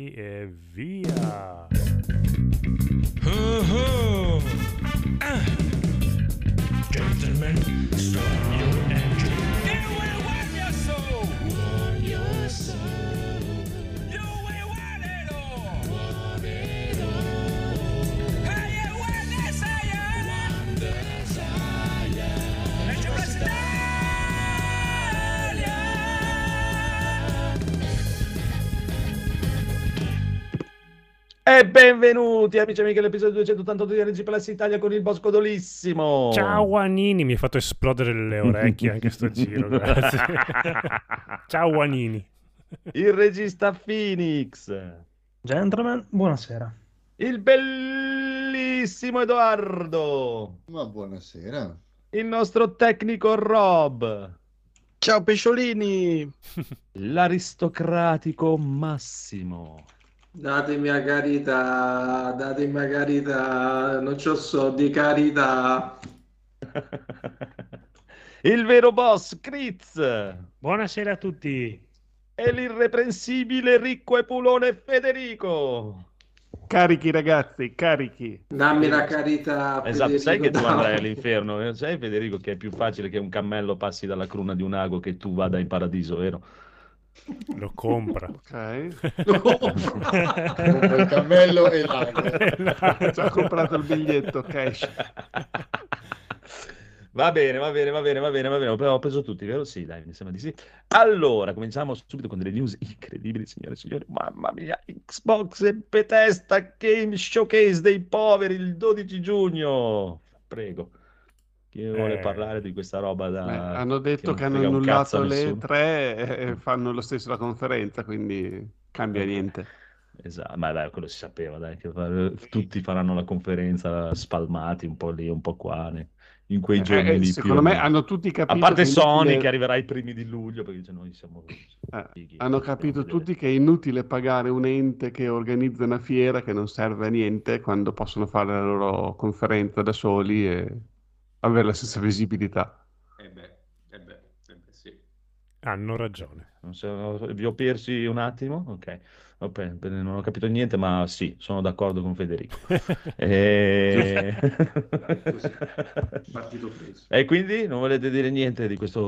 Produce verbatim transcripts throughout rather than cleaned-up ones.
e via! Oh oh. Ah. Gentlemen, start your engine. You will warm your soul. Warm your soul. You will want it all. Want it all. Hey, you want desire. Want desire. And you must die. E benvenuti amici e amiche all'episodio duecentottantotto di R G Plus Italia con il Bosco Dolissimo. Ciao Guanini, mi hai fatto esplodere le orecchie anche sto giro, grazie. Ciao Guanini. Il regista Phoenix. Gentlemen, buonasera. Il bellissimo Edoardo. Ma buonasera. Il nostro tecnico Rob. Ciao pesciolini. L'aristocratico Massimo. Datemi a carità, datemi a carità, non c'ho soldi, carità. Il vero boss Critz. Buonasera a tutti. E l'irreprensibile ricco e pulone Federico. Carichi ragazzi, carichi. Dammi la carità, Esatto, Federico, sai che tu dammi. andrai all'inferno, sai Federico che è più facile che un cammello passi dalla cruna di un ago che tu vada in paradiso, vero? Lo compra. Ok. Compra il cammello e l'ago. Ho già comprato il biglietto, cash. Va bene, va bene, va bene, va bene, va bene. Ho preso tutti, vero? Sì, dai, mi sembra di sì. Allora, cominciamo subito con delle news incredibili, signore e signori. Mamma mia, Xbox e Bethesda Game Showcase dei poveri il dodici giugno. Prego. Chi vuole Eh. parlare di questa roba da... Beh, hanno detto non che hanno frega un cazzo a annullato le nessuno? tre e fanno lo stesso la conferenza, quindi cambia Ok. niente. Esatto, ma dai, quello si sapeva, dai, che fa- tutti faranno la conferenza spalmati un po' lì, un po' qua, ne- in quei Eh, giorni eh, lì secondo più o me meno. hanno tutti A capito parte che è Sony inutile- che arriverà i primi di luglio, perché dice noi siamo eh, fighi, hanno dobbiamo capito vedere. tutti che è inutile pagare un ente che organizza una fiera che non serve a niente quando possono fare la loro conferenza da soli e avere la stessa visibilità. Eh beh, eh beh, eh beh, sì. Hanno ragione. Non so, vi ho persi un attimo? Ok, ok, non ho capito niente, ma sì, sono d'accordo con Federico. E... Così, partito preso. e quindi non volete dire niente di questo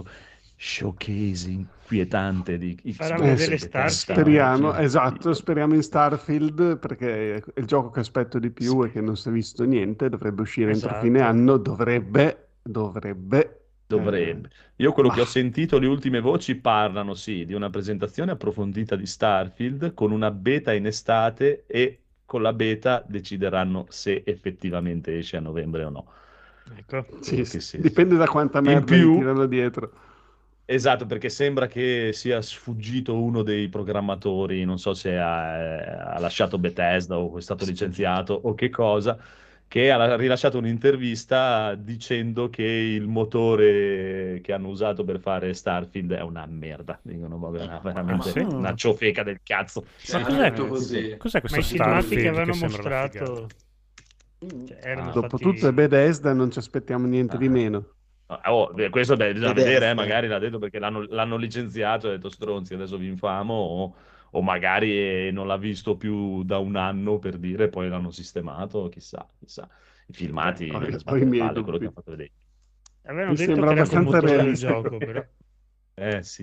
showcase inquietante di Faranno Xbox vedere e Bethesda? Speriamo, Sì. esatto, speriamo in Starfield perché è il gioco che aspetto di più e che non si è visto niente, dovrebbe uscire entro Esatto. fine anno, dovrebbe, dovrebbe. Dovrebbe. eh, Io quello ma- che ho sentito, le ultime voci parlano, sì, di una presentazione approfondita di Starfield con una beta in estate e con la beta decideranno se effettivamente esce a novembre o no. Ecco. Sì, Quello sì, che sì. dipende da quanta In merda più- gli tirano dietro. Esatto, perché sembra che sia sfuggito uno dei programmatori, non so se ha, ha lasciato Bethesda o è stato licenziato o che cosa, che ha rilasciato un'intervista dicendo che il motore che hanno usato per fare Starfield è una merda. Dicono, ma vera- veramente Ah, sì? una ciofeca del cazzo. Ma cos'è tutto così. Cos'è Ma questo i filmati Starfield che avevano sembra la mostrato cioè, erano Ah. Dopo fatti... tutto è Bethesda, non ci aspettiamo niente Ah. di meno. Ah, oh, beh, questo beh, bisogna Bethesda. vedere, eh, magari l'ha detto perché l'hanno, l'hanno licenziato e ha detto stronzi, adesso vi infamo, o, o magari eh, non l'ha visto più da un anno per dire, poi l'hanno sistemato, chissà, chissà. I filmati, Ho- me ne ho sbatte i le miei palle, quello che dubbi. ha fatto vedere. Avevano Mi detto sembra che era col abbastanza motore del realista. gioco, però. Eh sì.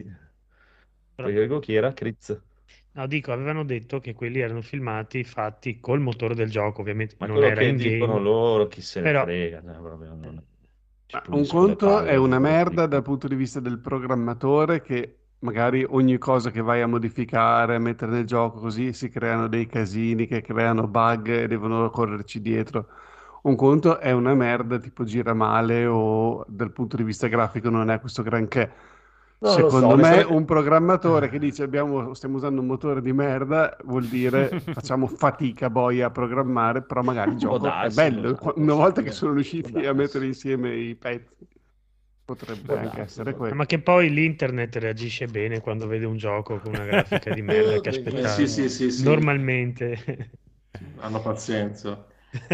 Però- Prego, chi era? Critz? No, dico, avevano detto che quelli erano filmati fatti col motore del gioco, ovviamente Ma non quello era che in dicono game. loro, chi se ne Però- frega, cioè, proprio non- ci Ma un puliscono le conto palle, è una quello che merda dicono. dal punto di vista del programmatore che magari ogni cosa che vai a modificare, a mettere nel gioco così si creano dei casini che creano bug e devono correrci dietro. Un conto è una merda tipo gira male o dal punto di vista grafico non è questo granché. Non lo so, Secondo me onestamente- un programmatore che dice abbiamo, stiamo usando un motore di merda vuol dire facciamo fatica poi a programmare, però magari il gioco è darsi, bello. può darsi, Una volta che può sono riusciti darsi. a mettere insieme i pezzi, potrebbe Può anche darsi, essere può quello. Ma che poi l'internet reagisce bene quando vede un gioco con una grafica di merda che Eh, aspetta Sì, sì, sì, sì. normalmente. Hanno pazienza.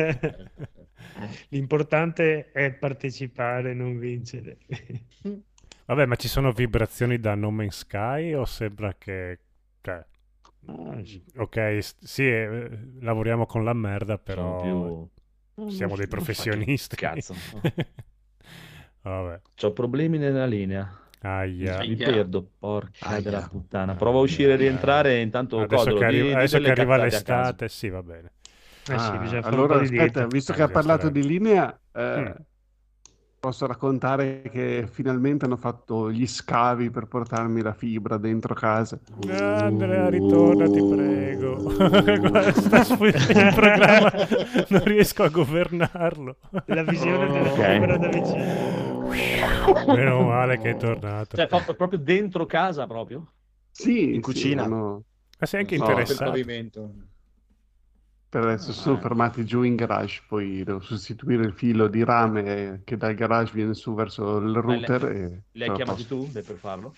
L'importante è partecipare, non vincere. Vabbè, ma ci sono vibrazioni da No Man's Sky o sembra che... Cioè, Ah, sì. Ok, s- sì, eh, lavoriamo con la merda, Sono però più... siamo dei non so che professionisti. Cazzo. Vabbè, C'ho problemi nella linea. aia. Mi Aia. perdo, porca Aia. della puttana. Prova a uscire e rientrare e intanto Adesso codolo. che, Di, arri- di adesso che delle arriva cazzate a caso. l'estate, sì, va bene. Eh sì, Ah, bisogna fare allora un po' di aspetta, dieta. visto Eh, che ha bisogna parlato stare- di linea, eh, Mm. posso raccontare che finalmente hanno fatto gli scavi per portarmi la fibra dentro casa. Andrea, ritorna, ti prego. Guarda, sta sfuggendo il programma, non riesco a governarlo. La visione della Ok. fibra da vicino. Meno male che è tornato. Cioè, fa- proprio dentro casa, proprio? Sì, In sì, cucina? hanno- Ma sei anche No, Per il interessato. pavimento. per adesso si sono fermati giù in garage, poi devo sostituire il filo di rame che dal garage viene su verso il Ma router le- e Li hai sono a chiamati posto. tu per farlo?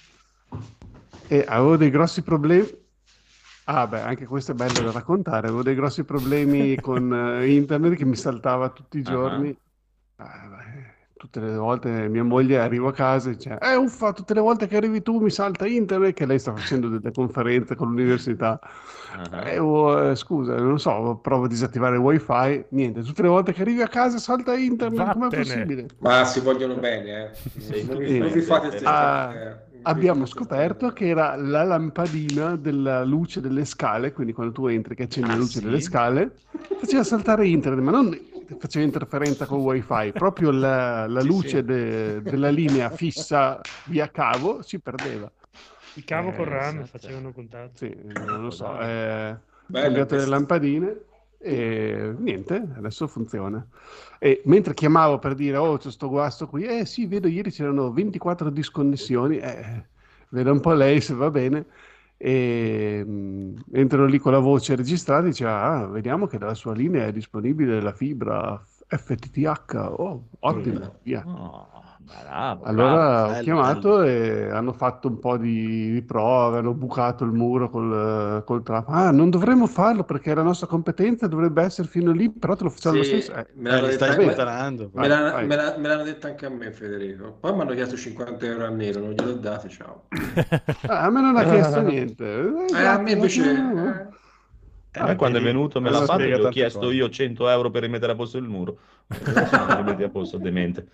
E avevo dei grossi problemi. Ah, beh, anche questo è bello da raccontare. Avevo dei grossi problemi con eh, internet che mi saltava tutti i Ah, giorni. Ah, beh, tutte le volte mia moglie arriva a casa e dice: Eh, uffa, tutte le volte che arrivi tu mi salta internet, che lei sta facendo delle conferenze con l'università. ah. Eh, oh, eh, scusa, non so, provo a disattivare il wifi. Niente, tutte le volte che arrivi a casa salta internet, com'è Vattene. possibile? Ma si vogliono bene, eh. Sì, Non tutti vi, non vi bene, fate sì. ste Ah, strane, eh. Non vi abbiamo fate ste scoperto strane. che era la lampadina della luce delle scale, quindi quando tu entri che accendi Ah, la luce sì? delle scale, faceva saltare internet, ma non faceva interferenza con il wifi, proprio la, la Sì, luce sì. de- della linea fissa via cavo si perdeva. Il cavo Eh, col rame esatto. facevano contatto. Sì, non lo so, eh, Bello cambiato le questo. lampadine e niente, adesso funziona. E mentre chiamavo per dire, oh, c'è sto guasto qui, eh sì, vedo ieri c'erano ventiquattro disconnessioni, eh, vedo un po' lei se va bene. E mh, entro lì con la voce registrata e dice, ah, vediamo che dalla sua linea è disponibile la fibra F T T H, oh, ottimo, via. Oh, bravo, Allora bravo. ho bello, chiamato e hanno fatto un po' di, di prove, hanno bucato il muro col, col trapano. Ah, non dovremmo farlo perché la nostra competenza dovrebbe essere fino lì, però te lo facciamo lo Sì, stesso. Eh, me Eh, l'hanno li detta, stai me, sputanando. me vai, l'hanno- vai. me la- me l'hanno detta anche a me, Federico. Poi mi hanno chiesto cinquanta euro a nero, non gliel'ho dati, ciao. Ah, a me non ha chiesto niente. Eh, Eh, a grazie, me invece... grazie. eh, A me quando è vedi, venuto me questo l'ha fatto, spiega gli ho tante chiesto cose. io cento euro per rimettere a posto il muro. Adesso non li metti a posto, demente.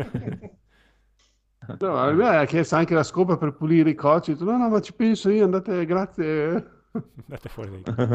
No, a me ha chiesto anche la scopa per pulire i cocci. Ho detto, no, no, ma ci penso io, andate, grazie. Andate fuori dai.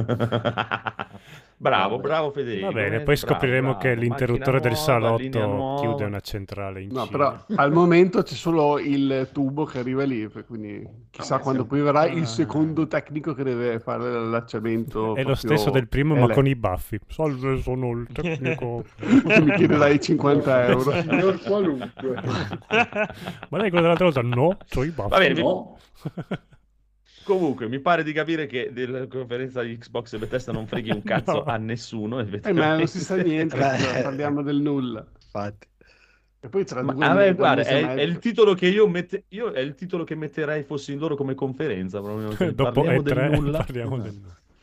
Bravo, Vabbè. bravo Federico. Va bene, eh, poi bravo, scopriremo bravo. che l'interruttore del Macchina nuova, linea salotto nuova. chiude una centrale in No, Cina. però al momento c'è solo il tubo che arriva lì, per- quindi chissà Vabbè, quando sì. poi verrà Ah. il secondo tecnico che deve fare l'allacciamento. È lo proprio stesso del primo, ma ele- con i baffi. Salve, sono il tecnico. Mi chiederai cinquanta euro. Signor qualunque. Ma lei quello dell'altra volta? No, c'ho i baffi. Va bene, vi- No, comunque mi pare di capire che della conferenza di Xbox e Bethesda non freghi un cazzo No. a nessuno. Eh, ma non si sa niente, Beh. parliamo del nulla. Infatti. E poi tra Ma due a me, mesi, guarda, due mesi e è, è il mezzo- titolo che io, mette, io è il titolo che metterei fossi in loro come conferenza. Proprio. Cioè, Dopo parliamo E tre del nulla. parliamo del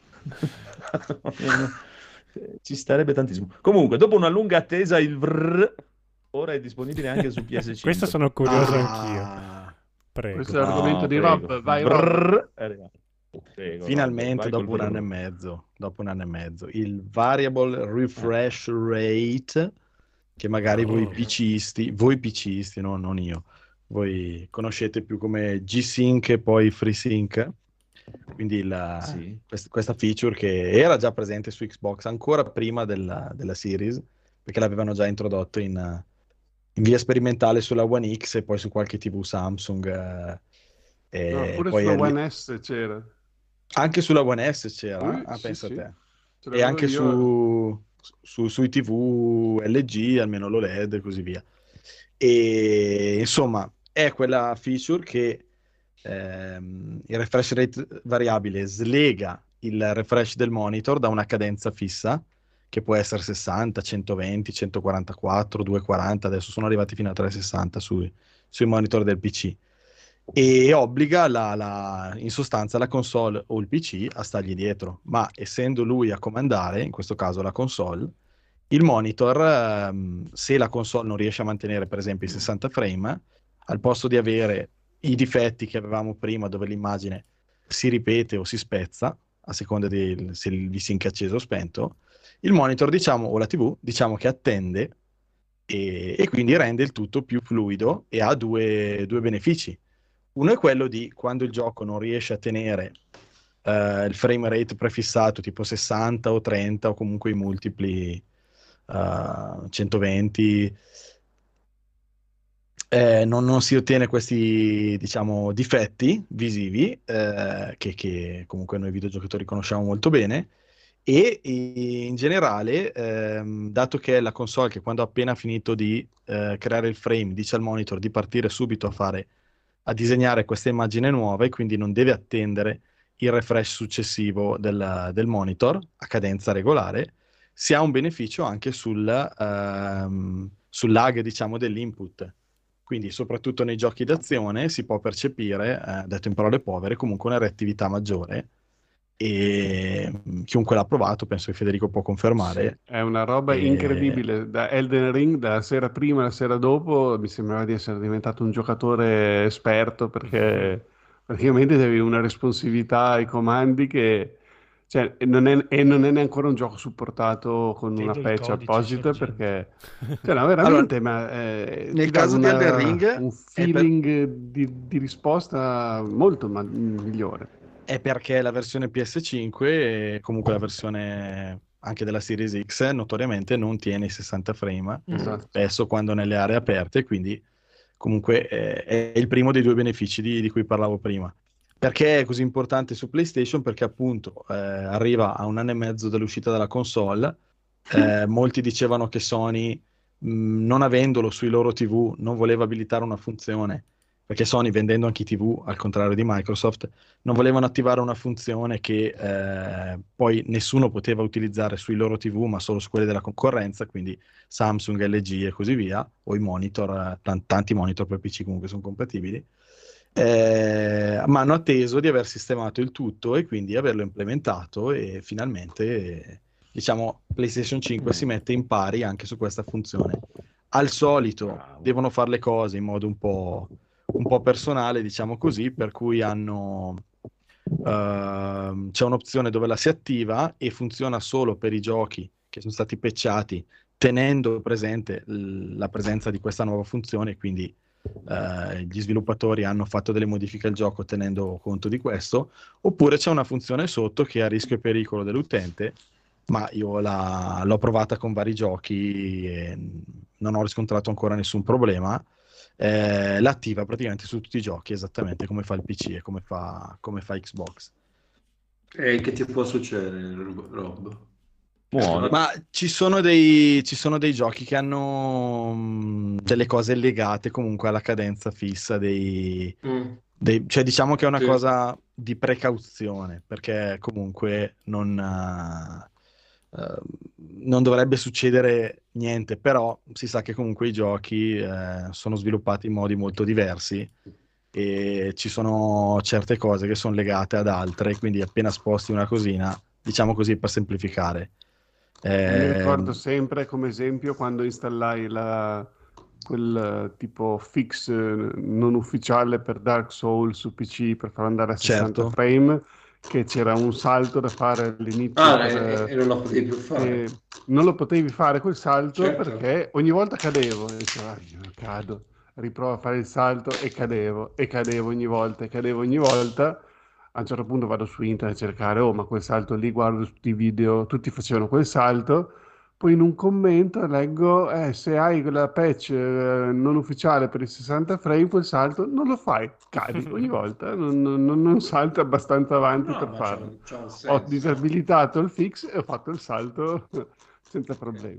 nulla. Ci starebbe tantissimo. Comunque, dopo una lunga attesa, il vrr ora è disponibile anche su P S cinque. Questo sono curioso Ah, anch'io. Prego. Questo è l'argomento No, di prego. Rob. Vai, Rob. Vrr, è arrivato. Prego, Finalmente, Rob, vai dopo col un anno e vrr. mezzo, dopo un anno e mezzo, il variable refresh rate, che magari voi Oh. PCisti, voi PCisti, no, non io, voi conoscete più come G-Sync e poi FreeSync, quindi la- Sì. quest- questa feature che era già presente su Xbox ancora prima della, della Series, perché l'avevano già introdotto in, in via sperimentale sulla One X e poi su qualche T V Samsung. eh, e No, pure poi sulla arri- One S c'era. anche sulla One S c'era, Sì, ah, sì, pensa sì. a te. Ce E l'avevo anche io. su, su- sui T V L G, almeno l'O L E D e così via. E insomma, è quella feature che ehm, il refresh rate variabile slega il refresh del monitor da una cadenza fissa, che può essere sessanta, centoventi, centoquarantaquattro, duecentoquaranta, adesso sono arrivati fino a trecentosessanta sui, sui monitor del P C. E obbliga la, la- in sostanza la console o il P C a stargli dietro, ma essendo lui a comandare, in questo caso la console, il monitor, ehm, se la console non riesce a mantenere per esempio i sessanta frame, al posto di avere i difetti che avevamo prima dove l'immagine si ripete o si spezza, a seconda di se il V-Sync è acceso o spento. Il monitor, diciamo, o la T V, diciamo che attende e, e quindi rende il tutto più fluido e ha due, due benefici. Uno è quello di quando il gioco non riesce a tenere eh, il frame rate prefissato, tipo sessanta o trenta o comunque i multipli uh, centoventi, eh, non, non si ottiene questi, diciamo, difetti visivi eh, che, che comunque noi videogiocatori conosciamo molto bene. E in generale, ehm, dato che è la console che quando ha appena finito di eh, creare il frame dice al monitor di partire subito a fare, a disegnare questa immagine nuova e quindi non deve attendere il refresh successivo del, del monitor a cadenza regolare, si ha un beneficio anche sul, ehm, sul lag, diciamo, dell'input. Quindi soprattutto nei giochi d'azione si può percepire, eh, detto in parole povere, comunque una reattività maggiore. E chiunque l'ha provato, penso che Federico può confermare. Sì, è una roba E- incredibile. Da Elden Ring, la sera prima e la sera dopo, mi sembrava di essere diventato un giocatore esperto perché praticamente avevi una responsività ai comandi che cioè, e non è, e non è neanche un gioco supportato con una Vedo il patch codice apposita sorgente. perché cioè, no, veramente ma, eh, nel ti dà caso di una- Elden Ring un è per- feeling di, di risposta molto ma- migliore. È perché la versione P S cinque e comunque la versione anche della Series X notoriamente non tiene i sessanta frame, Esatto. spesso quando nelle aree aperte, quindi comunque eh, è il primo dei due benefici di, di cui parlavo prima. Perché è così importante su PlayStation? Perché appunto eh, arriva a un anno e mezzo dall'uscita della console, eh, molti dicevano che Sony, mh, non avendolo sui loro T V, non voleva abilitare una funzione, perché Sony, vendendo anche i T V, al contrario di Microsoft, non volevano attivare una funzione che eh, poi nessuno poteva utilizzare sui loro T V, ma solo su quelle della concorrenza, quindi Samsung, L G e così via, o i monitor, eh, tan- tanti monitor per P C comunque sono compatibili. Eh, ma hanno atteso di aver sistemato il tutto e quindi averlo implementato e finalmente, eh, diciamo, PlayStation cinque si mette in pari anche su questa funzione. Al solito Bravo. devono fare le cose in modo un po', un po' personale, diciamo così, per cui hanno ehm, c'è un'opzione dove la si attiva e funziona solo per i giochi che sono stati patchati, tenendo presente l- la presenza di questa nuova funzione, quindi eh, gli sviluppatori hanno fatto delle modifiche al gioco tenendo conto di questo, oppure c'è una funzione sotto che è a rischio e pericolo dell'utente, ma io la- l'ho provata con vari giochi e non ho riscontrato ancora nessun problema. Eh, l'attiva praticamente su tutti i giochi, esattamente come fa il P C e come fa, come fa Xbox. E che ti può succedere, Rob? Buono. Ma ci sono dei, ci sono dei giochi che hanno mh, delle cose legate comunque alla cadenza fissa dei, Mm. dei- cioè diciamo che è una Sì. cosa di precauzione, perché comunque non, eh, eh, non dovrebbe succedere niente, però si sa che comunque i giochi eh, sono sviluppati in modi molto diversi e ci sono certe cose che sono legate ad altre, quindi appena sposti una cosina, diciamo così per semplificare. Mi Eh, ricordo sempre come esempio quando installai la, quel eh, tipo fix eh, non ufficiale per Dark Souls su P C per far andare a sessanta Certo. frame, che c'era un salto da fare all'inizio Ah, per, e, eh, e non lo potevi più fare. e non lo potevi fare quel salto Certo. perché ogni volta cadevo e dicevo, "Ah, io cado, riprovo a fare il salto e cadevo e cadevo ogni volta e cadevo ogni volta. A un certo punto vado su internet a cercare, oh, ma quel salto lì, guardo tutti i video, tutti facevano quel salto. Poi in un commento leggo, eh, se hai quella patch eh, non ufficiale per i sessanta frame, quel salto non lo fai, cadi ogni volta, non, non, non- non salta abbastanza avanti No, per ma c'ha farlo. un, c'ha un Ho senso. disabilitato il fix e ho fatto il salto senza problemi.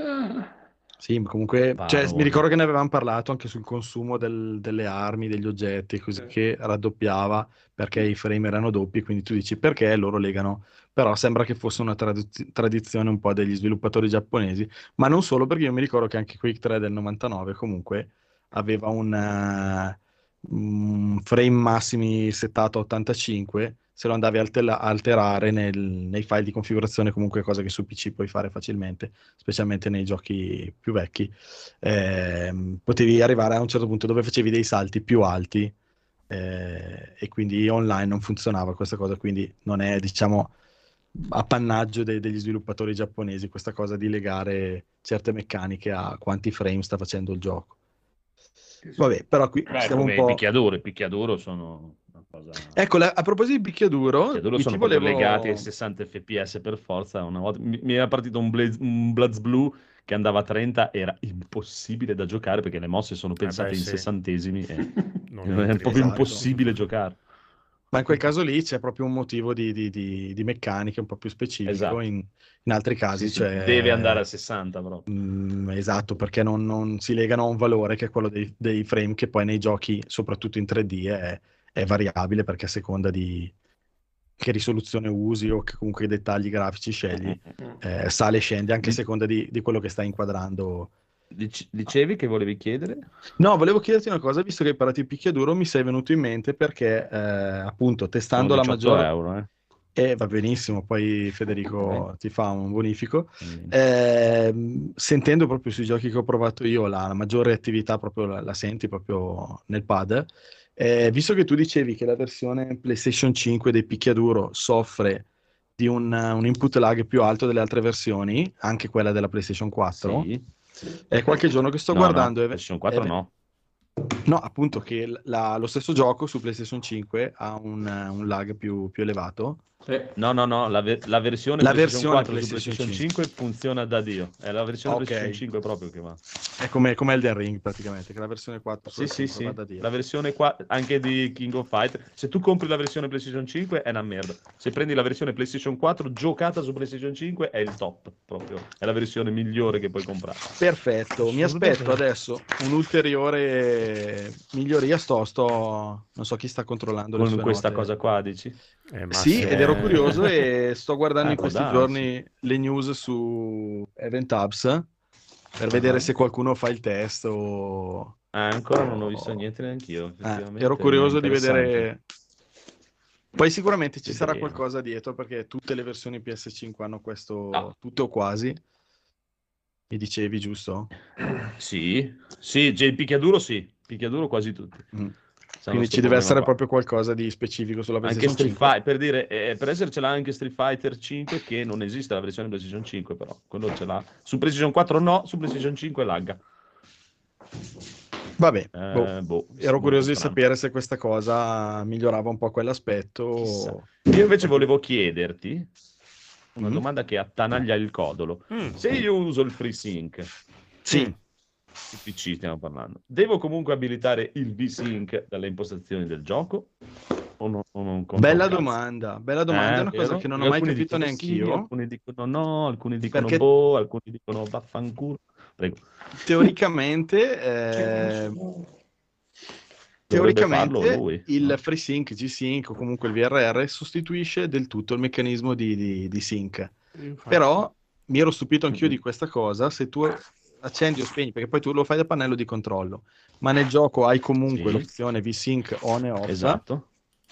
Sì, ma comunque, cioè, Parole. mi ricordo che ne avevamo parlato anche sul consumo del- delle armi, degli oggetti, così Sì. che raddoppiava perché i frame erano doppi, quindi tu dici perché loro legano, però sembra che fosse una tradu- tradizione un po' degli sviluppatori giapponesi, ma non solo, perché io mi ricordo che anche Quake tre del novantanove comunque aveva un, eh, un frame massimi settato a ottantacinque, se lo andavi a altela- a alterare nel- nei file di configurazione, comunque cosa che su P C puoi fare facilmente, specialmente nei giochi più vecchi, ehm, potevi arrivare a un certo punto dove facevi dei salti più alti eh, e quindi online non funzionava questa cosa, quindi non è, diciamo, appannaggio de- degli sviluppatori giapponesi questa cosa di legare certe meccaniche a quanti frame sta facendo il gioco. Vabbè, però qui Beh, stiamo un come i po'... picchiaduro, i picchiaduro sono una cosa... Ecco, la- a proposito di picchiaduro, Picchiaduro qui sono ti proprio volevo... legati ai sessanta F P S per forza. Una volta mi, mi era partito un, Blaze, un Bloods Blue che andava a trenta, era impossibile da giocare perché le mosse sono pensate beh, in sì. sessantesimi e Non è entri, proprio esatto. impossibile giocare. Ma in quel caso lì c'è proprio un motivo di, di, di, di meccanica un po' più specifico, Esatto. in, in altri casi Sì, sì, cioè, deve andare a sessanta proprio. mm, esatto, perché non, non si legano a un valore che è quello dei, dei frame, che poi nei giochi, soprattutto in tre D, è, è variabile, perché a seconda di che risoluzione usi o che comunque dettagli grafici scegli, eh, sale e scende anche a Di- seconda di, di quello che stai inquadrando. Dic- dicevi che volevi chiedere? No, volevo chiederti una cosa, visto che hai parlato di picchiaduro, mi sei venuto in mente perché eh, appunto Sono testando la diciotto maggior... euro, eh. E va benissimo, poi Federico Ok. ti fa un bonifico. Quindi- Ehm, sentendo proprio sui giochi che ho provato io, la, la maggiore attività proprio la, la senti proprio nel pad. Eh, visto che tu dicevi che la versione PlayStation cinque dei picchiaduro soffre di un, un input lag più alto delle altre versioni, anche quella della PlayStation quattro, Sì. è qualche giorno che sto No, guardando... no, e- PlayStation quattro e- no. No, appunto che l- la- lo stesso gioco su PlayStation cinque ha un, un lag più, più elevato. Sì. No, no, no, la, ve- la versione La PlayStation versione quattro PlayStation su PlayStation cinque funziona da Dio. È la versione Ok. PlayStation cinque proprio che va. È come, come Elden Ring praticamente, che la versione quattro Sì, sì, cinque sì. va da Dio. La versione qua anche di King of Fighter. Se tu compri la versione PlayStation cinque è una merda. Se prendi la versione PlayStation quattro giocata su PlayStation cinque è il top proprio. È la versione migliore che puoi comprare. Perfetto, mi aspetto adesso un'ulteriore miglioria. Sto, sto, non so chi sta controllando le Con sue questa note. cosa qua dici? Eh, ma Sì, se- ed ero curioso e sto guardando Eh, in può questi darsi. giorni le news su Event Hubs per vedere Ah. se qualcuno fa il test o... Eh, ancora non ho visto niente neanch'io. Eh, effettivamente, ero curioso di interessante. vedere. Poi sicuramente ci sarà Vedremo. qualcosa dietro, perché tutte le versioni P S cinque hanno questo, Ah. tutte o quasi. Mi dicevi, giusto? Sì, sì, già il picchiaduro sì, picchiaduro quasi tutti. Mm. Sanno Quindi sto ci deve problema essere qua. proprio qualcosa di specifico sulla Anche PlayStation Street cinque. Fighter, per dire, eh, per essercela anche Street Fighter cinque, che non esiste la versione PlayStation cinque, però quello ce l'ha. Su PlayStation quattro no, su PlayStation cinque lagga. Vabbè, Eh, boh. boh, Ero molto curioso di strano. sapere se questa cosa migliorava un po' quell'aspetto. Chissà. Io invece volevo chiederti una Mm. domanda che attanaglia il codolo. Mm. Se io uso il FreeSync, Sì, il P C stiamo parlando, devo comunque abilitare il V-Sync dalle impostazioni del gioco? O no, o non conta bella un cazzo? domanda, bella domanda, è Eh, una cosa vero? che non ho mai Alcuni capito dicono sì, neanch'io. alcuni dicono no, alcuni dicono Perché- boh, alcuni dicono vaffanculo. Prego. Teoricamente, eh, Dovrebbe farlo teoricamente lui. il FreeSync, G-Sync o comunque il V R R sostituisce del tutto il meccanismo di, di- di sync. Infatti. Però mi ero stupito anch'io Mhm. di questa cosa. Se tu accendi o spegni, perché poi tu lo fai da pannello di controllo, ma nel gioco hai comunque Sì. l'opzione V-Sync on e off. Esatto.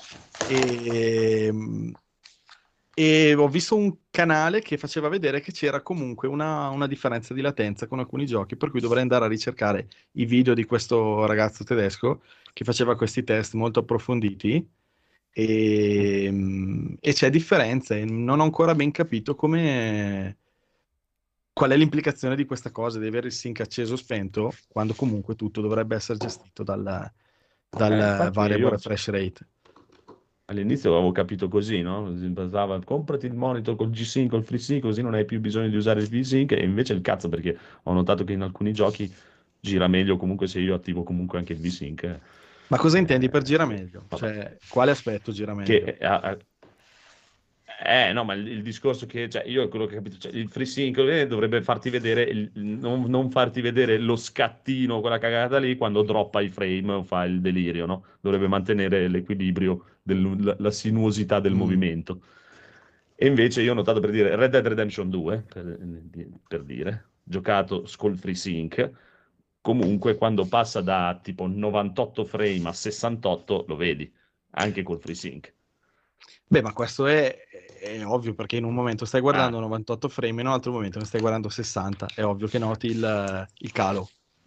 E, e ho visto un canale che faceva vedere che c'era comunque una, una differenza di latenza con alcuni giochi, per cui dovrei andare a ricercare i video di questo ragazzo tedesco che faceva questi test molto approfonditi. E, e c'è differenza e non ho ancora ben capito come, qual è l'implicazione di questa cosa di avere il sync acceso o spento, quando comunque tutto dovrebbe essere gestito dal, dal Eh, infatti variable io- refresh rate. All'inizio avevo capito così, no? Si pensava, comprati il monitor col G-Sync, col FreeSync, così non hai più bisogno di usare il V-Sync, e invece il cazzo, perché ho notato che in alcuni giochi gira meglio comunque se io attivo comunque anche il V-Sync. eh. Ma cosa intendi per Eh, gira meglio? vabbè. Cioè, quale aspetto gira meglio? Che, eh, eh, eh, no, ma il, il discorso che, cioè, io quello che ho capito, cioè, il FreeSync eh, dovrebbe farti vedere, il- non, non farti vedere lo scattino, quella cagata lì, quando droppa i frame o fa il delirio, no? Dovrebbe mantenere l'equilibrio, del- la, la sinuosità del Mm. movimento. E invece io ho notato, per dire, Red Dead Redemption due, per, per dire, giocato col FreeSync, comunque quando passa da tipo novantotto frame a sessantotto lo vedi, anche col FreeSync. Beh, ma questo è, è ovvio, perché in un momento stai guardando Ah. novantotto frame, in un altro momento ne stai guardando sessanta. È ovvio che noti il, il calo.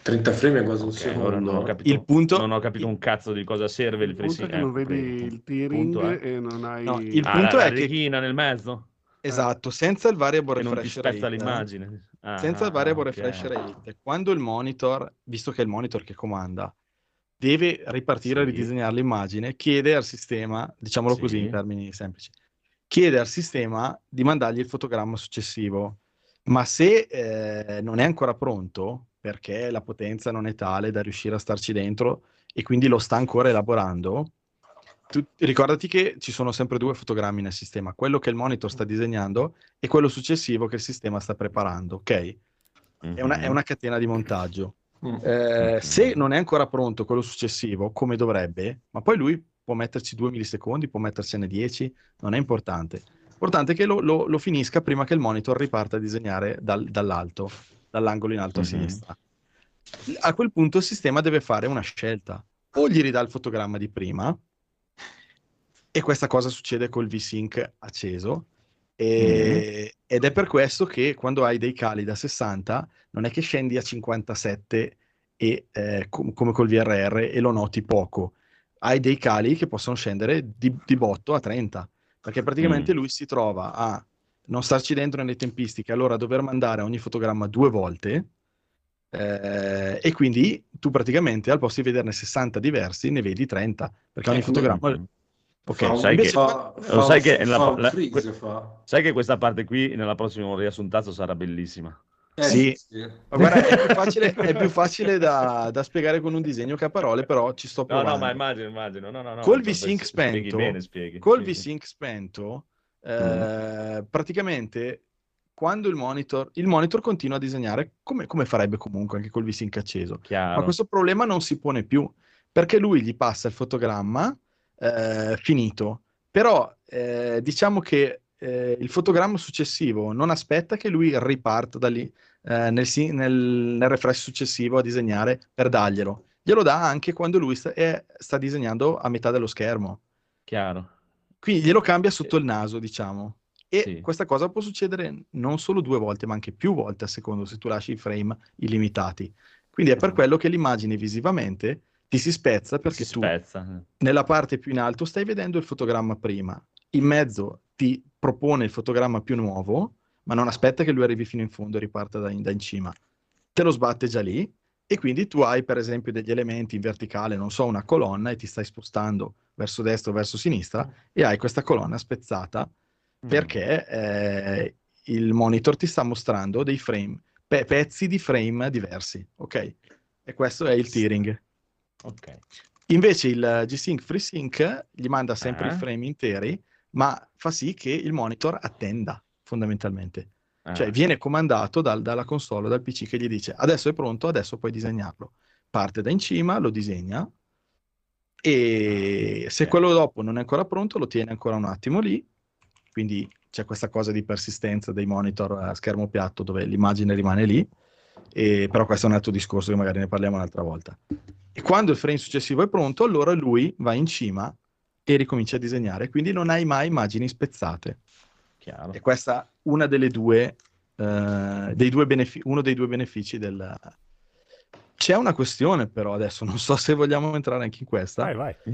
trenta frame è quasi un Ok, ora non ho secondo. capito, Il punto, non ho capito un cazzo di cosa serve il Il punto è FreeSync. che non Ecco, vedi prego. il tearing Punto è? e non hai... no, il Ah, punto la, la è che, righina nel mezzo esatto, senza il variable che non ti refresh spezza rate, l'immagine. Ah, senza il ah, variable ah, ok. refresh rate, quando il monitor, visto che è il monitor che comanda, deve ripartire e Sì, ridisegnare l'immagine, chiede al sistema, diciamolo così in sì. termini semplici, chiede al sistema di mandargli il fotogramma successivo. Ma se eh, non è ancora pronto, perché la potenza non è tale da riuscire a starci dentro e quindi lo sta ancora elaborando, tu, ricordati che ci sono sempre due fotogrammi nel sistema, quello che il monitor sta disegnando e quello successivo che il sistema sta preparando, ok? È una, è Mhm, una catena di montaggio. Mm. Eh, mhm. se non è ancora pronto quello successivo, come dovrebbe, ma poi lui può metterci due millisecondi, può mettersene dieci, non è importante. L'importante è che lo, lo- lo finisca prima che il monitor riparta a disegnare dal- dall'alto, dall'angolo in alto a Mhm. sinistra. A quel punto il sistema deve fare una scelta. O gli ridà il fotogramma di prima, e questa cosa succede col V-Sync acceso, e- ed è per questo che quando hai dei cali da sessanta non è che scendi a cinquantasette e, eh, com- come col V R R e lo noti poco. Hai dei cali che possono scendere di, di botto a trenta, perché praticamente Mm. lui si trova a non starci dentro nelle tempistiche, allora a dover mandare ogni fotogramma due volte, eh, e quindi tu praticamente al posto di vederne sessanta diversi ne vedi trenta, perché ogni Eh, fotogramma... Mhm. Ok, Fa un, sai invece che- qua- fa, Lo fa sai un- che nella fa po- un la- freeze, que- fa. Sai che questa parte qui nella prossima riassuntato sarà bellissima. Eh, Sì. sì. Ma guarda, è più facile, è più facile da, da spiegare con un disegno che a parole, però ci sto No, provando. no, ma immagino, immagino. No, no, no, Col beh, V-Sync beh, spieghi spento, bene, spieghi. col Sì, sì. V-Sync spento, eh, praticamente quando il monitor, il monitor continua a disegnare come, come farebbe comunque anche col V-Sync acceso. Chiaro. Ma questo problema non si pone più, perché lui gli passa il fotogramma eh, finito. Però eh, diciamo che eh, il fotogramma successivo non aspetta che lui riparta da lì eh, nel, si- nel- nel refresh successivo a disegnare per darglielo. Glielo dà anche quando lui sta, è- sta disegnando a metà dello schermo. Chiaro. Quindi glielo cambia sotto il naso, diciamo. E Sì. questa cosa può succedere non solo due volte, ma anche più volte a secondo se tu lasci i frame illimitati. Quindi è per quello che l'immagine visivamente ti si spezza, perché Si tu spezza. nella parte più in alto stai vedendo il fotogramma prima, in mezzo ti propone il fotogramma più nuovo, ma non aspetta che lui arrivi fino in fondo e riparta da in, da in cima. Te lo sbatte già lì, e quindi tu hai per esempio degli elementi in verticale, non so, una colonna, e ti stai spostando verso destra o verso sinistra e hai questa colonna spezzata Mm. perché eh, il monitor ti sta mostrando dei frame, pe- pezzi di frame diversi, ok? E questo è il tearing. Ok. Invece il G-Sync FreeSync gli manda sempre Eh? i frame interi, ma fa sì che il monitor attenda, fondamentalmente. Ah. Cioè viene comandato dal- dalla console, dal P C, che gli dice adesso è pronto, adesso puoi disegnarlo. Parte da in cima, lo disegna, e se Ok. quello dopo non è ancora pronto lo tiene ancora un attimo lì, quindi c'è questa cosa di persistenza dei monitor a schermo piatto dove l'immagine rimane lì, e, però questo è un altro discorso che magari ne parliamo un'altra volta. E quando il frame successivo è pronto, allora lui va in cima e ricomincia a disegnare, quindi non hai mai immagini spezzate. Chiaro. E questa è una delle due, eh, dei due benefici, uno dei due benefici del... C'è una questione però adesso, non so se vogliamo entrare anche in questa. Vai, vai.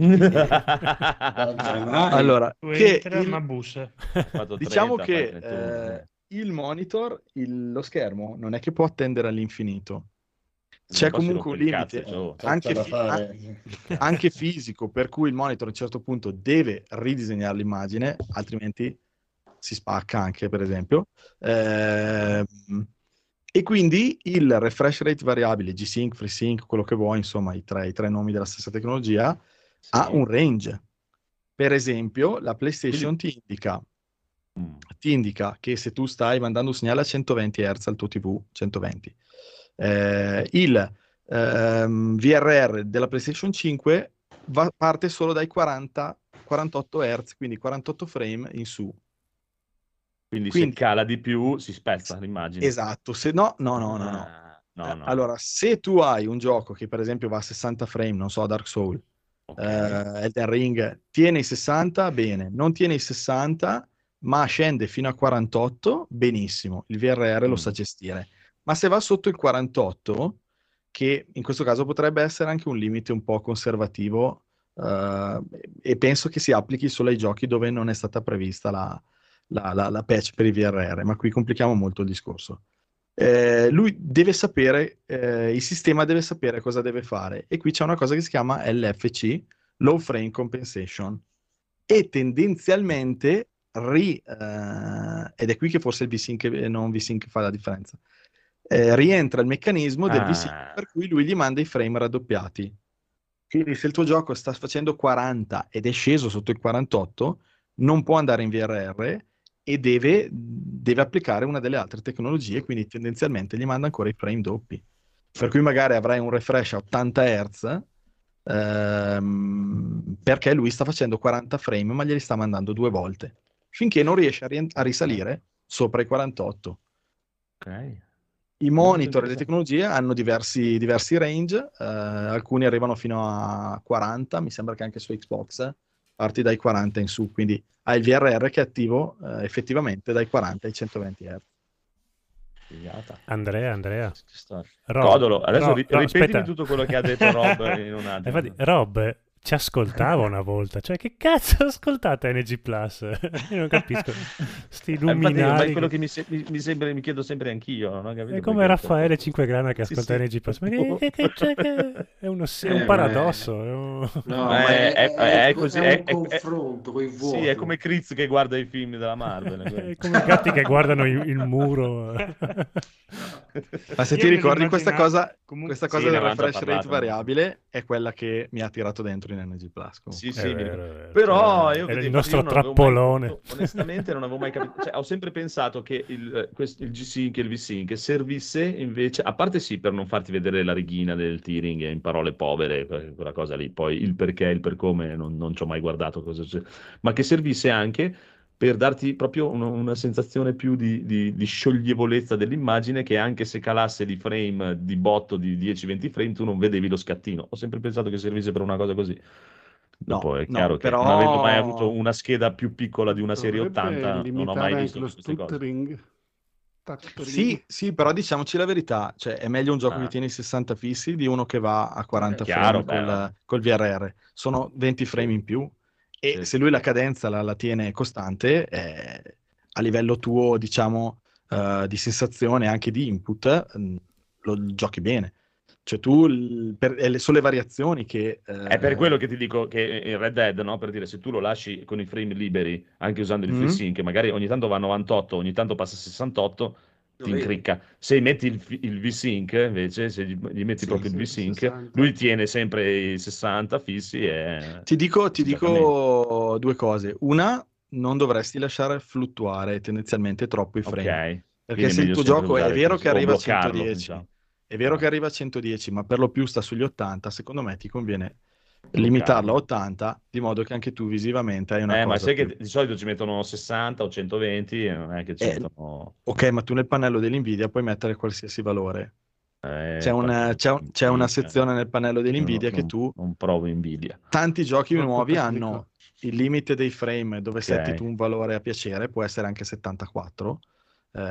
Vai. Allora, Tu che entra, il- ma bussa. Fatto diciamo trenta, che fai trentuno. eh, il monitor, il- lo schermo, non è che può attendere all'infinito. C'è Non posso comunque un rompere il limite, cazzo, Gio. Cazzo anche, da fi- fare. anche fisico, per cui il monitor a un certo punto deve ridisegnare l'immagine, altrimenti si spacca anche, per esempio. Ehm, e quindi il refresh rate variabile, G-Sync, FreeSync, quello che vuoi, insomma, i tre, i tre nomi della stessa tecnologia, ha Sì. un range. Per esempio, la PlayStation ti indica, Mm. ti indica che se tu stai mandando un segnale a centoventi hertz al tuo T V, centoventi, eh, il ehm, V R R della PlayStation cinque va- parte solo dai quaranta quarantotto hertz, quindi quarantotto frame in su. Quindi, Quindi- se cala di più si spezza l'immagine. Esatto, se no, no, no, no, no. Ah, no, Eh, no. Allora, se tu hai un gioco che per esempio va a sessanta frame, non so, Dark Souls, Ok. eh, Elden Ring, tiene i sessanta, bene, non tiene i sessanta, ma scende fino a quarantotto, benissimo, il V R R lo Mm. sa gestire. Ma se va sotto il quarantotto, che in questo caso potrebbe essere anche un limite un po' conservativo, eh, e penso che si applichi solo ai giochi dove non è stata prevista la, la, la, la patch per i V R R, ma qui complichiamo molto il discorso. Eh, lui deve sapere, eh, il sistema deve sapere cosa deve fare, e qui c'è una cosa che si chiama L F C, Low Frame Compensation, e tendenzialmente ri, eh, ed è qui che forse il V-Sync e non V-Sync fa la differenza, eh, rientra il meccanismo del Ah. V-Sync per cui lui gli manda i frame raddoppiati. Quindi se il tuo gioco sta facendo quaranta ed è sceso sotto il quarantotto, non può andare in V R R e deve, deve applicare una delle altre tecnologie, quindi tendenzialmente gli manda ancora i frame doppi. Per cui magari avrai un refresh a ottanta hertz, ehm, perché lui sta facendo quaranta frame ma glieli sta mandando due volte, finché non riesce a, rient- a risalire sopra i quarantotto. Ok. I monitor e le tecnologie hanno diversi, diversi range, eh, alcuni arrivano fino a quaranta, mi sembra che anche su Xbox parti dai quaranta in su, quindi hai il V R R che è attivo eh, effettivamente dai quaranta ai centoventi hertz. Figata. Andrea, Andrea. Che storia. Rob, Codolo, adesso Rob, ri- no, ripetimi aspetta. tutto quello che ha detto Rob in un attimo. Infatti, Rob ci ascoltava una volta, cioè che cazzo ascoltate N G Plus? Io non capisco. Sti Eh, infatti, ma è luminari. quello che- che mi, se- mi- mi sembra, mi chiedo sempre anch'io, non ho capito È come perché- Raffaele Cinquegrana che Sì, ascolta sì. N G Plus. Ma che, che- che c'è che- è, uno- è un Eh, paradosso. ma è un- No, Ma ma è- è, è- è è- così, è è- un è- confronto con i vuoti. Sì, è come Chris che guarda i film della Marvel. è quello. È come i gatti che guardano il, il muro. Ma se Io ti me lo ricordi questa immaginavo- cosa, comunque- questa Sì, cosa ne del avevamo già refresh rate parlato. variabile è quella che mi ha tirato dentro in N G Plus. comunque. Sì, È sì, mi vero, ricordo. è vero. Però Cioè, io, era vedevo- il nostro io non avevo mai trappolone. capito- onestamente non avevo mai capito, cioè, ho sempre pensato che il, eh, questo- il G-Sync e il V-Sync servisse invece, a parte sì per non farti vedere la righina del tearing in parole povere, que- quella cosa lì, poi il perché, il per come, non, non ci ho mai guardato cosa c'è, ma che servisse anche per darti proprio uno- una sensazione più di, di- di scioglievolezza dell'immagine, che anche se calasse di frame di botto di dieci venti frame tu non vedevi lo scattino. Ho sempre pensato che servisse per una cosa così. Dopo è no, chiaro che però- non avendo mai avuto una scheda più piccola di una serie Dovrebbe ottanta, non ho limitare mai anche visto lo queste cose. stuttering. Tuttering. Sì, sì, però diciamoci la verità, cioè è meglio un gioco Ah. che tiene i sessanta fissi di uno che va a quaranta Eh, chiaro, frame beh, col, no. col V R R. Sono venti frame in più, e Sì. se lui la cadenza la, la tiene costante, eh, a livello tuo, diciamo, eh, di sensazione, anche di input, mh, lo giochi bene. Cioè tu, il- per, è le- sono le variazioni che... eh, È per quello che ti dico che in Red Dead, no? Per dire, se tu lo lasci con i frame liberi, anche usando il Mhm. FreeSync, magari ogni tanto va a novantotto, ogni tanto passa a sessantotto, Lo ti vedi. incricca. Se metti il, fi- il V-Sync, invece, se gli, gli metti Sì, proprio il sì, V-Sync, sessanta. lui tiene sempre i sessanta fissi e... Ti dico, ti si gioca dico due cose. Una, non dovresti lasciare fluttuare tendenzialmente troppo i frame. Ok. Perché Quindi se il meglio tuo sempre gioco è usare vero così, che o arriva a bloccarlo, centodieci, diciamo. è vero Ah. che arriva a centodieci, ma per lo più sta sugli ottanta, secondo me ti conviene limitarlo a ottanta, di modo che anche tu visivamente hai una Eh, cosa ma sai più... che di solito ci mettono sessanta o centoventi, e non è che ci Eh, mettono... Ok, ma tu nel pannello dell'Nvidia puoi mettere qualsiasi valore. eh, C'è, un- infatti, c'è un- c'è una Nvidia. sezione nel pannello dell'Nvidia Non- che non- tu... Non provo invidia. Tanti giochi Troppo nuovi tecnico. hanno il limite dei frame dove Ok. setti tu un valore a piacere, può essere anche settantaquattro, eh,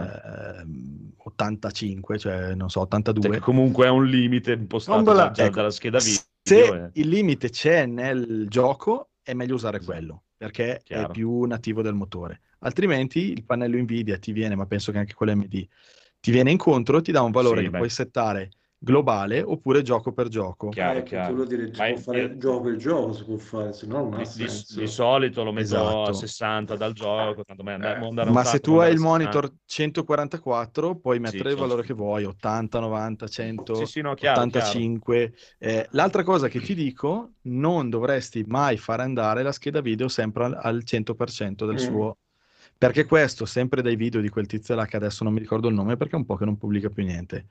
Ah. ottantacinque, cioè non so, Cioè, ottantadue. che comunque è un limite impostato Tombola. da- già Ecco, dalla scheda video. Se e- il limite c'è nel gioco, è meglio usare Esatto. quello, perché è Chiaro. più nativo del motore. Altrimenti il pannello Nvidia ti viene, ma penso che anche quello A M D, ti viene incontro, ti dà un valore Sì, che beh. puoi settare globale oppure gioco per gioco. Chiaro, Eh, che chiaro. tu lo dire, si Ma può è- fare è- gioco per gioco, si può fare, se no non ha Di, di- senso. di solito lo metto a Esatto. sessanta dal gioco, tanto mai andare, Eh, mo andare a un Ma se sacco, tu mo hai andare il a sessanta. monitor centoquarantaquattro, puoi mettere il sono- valore che vuoi, ottanta, novanta, cento, Sì, sì, no, chiaro, ottantacinque. Eh, l'altra cosa che ti dico, non dovresti mai fare andare la scheda video sempre al, al cento per cento del Mm. suo, perché questo, sempre dai video di quel tizio là, che adesso non mi ricordo il nome perché è un po' che non pubblica più niente,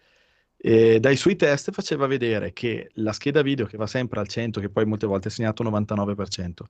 e dai suoi test faceva vedere che la scheda video che va sempre al cento, che poi molte volte è segnato novantanove per cento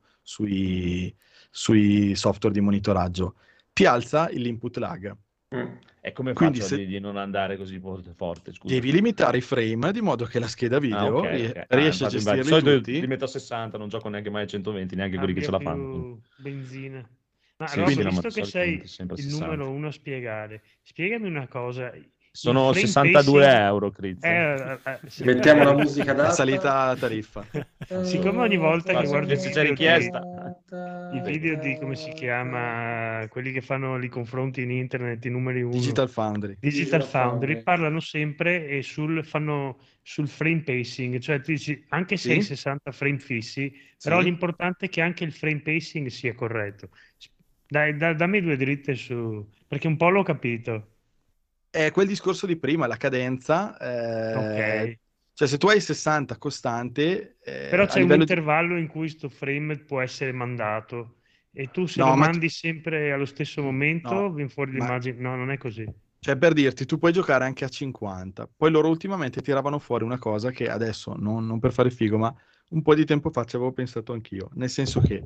sui, sui software di monitoraggio, ti alza l'input lag. Mm. E come Quindi faccio se- di, di non andare così forte, forte, scusa? Devi limitare i frame di modo che la scheda Ah, video ok, rie- ok. Ah, riesce a infatti, infatti, gestirli di solito tutti. li metto a sessanta, non gioco neanche mai a centoventi, neanche quelli che ce Abbia la fanno. più benzina. Ma Sì, Rob, sì, no, ma visto di che solito sei metto sempre a il sessanta. numero uno a spiegare, spiegami una cosa. Sono frame sessantadue pacing- euro, Criz. Eh, eh, sì, Mettiamo eh, la musica È d'alta. salita la tariffa. Siccome ogni volta che Ma guardo i se c'è video, di, richiesta. i video di come si chiama, quelli che fanno i confronti in internet, i numeri uno, Digital Foundry. Digital Digital Foundry, Foundry. parlano sempre e sul, fanno sul frame pacing, cioè tu dici anche se Sì. hai sessanta frame fissi, però Sì. l'importante è che anche il frame pacing sia corretto. Dai, da- dammi due dritte su, perché un po' l'ho capito. È quel discorso di prima, la cadenza. eh, Ok. Cioè, se tu hai sessanta costante, eh, Però a c'è un livello di... intervallo in cui sto frame può essere mandato e tu se No, lo ma- mandi sempre allo stesso momento No, viene fuori ma- l'immagine. No, non è così. Cioè, per dirti, tu puoi giocare anche a cinquanta. Poi loro ultimamente tiravano fuori una cosa che adesso, non, non per fare figo, ma un po' di tempo fa ci avevo pensato anch'io. Nel senso che...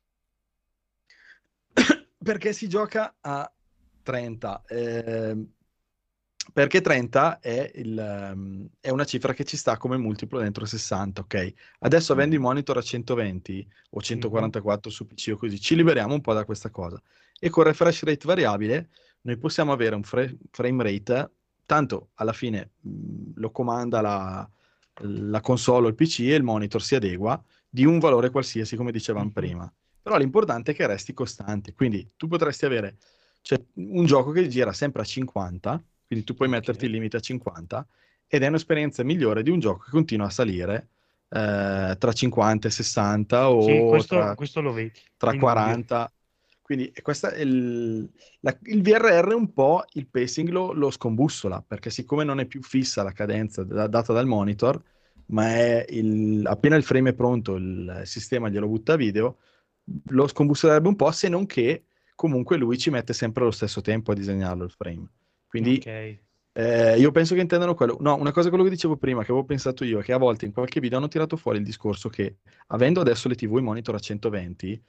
perché si gioca a trenta? ehm, perché trenta è, il, ehm, è una cifra che ci sta come multiplo dentro sessanta, ok? Adesso avendo i monitor a centoventi o centoquarantaquattro su P C o così, ci liberiamo un po' da questa cosa. E con refresh rate variabile noi possiamo avere un fra- frame rate, tanto alla fine mh, lo comanda la, la console o il P C e il monitor si adegua di un valore qualsiasi, come dicevamo Mhm. prima. Però l'importante è che resti costante. Quindi tu potresti avere cioè, un gioco che gira sempre a cinquanta, quindi tu puoi Ok. metterti il limite a cinquanta, ed è un'esperienza migliore di un gioco che continua a salire eh, tra cinquanta e sessanta o Sì, questo, tra, questo lo vedi. tra indubbio. quaranta. Quindi questa è il, la- il V R R un po' il pacing lo, lo scombussola, perché siccome non è più fissa la cadenza da- data dal monitor, ma è il, appena il frame è pronto, il sistema glielo butta a video, lo scombussolerebbe un po', se non che comunque lui ci mette sempre lo stesso tempo a disegnarlo il frame. Quindi Ok. eh, io penso che intendano quello. No, una cosa, quello che dicevo prima, che avevo pensato io, è che a volte in qualche video hanno tirato fuori il discorso che, avendo adesso le T V e i monitor a centoventi,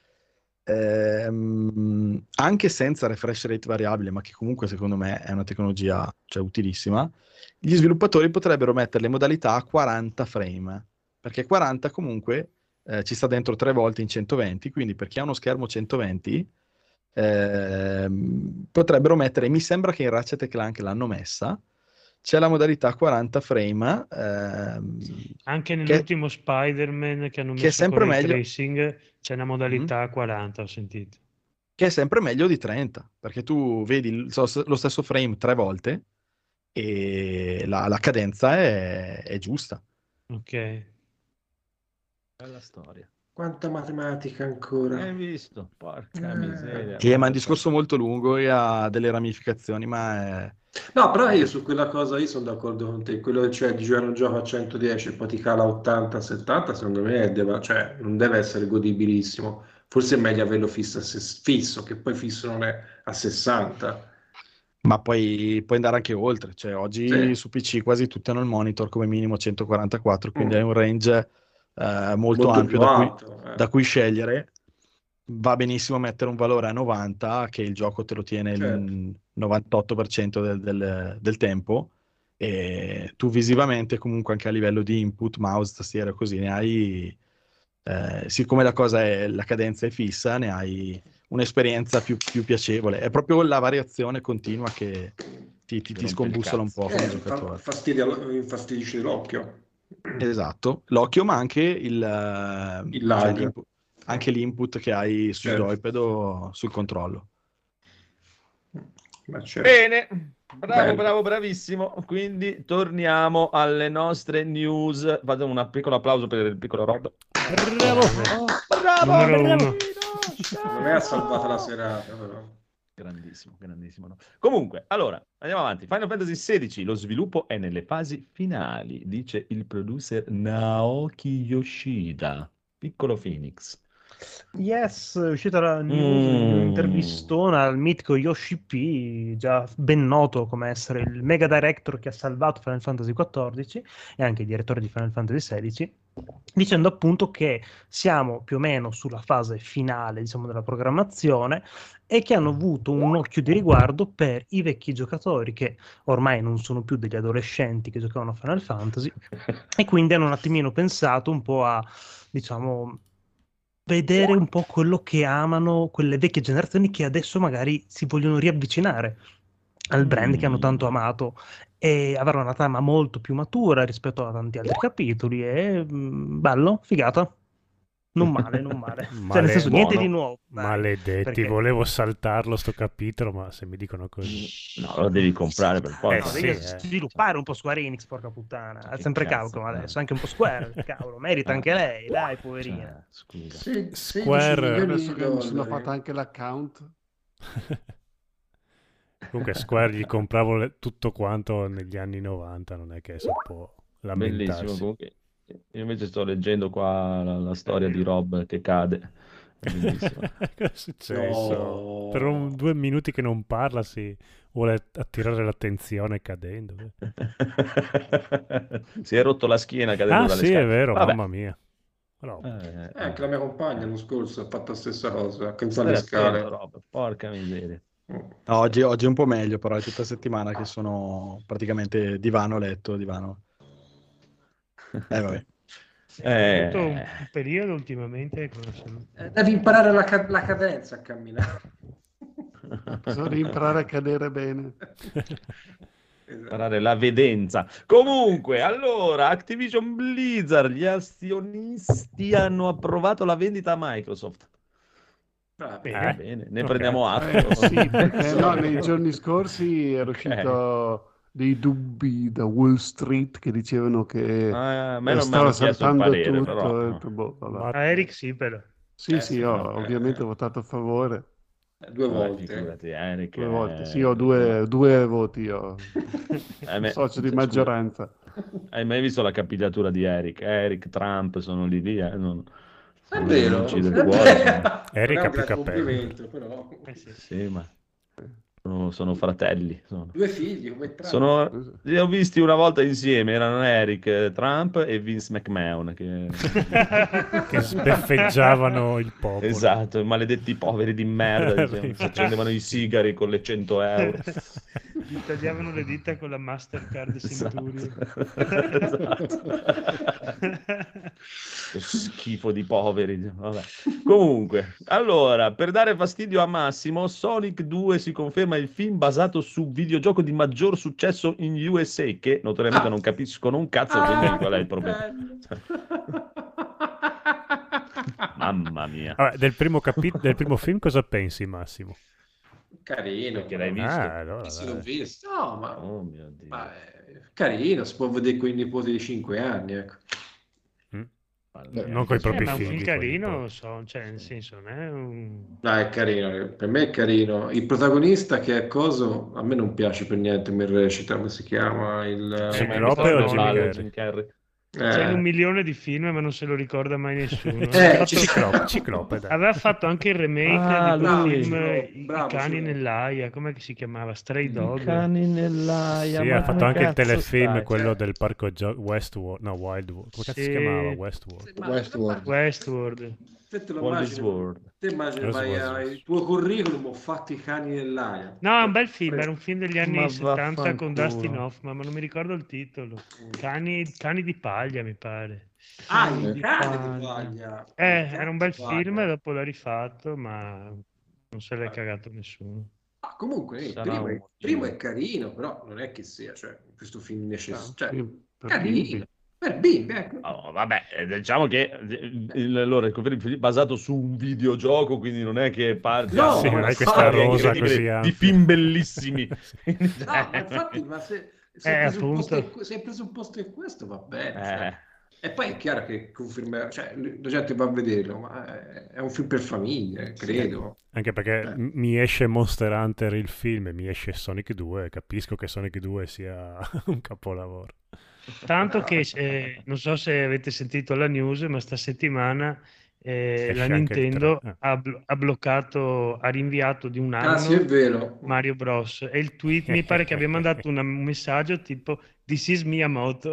ehm, anche senza refresh rate variabile, ma che comunque secondo me è una tecnologia, cioè, utilissima, gli sviluppatori potrebbero mettere le modalità a quaranta frame, perché quaranta comunque eh, ci sta dentro tre volte in centoventi, quindi per chi ha uno schermo centoventi ehm, potrebbero mettere, mi sembra che in Ratchet e Clank l'hanno messa, c'è la modalità quaranta frame, ehm, Anche che, nell'ultimo Spider-Man che hanno che è messo sempre con ray meglio. tracing c'è una modalità quaranta, ho sentito. che è sempre meglio di trenta, perché tu vedi il- so- lo stesso frame tre volte e la, la cadenza è, è giusta. Ok. Bella storia. Quanta matematica ancora. Hai visto? Porca Eh. miseria. E, ma è un discorso molto lungo e ha delle ramificazioni, ma è... No, però io su quella cosa io sono d'accordo con te. Quello cioè di giocare un gioco a centodieci e poi ti cala a ottanta settanta, secondo me è deve- cioè, non deve essere godibilissimo. Forse è meglio averlo fisso, a ses- fisso, che poi fisso non è a sessanta. Ma poi puoi andare anche oltre, cioè oggi Sì. su P C quasi tutti hanno il monitor come minimo centoquarantaquattro, quindi Mm. hai un range eh, molto, Molto ampio più da cui, alto. eh. da cui scegliere. Va benissimo mettere un valore a novanta, che il gioco te lo tiene Certo. il novantotto per cento del, del- del tempo, e tu visivamente comunque anche a livello di input, mouse, tastiera, così ne hai, eh, siccome la cosa è, la cadenza è fissa, ne hai un'esperienza più, più piacevole. È proprio la variazione continua che ti, ti, Ti ti rompe il scombussola un cazzo. po' come Eh, fa- giocatore. fastidia l- infastidisce l'occhio. Esatto, l'occhio, ma anche il, eh, Il cioè lag. l'input, anche l'input che hai sul Certo. joypad o sul controllo. Ma certo. Bene, bravo, Bello. bravo, bravissimo. Quindi torniamo alle nostre news. Fate un piccolo applauso per il piccolo Rob. Bravo. Oh, bravo, Numero bravino, uno. Non mi ha salvato la serata, però. Grandissimo, grandissimo. No? Comunque, allora, andiamo avanti. Final Fantasy sedici, lo sviluppo è nelle fasi finali, dice il producer Naoki Yoshida. Piccolo Phoenix. Yes, è uscita la news Mm. di un'intervistona al mitico Yoshi P, già ben noto come essere il mega director che ha salvato Final Fantasy quattordici e anche il direttore di Final Fantasy sedici, dicendo appunto che siamo più o meno sulla fase finale, diciamo, della programmazione e che hanno avuto un occhio di riguardo per i vecchi giocatori che ormai non sono più degli adolescenti che giocavano a Final Fantasy e quindi hanno un attimino pensato un po' a, diciamo, vedere un po' quello che amano quelle vecchie generazioni che adesso magari si vogliono riavvicinare al brand che hanno Mm. tanto amato, e avrà una trama molto più matura rispetto a tanti altri capitoli. E mm, bello, figata. Non male, non male. Cioè, Male- nel senso, niente buono. di nuovo. dai, Maledetti, perché- volevo saltarlo sto capitolo, ma se mi dicono così. No, lo devi comprare per Eh, forza. No, sì, devi eh. sviluppare un po' Square Enix, porca puttana. Che Ha sempre cazzo, Capcom eh. adesso, anche un po' Square, cavolo, merita anche lei, dai, poverina. Cioè, scusa. Se- Square- sedici milioni Adesso di che mi sono dollari. fatto anche l'account. Comunque Square gli compravo le- tutto quanto negli anni novanta, non è che adesso può Bellissimo. lamentarsi. Comunque, io invece sto leggendo qua la, la storia di Rob che cade. È bellissimo. Cosa è successo? No. Per un- due minuti che non parla si vuole attirare l'attenzione cadendo. Si è rotto la schiena cadendo Ah dalle sì, scale. è vero, Vabbè. mamma mia. Rob. Eh, Eh, anche la mia compagna l'anno scorso ha fatto la stessa cosa, ha cantato stai le attento, scale. Rob. Porca miseria. Mm. No, oggi, oggi è un po' meglio, però è tutta settimana che sono praticamente divano, letto, divano. Eh, vabbè. Eh, Tutto un, un periodo ultimamente con la- Eh, Devi imparare la, ca- la cadenza a camminare. Bisogna imparare a cadere bene. Esatto. imparare la vedenza. Comunque, allora, Activision Blizzard, gli azionisti hanno approvato la vendita a Microsoft. Bravi. Eh? Bene, ne Ok. prendiamo atto. Eh, sì, perché Sì. no, nei giorni scorsi era Ok. uscito dei dubbi da Wall Street che dicevano che Ah, a me eh, non mi stava hanno chiesto il saltando parere, tutto. però. ho detto, boh, vabbè. Ma- A Eric sì, però. Sì, Eh, sì, sì, ho no, eh, ovviamente eh. votato a favore Eh, Due Vabbè, volte. figurati, Eric, due volte. eh, Sì, ho due, due voti, io. Eh, me- Socio di scusa, maggioranza. Hai mai visto la capigliatura di Eric? Eric, Trump sono lì lì, eh, non, È non vero. uccide il Eh, cuore. beh, Eric non è ha un più gran capelli. complimento, però. Eh sì. Sì, ma sono, sono fratelli. Sono. Due figli come Trump. Sono- li ho visti una volta insieme, erano Eric, eh, Trump e Vince McMahon. Che... che sbeffeggiavano il popolo. Esatto, i maledetti poveri di merda, dicevano, Sì. si accendevano i sigari con le cento euro. Gli tagliavano le dita con la Mastercard Centurion. Esatto. Che schifo di poveri. Vabbè. Comunque, allora, per dare fastidio a Massimo, Sonic due si conferma il film basato su videogioco di maggior successo in U S A, che notoriamente Ah. non capiscono un cazzo, quindi Ah, qual è il che problema? bello. Mamma mia. Vabbè, del primo, capi- del primo film cosa pensi, Massimo? Carino. Perché l'hai visto? Ah, allora, Sì, l'ho dai. visto. No, ma, Oh mio Dio. ma è carino, si può vedere con i nipoti di cinque anni, ecco. Mm? Allora, Non coi Eh, propri ma un figli. film quelli carino, proprio. so, cioè, nel senso, non è un... No, è carino, per me è carino. Il protagonista che è coso, a me non piace per niente, mi recita, come si chiama? Il... Sì, Eh, ma Ciclope mi o ricordo Jim male, Carrey? Jim Carrey. C'è in un Eh, milione di film, ma non se lo ricorda mai nessuno. Eh, Ha fatto- Ciclope, Ciclope, dai. Aveva fatto anche il remake Ah, di quel lui. film Bravo, I, bravo, I cani sì. nell'aia, come si chiamava? Stray I Dog. cani nell'aia. Sì, ma ha fatto come anche il cazzo telefilm, stai? quello Cioè- del parco gio- Westworld, no, Wildworld. Come cazzo si Sì. chiamava? Westworld. ma- Westworld. Westworld. Te te lo World is immagini? World. Te immagini, Yes, vai was, a- was. il tuo curriculum, ho fatto i cani nell'aia. No, è un bel film, era un film degli anni Ma settanta con vaffanculo. Dustin Hoffman, ma non mi ricordo il titolo. Cani, cani di paglia, mi pare. Ah, Eh. il cane di paglia. Eh, Il era un bel cane di film, paglia. dopo l'ha rifatto, ma non se l'è cagato nessuno. Ah, comunque, il Sarà primo, un è, il motivo. primo è carino, però non è che sia, cioè, questo film necessario. Cioè, Sì, per carino. bimbi. Per bimbi, ecco. Oh, vabbè, eh, diciamo che eh, il, allora, il film è basato su un videogioco, quindi non è che parte No, Sì, non ma è questa storia rosa incredibile così di ampia. film bellissimi. No, ma infatti, ma se, se, Eh, hai preso un posto appunto. in, se hai preso un posto in questo va bene. Eh. Cioè. E poi è chiaro che conferma, cioè, la gente va a vederlo, ma è, è un film per famiglie, credo. Anche perché Beh. m- mi esce Monster Hunter il film e mi esce Sonic due, e capisco che Sonic due sia un capolavoro. Tanto che, eh, non so se avete sentito la news, ma sta settimana eh, Esce la anche il Nintendo tre, eh. ha, bl- ha bloccato, ha rinviato di un anno Ah, sì, è vero. Mario Bros. E il tweet mi pare che abbia mandato una- un messaggio tipo This is Miyamoto.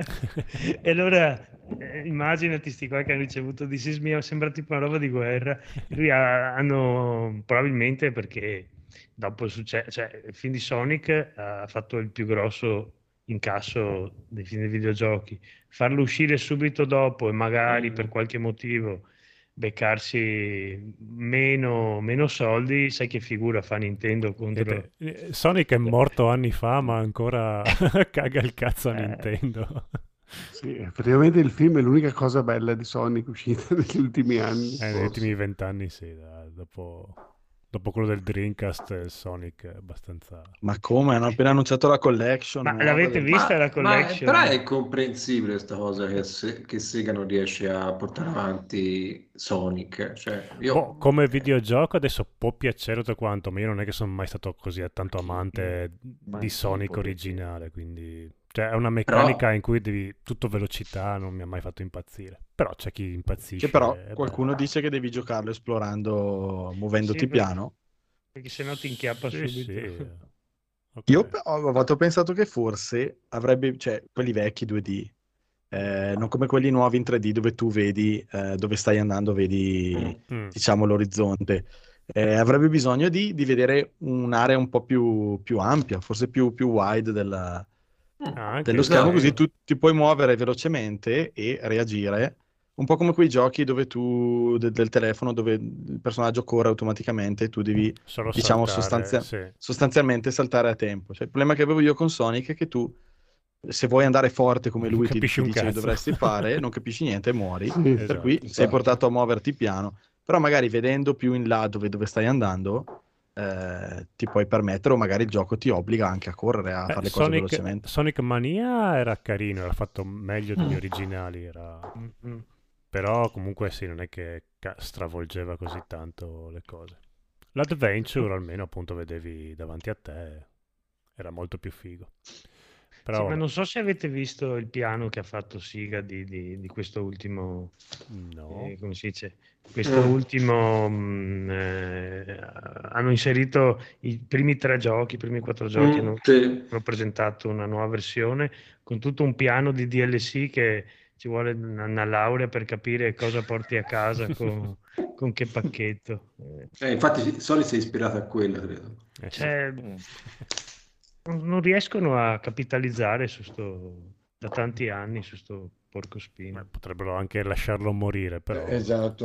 E allora eh, immaginati sti qua che hanno ricevuto This is Miyamoto, sembra tipo una roba di guerra. Lui ha, hanno probabilmente perché dopo il successo, cioè il film di Sonic ha fatto il più grosso incasso dei film dei videogiochi. Farlo uscire subito dopo e magari Mm. per qualche motivo beccarsi meno, meno soldi, sai che figura fa Nintendo contro... Eh, Sonic è morto anni fa, ma ancora caga il cazzo a Eh. Nintendo. Sì, praticamente il film è l'unica cosa bella di Sonic uscita negli ultimi anni. Eh, negli forse. ultimi vent'anni sì, dai, dopo, dopo quello del Dreamcast, il Sonic è abbastanza... Ma come? Hanno appena annunciato la collection. Ma nuova l'avete del- vista la Ma, ma è- collection? però è comprensibile questa cosa che, se- che Sega non riesce a portare avanti Sonic. Cioè, io, Boh, come videogioco adesso può piacere tutto quanto, ma io non è che sono mai stato così tanto amante Ma di sì, Sonic può originale, quindi... Cioè, è una Però- meccanica in cui devi tutto velocità, non mi ha mai fatto impazzire. Però c'è chi impazzisce. Che però e qualcuno beh. dice che devi giocarlo esplorando, muovendoti Sì, perché- piano. Perché sennò ti inchiappa Sì, subito. sì. Ok. Io pe- ho, a volte ho pensato che forse avrebbe, cioè quelli vecchi due D, eh, non come quelli nuovi in tre D dove tu vedi eh, dove stai andando, vedi Mm. diciamo l'orizzonte. Eh, avrebbe bisogno di, di vedere un'area un po' più, più ampia, forse più, più wide della- Ah, anche dello sì. schermo, così esatto. tu ti puoi muovere velocemente e reagire. Un po' come quei giochi dove tu, de- del telefono, dove il personaggio corre automaticamente e tu devi, Solo diciamo, saltare, sostanzia- sì. sostanzialmente saltare a tempo. Cioè, il problema che avevo io con Sonic è che tu, se vuoi andare forte come Non lui ti, capisci ti un dice che cazzo. dovresti fare, non capisci niente e muori. Sì. Per Esatto. cui sei Esatto. portato a muoverti piano. Però magari vedendo più in là dove, dove stai andando, eh, ti puoi permettere, o magari il gioco ti obbliga anche a correre, a Eh, fare le cose Sonic, velocemente. Sonic Mania era carino, era fatto meglio degli originali, era... Mm. però comunque sì, non è che ca- stravolgeva così tanto le cose. L'Adventure almeno appunto vedevi davanti a te, era molto più figo. Però Sì, ma vabbè, non so se avete visto il piano che ha fatto Siga di, di- di questo ultimo, no. eh, come si dice, questo Mm. ultimo, mm, eh, hanno inserito i primi tre giochi, i primi quattro giochi, Mm, hanno, sì. hanno presentato una nuova versione con tutto un piano di D L C che ci vuole una, una laurea per capire cosa porti a casa con, con che pacchetto. Eh, Eh, infatti Sony si è ispirato a quella, credo. Eh, sì. cioè, non non riescono a capitalizzare su sto, da tanti anni su sto porco Ma spino. potrebbero anche lasciarlo morire, però... Esatto.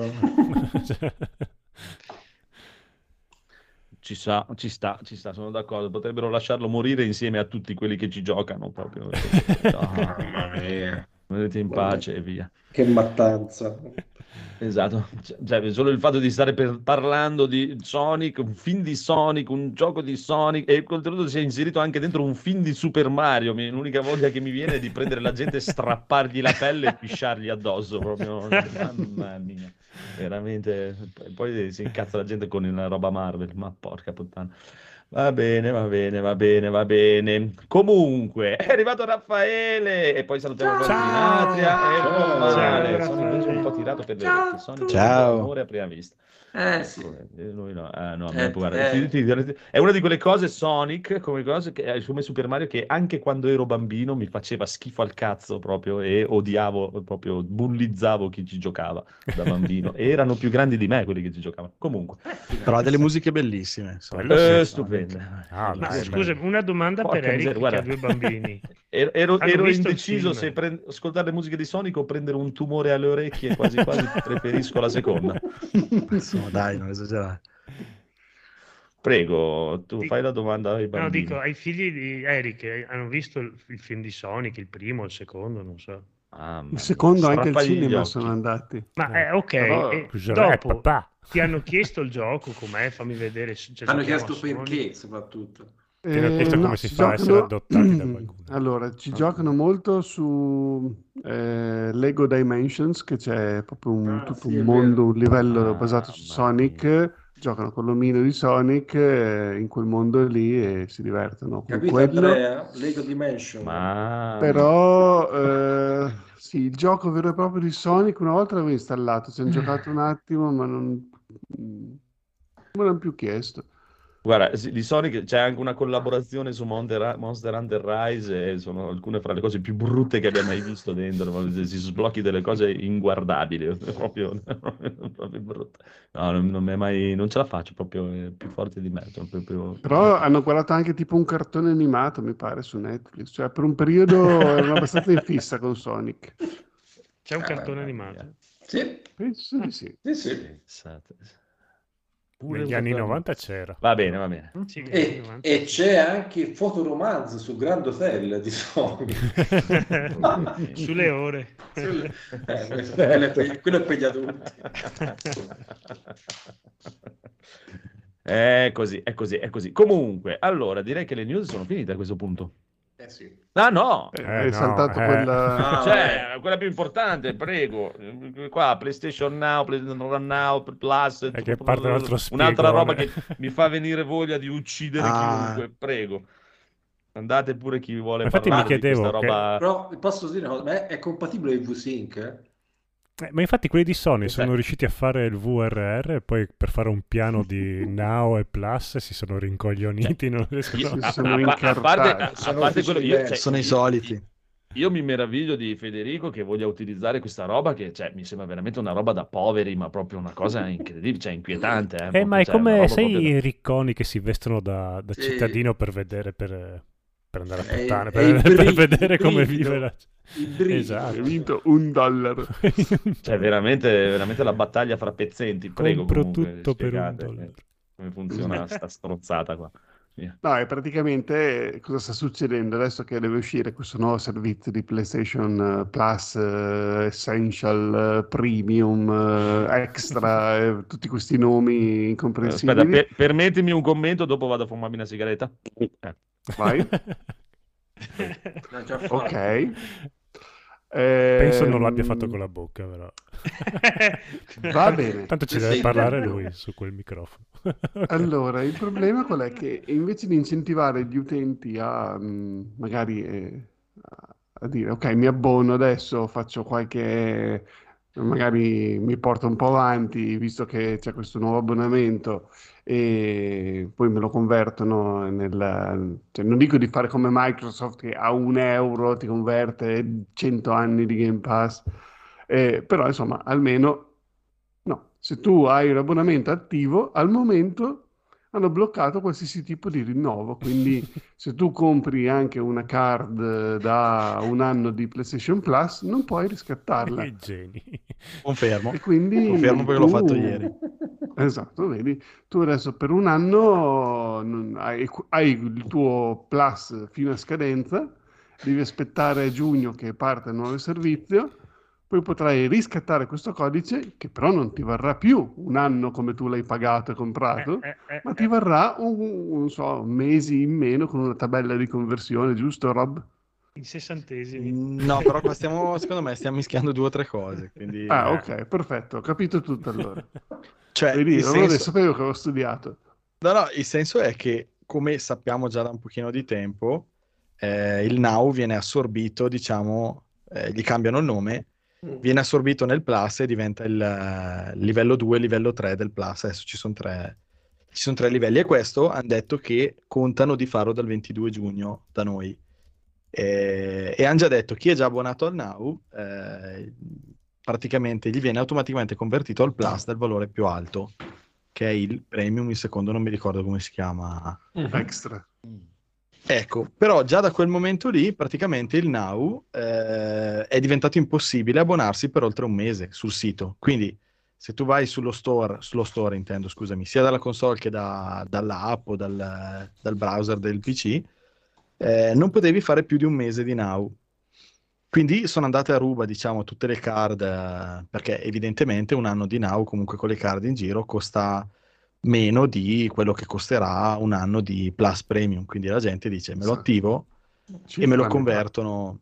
Ci sa, ci sta, ci sta, sono d'accordo. Potrebbero lasciarlo morire insieme a tutti quelli che ci giocano proprio. Mamma mia. Vedete in pace e via. Che mattanza. Esatto, cioè, solo il fatto di stare per- parlando di Sonic, un film di Sonic, un gioco di Sonic e oltretutto si è inserito anche dentro un film di Super Mario. Mi- L'unica voglia che mi viene è di prendere la gente, strappargli la pelle e pisciargli addosso proprio. Mamma mia, veramente. Poi si incazza la gente con la roba Marvel, ma porca puttana. Va bene, va bene, va bene, va bene. Comunque, è arrivato Raffaele e poi salutiamo Ciao. Ginatria e Ciao. buon male. Ciao, Sono invece un po' Raffaele. tirato per le Ciao orecchie. Sono Ciao. amore a prima vista. Eh sì. Eh, Lui no, eh, no, a Eh, me, guarda, eh. ti- ti- è una di quelle cose Sonic, come cose che, eh, come Super Mario, che anche quando ero bambino mi faceva schifo al cazzo proprio e odiavo, proprio bullizzavo chi ci giocava da bambino. E erano più grandi di me quelli che ci giocavano. Comunque, Però ha delle musiche bellissime. insomma. Quello sì. eh, stupende. Ah, Ma beh, Eh, scusa, una domanda Porca per Eric miseria, che guarda. ha due bambini. Ero, ero- Hanno ero visto il indeciso film? se prend- ascoltare le musiche di Sonic o prendere un tumore alle orecchie, quasi quasi preferisco la seconda. Insomma, dai, non esagerare. Prego, tu Di- fai la domanda ai No, bambini. dico, ai figli di Eric eh, hanno visto il, il film di Sonic, il primo, il secondo, non so. Mamma Il mia, secondo anche al strappagli gli cinema occhi. sono andati. Ma Eh, eh, ok, però- e Cos'è, dopo papà? ti hanno chiesto il gioco, com'è, fammi vedere. se- cioè, Hanno giochiamo a chiesto Sonic. perché, soprattutto. Ti hanno chiesto come si ci fa a essere adottati da qualcuno. Allora, ci giocano molto su eh, Lego Dimensions, che c'è proprio un, Ah, tutto sì, un è mondo, vero. un livello Ah, basato su mamma Sonic. Giocano con l'omino di Sonic eh, in quel mondo lì e si divertono con Capito, quello. Andrea? Lego Dimension. Ma Però eh, sì, il gioco vero e proprio di Sonic una volta l'avevo installato, ci hanno giocato un attimo, ma non non me l'hanno più chiesto. guarda, sì, di Sonic c'è anche una collaborazione su Monster, Monster Hunter Rise e sono alcune fra le cose più brutte che abbia mai visto dentro. Si sblocchi delle cose inguardabili, proprio, proprio brutte. No, non, non, mi è mai, non ce la faccio, proprio è più forte di me. Sono proprio... Però hanno guardato anche tipo un cartone animato, mi pare, su Netflix. Cioè, per un periodo erano abbastanza in fissa con Sonic. C'è un Ah, cartone mamma animato. mia. Sì, Penso di sì. sì, sì. Pensate. Pure Negli un anni Captain novanta America. c'era. Va bene, va bene. Sì, negli E, novanta, e sì. c'è anche il fotoromanzo su Grand Hotel di Sony. Sulle ore. Sulle- eh, quello, è per, quello è per gli adulti. È così, è così, è così. Comunque, allora, direi che le news sono finite a questo punto. Eh sì. Ah no! Eh, Eh, è no, saltato eh. quella... Ah, Cioè, quella più importante, prego. Qua, PlayStation Now, PlayStation Now, Plus, È che parte l'altro un'altra roba spiegone. che mi fa venire voglia di uccidere Ah. chiunque, prego. Andate pure chi vuole Ma infatti mi parlare di questa chiedevo che- roba. Però posso dire una cosa, ma è, è compatibile il V-Sync? Eh? Eh, ma infatti quelli di Sony Esatto. sono riusciti a fare il V R R e poi per fare un piano di Now e Plus si sono rincoglioniti. non riescono... Io- Si a, sono a- a parte, incartati. a Sono parte quello, io, uffici cioè, Sono i io- soliti. Io mi meraviglio di Federico che voglia utilizzare questa roba che cioè, mi sembra veramente una roba da poveri, ma proprio una cosa incredibile, cioè inquietante. Eh, Eh, ma è proprio, cioè, una come, roba sai, proprio da- i ricconi che si vestono da, da Sì. cittadino per vedere, per, per andare a È- puttane, è per, il per brivido, vedere il come brivido, vive la... il brivido. Esatto. Hai vinto un dollaro. Cioè, veramente, veramente la battaglia fra pezzenti. Prego, Compro comunque, tutto per un spiegate, dollaro. eh, come funziona sta strozzata qua. Via. No, e praticamente cosa sta succedendo adesso che deve uscire questo nuovo servizio di PlayStation eh, Plus, eh, Essential, eh, Premium, eh, Extra, eh, tutti questi nomi Eh, incomprensibili. Aspetta, per- permettimi un commento, dopo vado a fumarmi una sigaretta. Eh. Vai. L'ha già fatto. Ok. Penso non Ehm, l'abbia fatto con la bocca, però. Va bene. Tanto ci Questo deve è parlare interno. lui su quel microfono. Allora, il problema qual è? Che invece di incentivare gli utenti a mh, magari eh, a a dire ok, mi abbono adesso, faccio qualche, magari mi porto un po' avanti, visto che c'è questo nuovo abbonamento e poi me lo convertono nel, cioè, non dico di fare come Microsoft che a un euro ti converte cento anni di Game Pass, eh, però insomma, almeno no, se tu hai un abbonamento attivo, al momento hanno bloccato qualsiasi tipo di rinnovo, quindi se tu compri anche una card eh, da un anno di PlayStation Plus, non puoi riscattarla. Che geni. Confermo. E quindi Confermo perché l'ho tu- fatto ieri. Esatto, vedi, tu adesso per un anno non- hai, hai il tuo Plus fino a scadenza, devi aspettare a giugno che parte il nuovo servizio, poi potrai riscattare questo codice che però non ti varrà più un anno come tu l'hai pagato e comprato, Eh, eh, eh, ma ti varrà un, non so, mesi in meno con una tabella di conversione, giusto Rob? in sessantesimi. No, però qua stiamo, secondo me, stiamo mischiando due o tre cose. Quindi, Ah, eh. ok, perfetto, ho capito tutto allora. Cioè, Vedi, il allora senso... sapevo che avevo studiato. No, no, il senso è che, come sappiamo già da un pochino di tempo, eh, il Now viene assorbito, diciamo, eh, gli cambiano il nome, viene assorbito nel Plus e diventa il eh, livello due, livello tre del Plus. Adesso ci sono tre, ci sono tre livelli e questo hanno detto che contano di farlo dal ventidue giugno da noi. Eh, e hanno già detto chi è già abbonato al Now, eh, praticamente gli viene automaticamente convertito al Plus del valore più alto, che è il Premium, il secondo non mi ricordo come si chiama. Extra. Ecco, però già da quel momento lì praticamente il Now eh, è diventato impossibile abbonarsi per oltre un mese sul sito. Quindi se tu vai sullo store, sullo store intendo, scusami, sia dalla console che da, dall'app o dal, dal browser del P C, eh, non potevi fare più di un mese di Now. Quindi sono andate a ruba, diciamo, tutte le card, eh, perché evidentemente un anno di Now comunque con le card in giro costa meno di quello che costerà un anno di Plus Premium. Quindi la gente dice me lo Esatto. attivo e me lo convertono.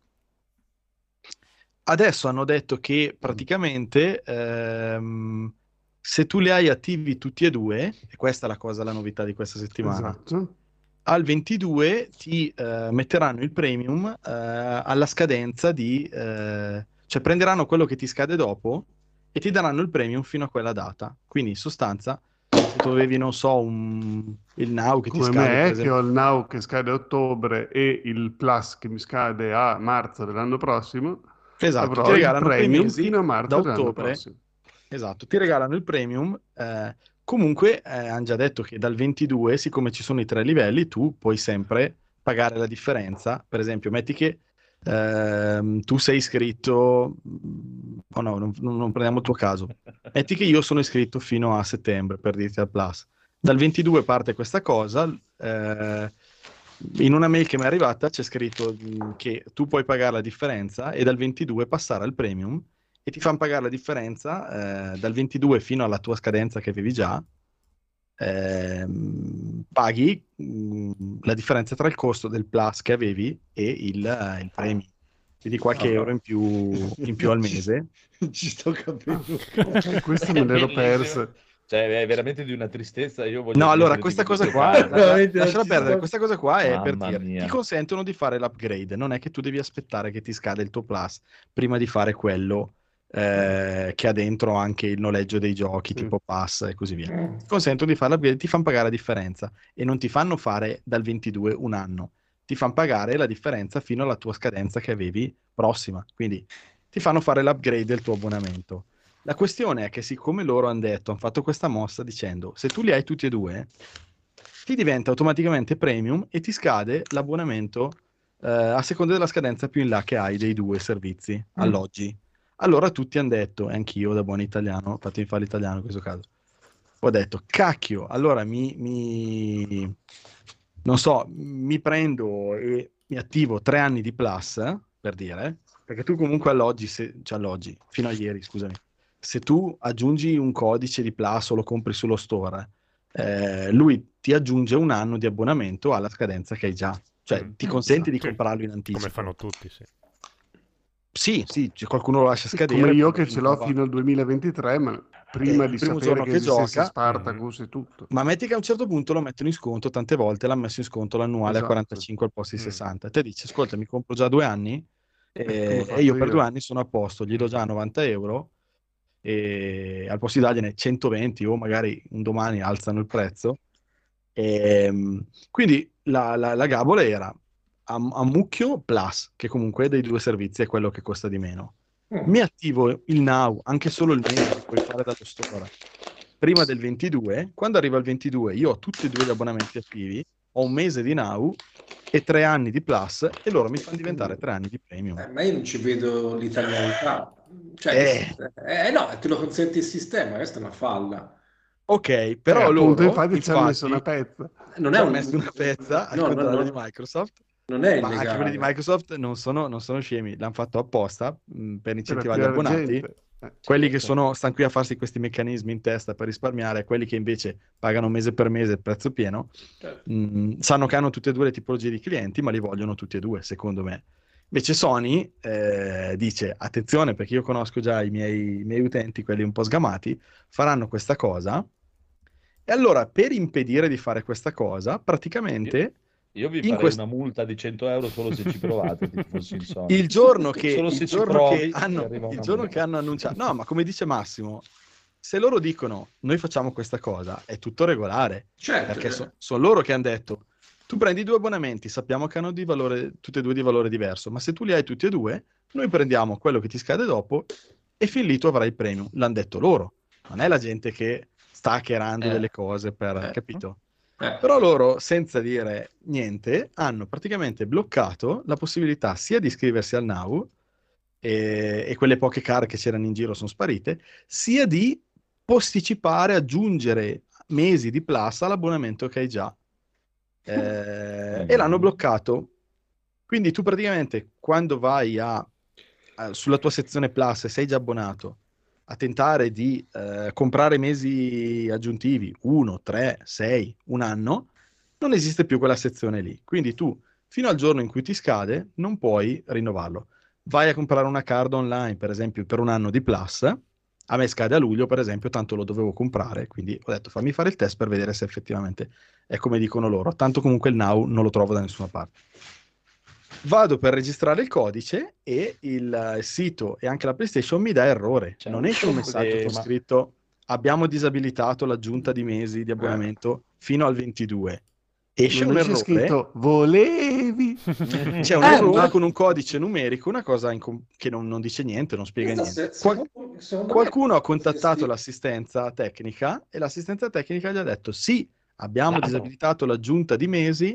Adesso hanno detto che praticamente ehm, se tu li hai attivi tutti e due, e questa è la cosa, la novità di questa settimana, Esatto. al ventidue ti eh, metteranno il premium eh, alla scadenza di... eh, cioè prenderanno quello che ti scade dopo e ti daranno il premium fino a quella data. Quindi in sostanza, se tu avevi, non so, un, il Now che Come ti scade... me, per che esempio- ho il Now che scade a ottobre e il Plus che mi scade a marzo dell'anno prossimo, Esatto, avrò ti il regalano sei premium mesi fino a marzo da dell'anno ottobre. prossimo. Esatto, ti regalano il premium. eh, comunque eh, hanno già detto che dal ventidue, siccome ci sono i tre livelli, tu puoi sempre pagare la differenza. Per esempio, metti che ehm, tu sei iscritto, mh, oh no, non, non- non prendiamo il tuo caso. Metti che io sono iscritto fino a settembre, per dirti al Plus. Dal ventidue parte questa cosa. eh, in una mail che mi è arrivata c'è scritto mh, che tu puoi pagare la differenza e dal ventidue passare al premium e ti fanno pagare la differenza eh, dal ventidue fino alla tua scadenza che avevi già. ehm, paghi mh, la differenza tra il costo del Plus che avevi e il, eh, il premium. Quindi qualche Ah, euro in più, in più al mese. Ci sto capendo. Questo me l'ero Bellissimo. perso. Cioè, è veramente di una tristezza. Io voglio No, allora, smettere di questa cosa giocare. qua, la- la- Veramente, non lasciala ci perdere, sto- questa cosa qua è per Mamma dire, mia. ti consentono di fare l'upgrade, non è che tu devi aspettare che ti scade il tuo Plus prima di fare quello eh, che ha dentro anche il noleggio dei giochi, tipo Pass e così via. Ti consentono di fare l'upgrade, ti fanno pagare la differenza e non ti fanno fare dal ventidue un anno, ti fanno pagare la differenza fino alla tua scadenza che avevi prossima, quindi ti fanno fare l'upgrade del tuo abbonamento. La questione è che siccome loro hanno detto, hanno fatto questa mossa dicendo se tu li hai tutti e due, ti diventa automaticamente premium e ti scade l'abbonamento eh, a seconda della scadenza più in là che hai dei due servizi, alloggi. Allora tutti hanno detto, e anch'io da buon italiano, fatemi fare l'italiano in questo caso, ho detto, cacchio, allora mi, mi- non so, mi prendo e mi attivo tre anni di Plus, eh, per dire, perché tu comunque alloggi, se, cioè alloggi, fino a ieri, scusami, se tu aggiungi un codice di Plus o lo compri sullo store, eh, lui ti aggiunge un anno di abbonamento alla scadenza che hai già, cioè Mm. ti consente di Sì, comprarlo in anticipo. come fanno tutti, sì. Sì, sì, cioè qualcuno lo lascia scadere. Come io poi che ce l'ho rinnova. fino al duemilaventitré, ma prima Eh, di il primo sapere giorno che che esistesse gioca, Spartacus e tutto. ma metti che a un certo punto lo mettono in sconto, tante volte l'hanno messo in sconto l'annuale Esatto. a quarantacinque al posto di Mm. sessanta. Te dici, ascolta, mi compro già due anni come ho eh, fatto e io per io. due anni sono a posto, gli do già novanta euro e al posto di dargliene centoventi o magari un domani alzano il prezzo. Ehm, quindi la, la, la gabola era a, a mucchio Plus, che comunque dei due servizi è quello che costa di meno. Mi attivo il Now, anche solo il mese che puoi fare dallo store prima del ventidue. Quando arriva il ventidue io ho tutti e due gli abbonamenti attivi, ho un mese di Now e tre anni di Plus e loro mi fanno diventare tre anni di Premium. Eh, ma io non ci vedo l'italianità. Cioè, Eh. eh, no, te lo consente il sistema, questa è una falla. Ok, però Eh, appunto, loro infatti ci hanno messo una infatti, pezza. Non ci è hanno un... messo una pezza al no, no, contrario no, di Microsoft. non è Ma anche quelli di illegale. Microsoft non sono, non sono scemi, l'hanno fatto apposta mh, per Per incentivare gli attirare abbonati. gente. Eh, Quelli che certo. sono, stanno qui a farsi questi meccanismi in testa per risparmiare, quelli che invece pagano mese per mese il prezzo pieno, Certo. mh, sanno che hanno tutte e due le tipologie di clienti, ma li vogliono tutti e due, secondo me. Invece Sony eh, dice, attenzione, perché io conosco già i miei, i miei utenti, quelli un po' sgamati, faranno questa cosa. E allora, per impedire di fare questa cosa, praticamente... Io vi In farei quest- una multa di cento euro solo se ci provate, tipo fossi in Sony. Il giorno che, Solo il se ci giorno provi, che ti hanno, arriva il una giorno multa. che hanno annunciato, no, ma come dice Massimo, se loro dicono noi facciamo questa cosa, è tutto regolare, Certo. perché so- sono loro che hanno detto tu prendi due abbonamenti, sappiamo che hanno di valore, tutti e due di valore diverso, ma se tu li hai tutti e due, noi prendiamo quello che ti scade dopo e fin lì tu avrai il premium. L'hanno detto loro, non è la gente che sta hackerando Eh. delle cose per, Eh. capito? Eh. Però loro, senza dire niente, hanno praticamente bloccato la possibilità sia di iscriversi al Now, e, e quelle poche card che c'erano in giro sono sparite, sia di posticipare, aggiungere mesi di Plus all'abbonamento che hai già. Eh, e l'hanno bloccato. Quindi tu praticamente quando vai a, a- sulla tua sezione Plus e sei già abbonato, a tentare di eh, comprare mesi aggiuntivi, uno, tre, sei, un anno, non esiste più quella sezione lì. Quindi tu, fino al giorno in cui ti scade, non puoi rinnovarlo. Vai a comprare una card online, per esempio, per un anno di Plus. A me scade a luglio, per esempio, tanto lo dovevo comprare, quindi ho detto fammi fare il test per vedere se effettivamente è come dicono loro. Tanto comunque il Now non lo trovo da nessuna parte. Vado per registrare il codice e il, il sito e anche la PlayStation mi dà errore. C'è non un esce un messaggio con problema. scritto abbiamo disabilitato l'aggiunta di mesi di abbonamento fino al ventidue. Esce Non un esce errore. scritto volevi. C'è un Eh, errore ma- con un codice numerico, una cosa in- che non, non dice niente, non spiega Questa, niente. se- Qual- secondo- secondo me- qualcuno ha contattato Sì. l'assistenza tecnica e l'assistenza tecnica gli ha detto sì, abbiamo Dato. disabilitato l'aggiunta di mesi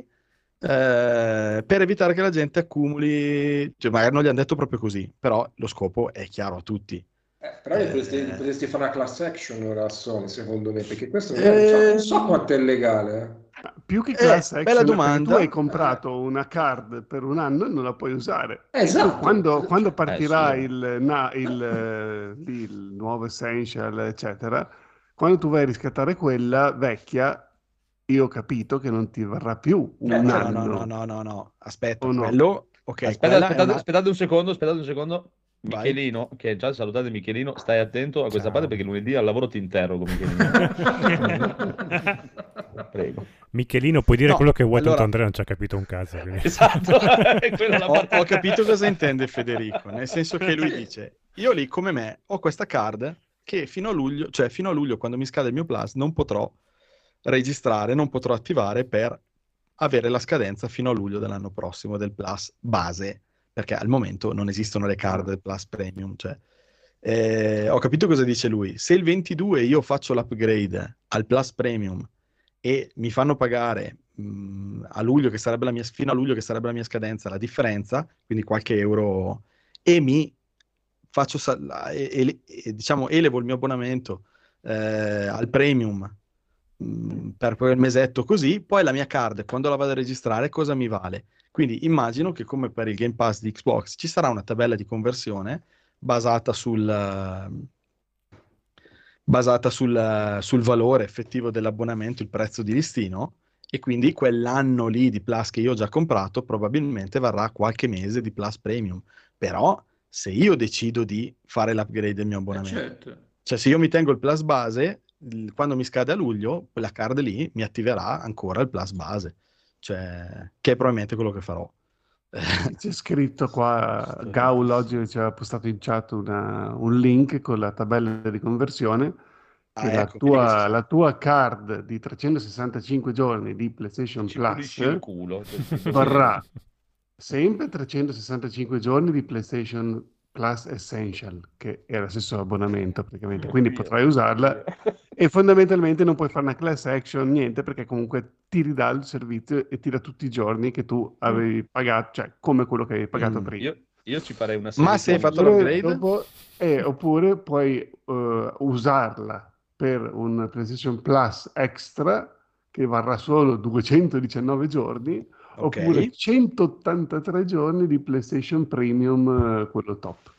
eh, per evitare che la gente accumuli, cioè magari non gli hanno detto proprio così, però lo scopo è chiaro a tutti. Eh, però Eh, potresti, potresti fare una class action ora a Sony, secondo me, perché questo magari non so, non so ehm, quanto è legale. Ma più che eh, class bella action, perché tu hai domanda. comprato una card per un anno e non la puoi usare. Eh, Tu esatto. quando, quando Eh partirà sì. il, na- il, eh, lì, il nuovo Essential, eccetera, quando tu vai a riscattare quella vecchia, io ho capito che non ti varrà più Eh, un No, certo. no, no, anno, no, no, no. Aspetta, o no? quello, ok, Aspetta, quella è aspettate, una... aspettate un secondo, aspettate un secondo. Vai. Michelino, che già salutate Michelino, stai attento a questa Ciao. parte perché lunedì al lavoro ti interrogo, Michelino. Prego. Michelino, puoi dire No, quello che vuoi, tanto allora- Andrea non ci ha capito un cazzo. quindi- Esatto, è quella la Ho, parte. ho capito cosa intende Federico, nel senso che lui dice, io lì come me ho questa card che fino a luglio, cioè fino a luglio quando mi scade il mio Plus non potrò registrare, non potrò attivare per avere la scadenza fino a luglio dell'anno prossimo del Plus base, perché al momento non esistono le card del Plus Premium, cioè. Eh, ho capito cosa dice lui, se il ventidue io faccio l'upgrade al Plus Premium e mi fanno pagare mh, a luglio, che sarebbe la mia, fino a luglio, che sarebbe la mia scadenza, la differenza, quindi qualche euro, e mi faccio, sal- e, e- e, diciamo, elevo il mio abbonamento eh, al premium mh, per quel mesetto così, poi la mia card, quando la vado a registrare, cosa mi vale? Quindi immagino che come per il Game Pass di Xbox ci sarà una tabella di conversione basata sul... eh, basata sul, sul valore effettivo dell'abbonamento, il prezzo di listino, e quindi quell'anno lì di Plus che io ho già comprato probabilmente varrà qualche mese di Plus Premium. Però se io decido di fare l'upgrade del mio Eh, abbonamento, certo. cioè se io mi tengo il Plus base, il- quando mi scade a luglio, quella card lì mi attiverà ancora il Plus base, cioè che è probabilmente quello che farò. C'è scritto qua, Gaul oggi ci ha postato in chat una- un link con la tabella di conversione, che Ah, la ecco, quindi tua, questa- la tua card di trecentosessantacinque giorni di PlayStation Ci Plus pulisci il culo. cioè, sì. varrà sempre trecentosessantacinque giorni di PlayStation Plus Essential, che è lo stesso abbonamento praticamente, quindi Dio. potrai usarla e fondamentalmente non puoi fare una class action, niente, perché comunque ti ridà il servizio e ti dà tutti i giorni che tu avevi pagato, cioè come quello che avevi pagato Mm. prima. Io, io ci farei una Ma serie se hai tivù. fatto Oppure, l'upgrade? dopo- eh, oppure puoi eh, usarla per un PlayStation Plus extra che varrà solo duecentodiciannove giorni, Ok. oppure centottantatré giorni di PlayStation Premium, eh, quello top,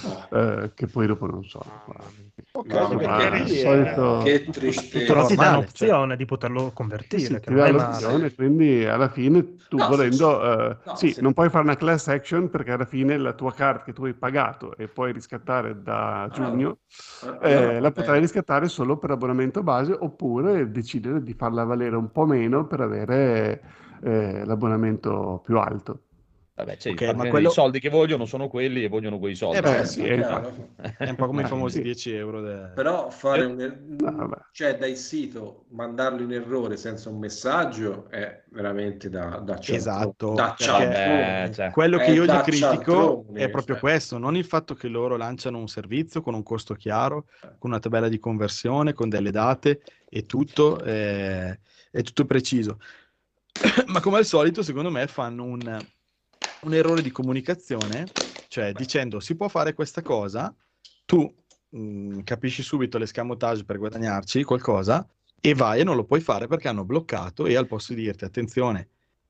eh, che poi dopo non so. Ok, Ma- Che ma perché al lì è- solito- Che Però tristezza. ti dà normale, l'opzione di poterlo Sì, convertire, sì, che ti non dà è male. l'opzione, quindi alla fine tu No, volendo, se- eh, no, sì, se- non puoi fare una class action perché alla fine la tua card che tu hai pagato e puoi riscattare da giugno, allora eh, va la potrai bene. riscattare solo per abbonamento base oppure decidere di farla valere un po' meno per avere eh, l'abbonamento più alto. Vabbè, cioè, Ok, alla ma fine quello- i soldi che vogliono sono quelli e vogliono quei soldi. Eh beh, Eh, sì, Eh, eh, chiaro. è un po' come i Ah, famosi sì. dieci euro. de- Però fare Io- un er- No, vabbè. cioè dal sito mandarlo in errore senza un messaggio è veramente da, da cialtrone. Esatto, Da perché- cialtrone. Eh, cioè. Quello che È io gli da critico cialtrone, è proprio cioè. questo, non il fatto che loro lanciano un servizio con un costo chiaro, con una tabella di conversione, con delle date e tutto, eh, è tutto preciso. Ma come al solito, secondo me, fanno un, un errore di comunicazione, cioè dicendo si può fare questa cosa, tu mh, capisci subito l'escamotage per guadagnarci qualcosa e vai e non lo puoi fare perché hanno bloccato e al posto di dirti attenzione,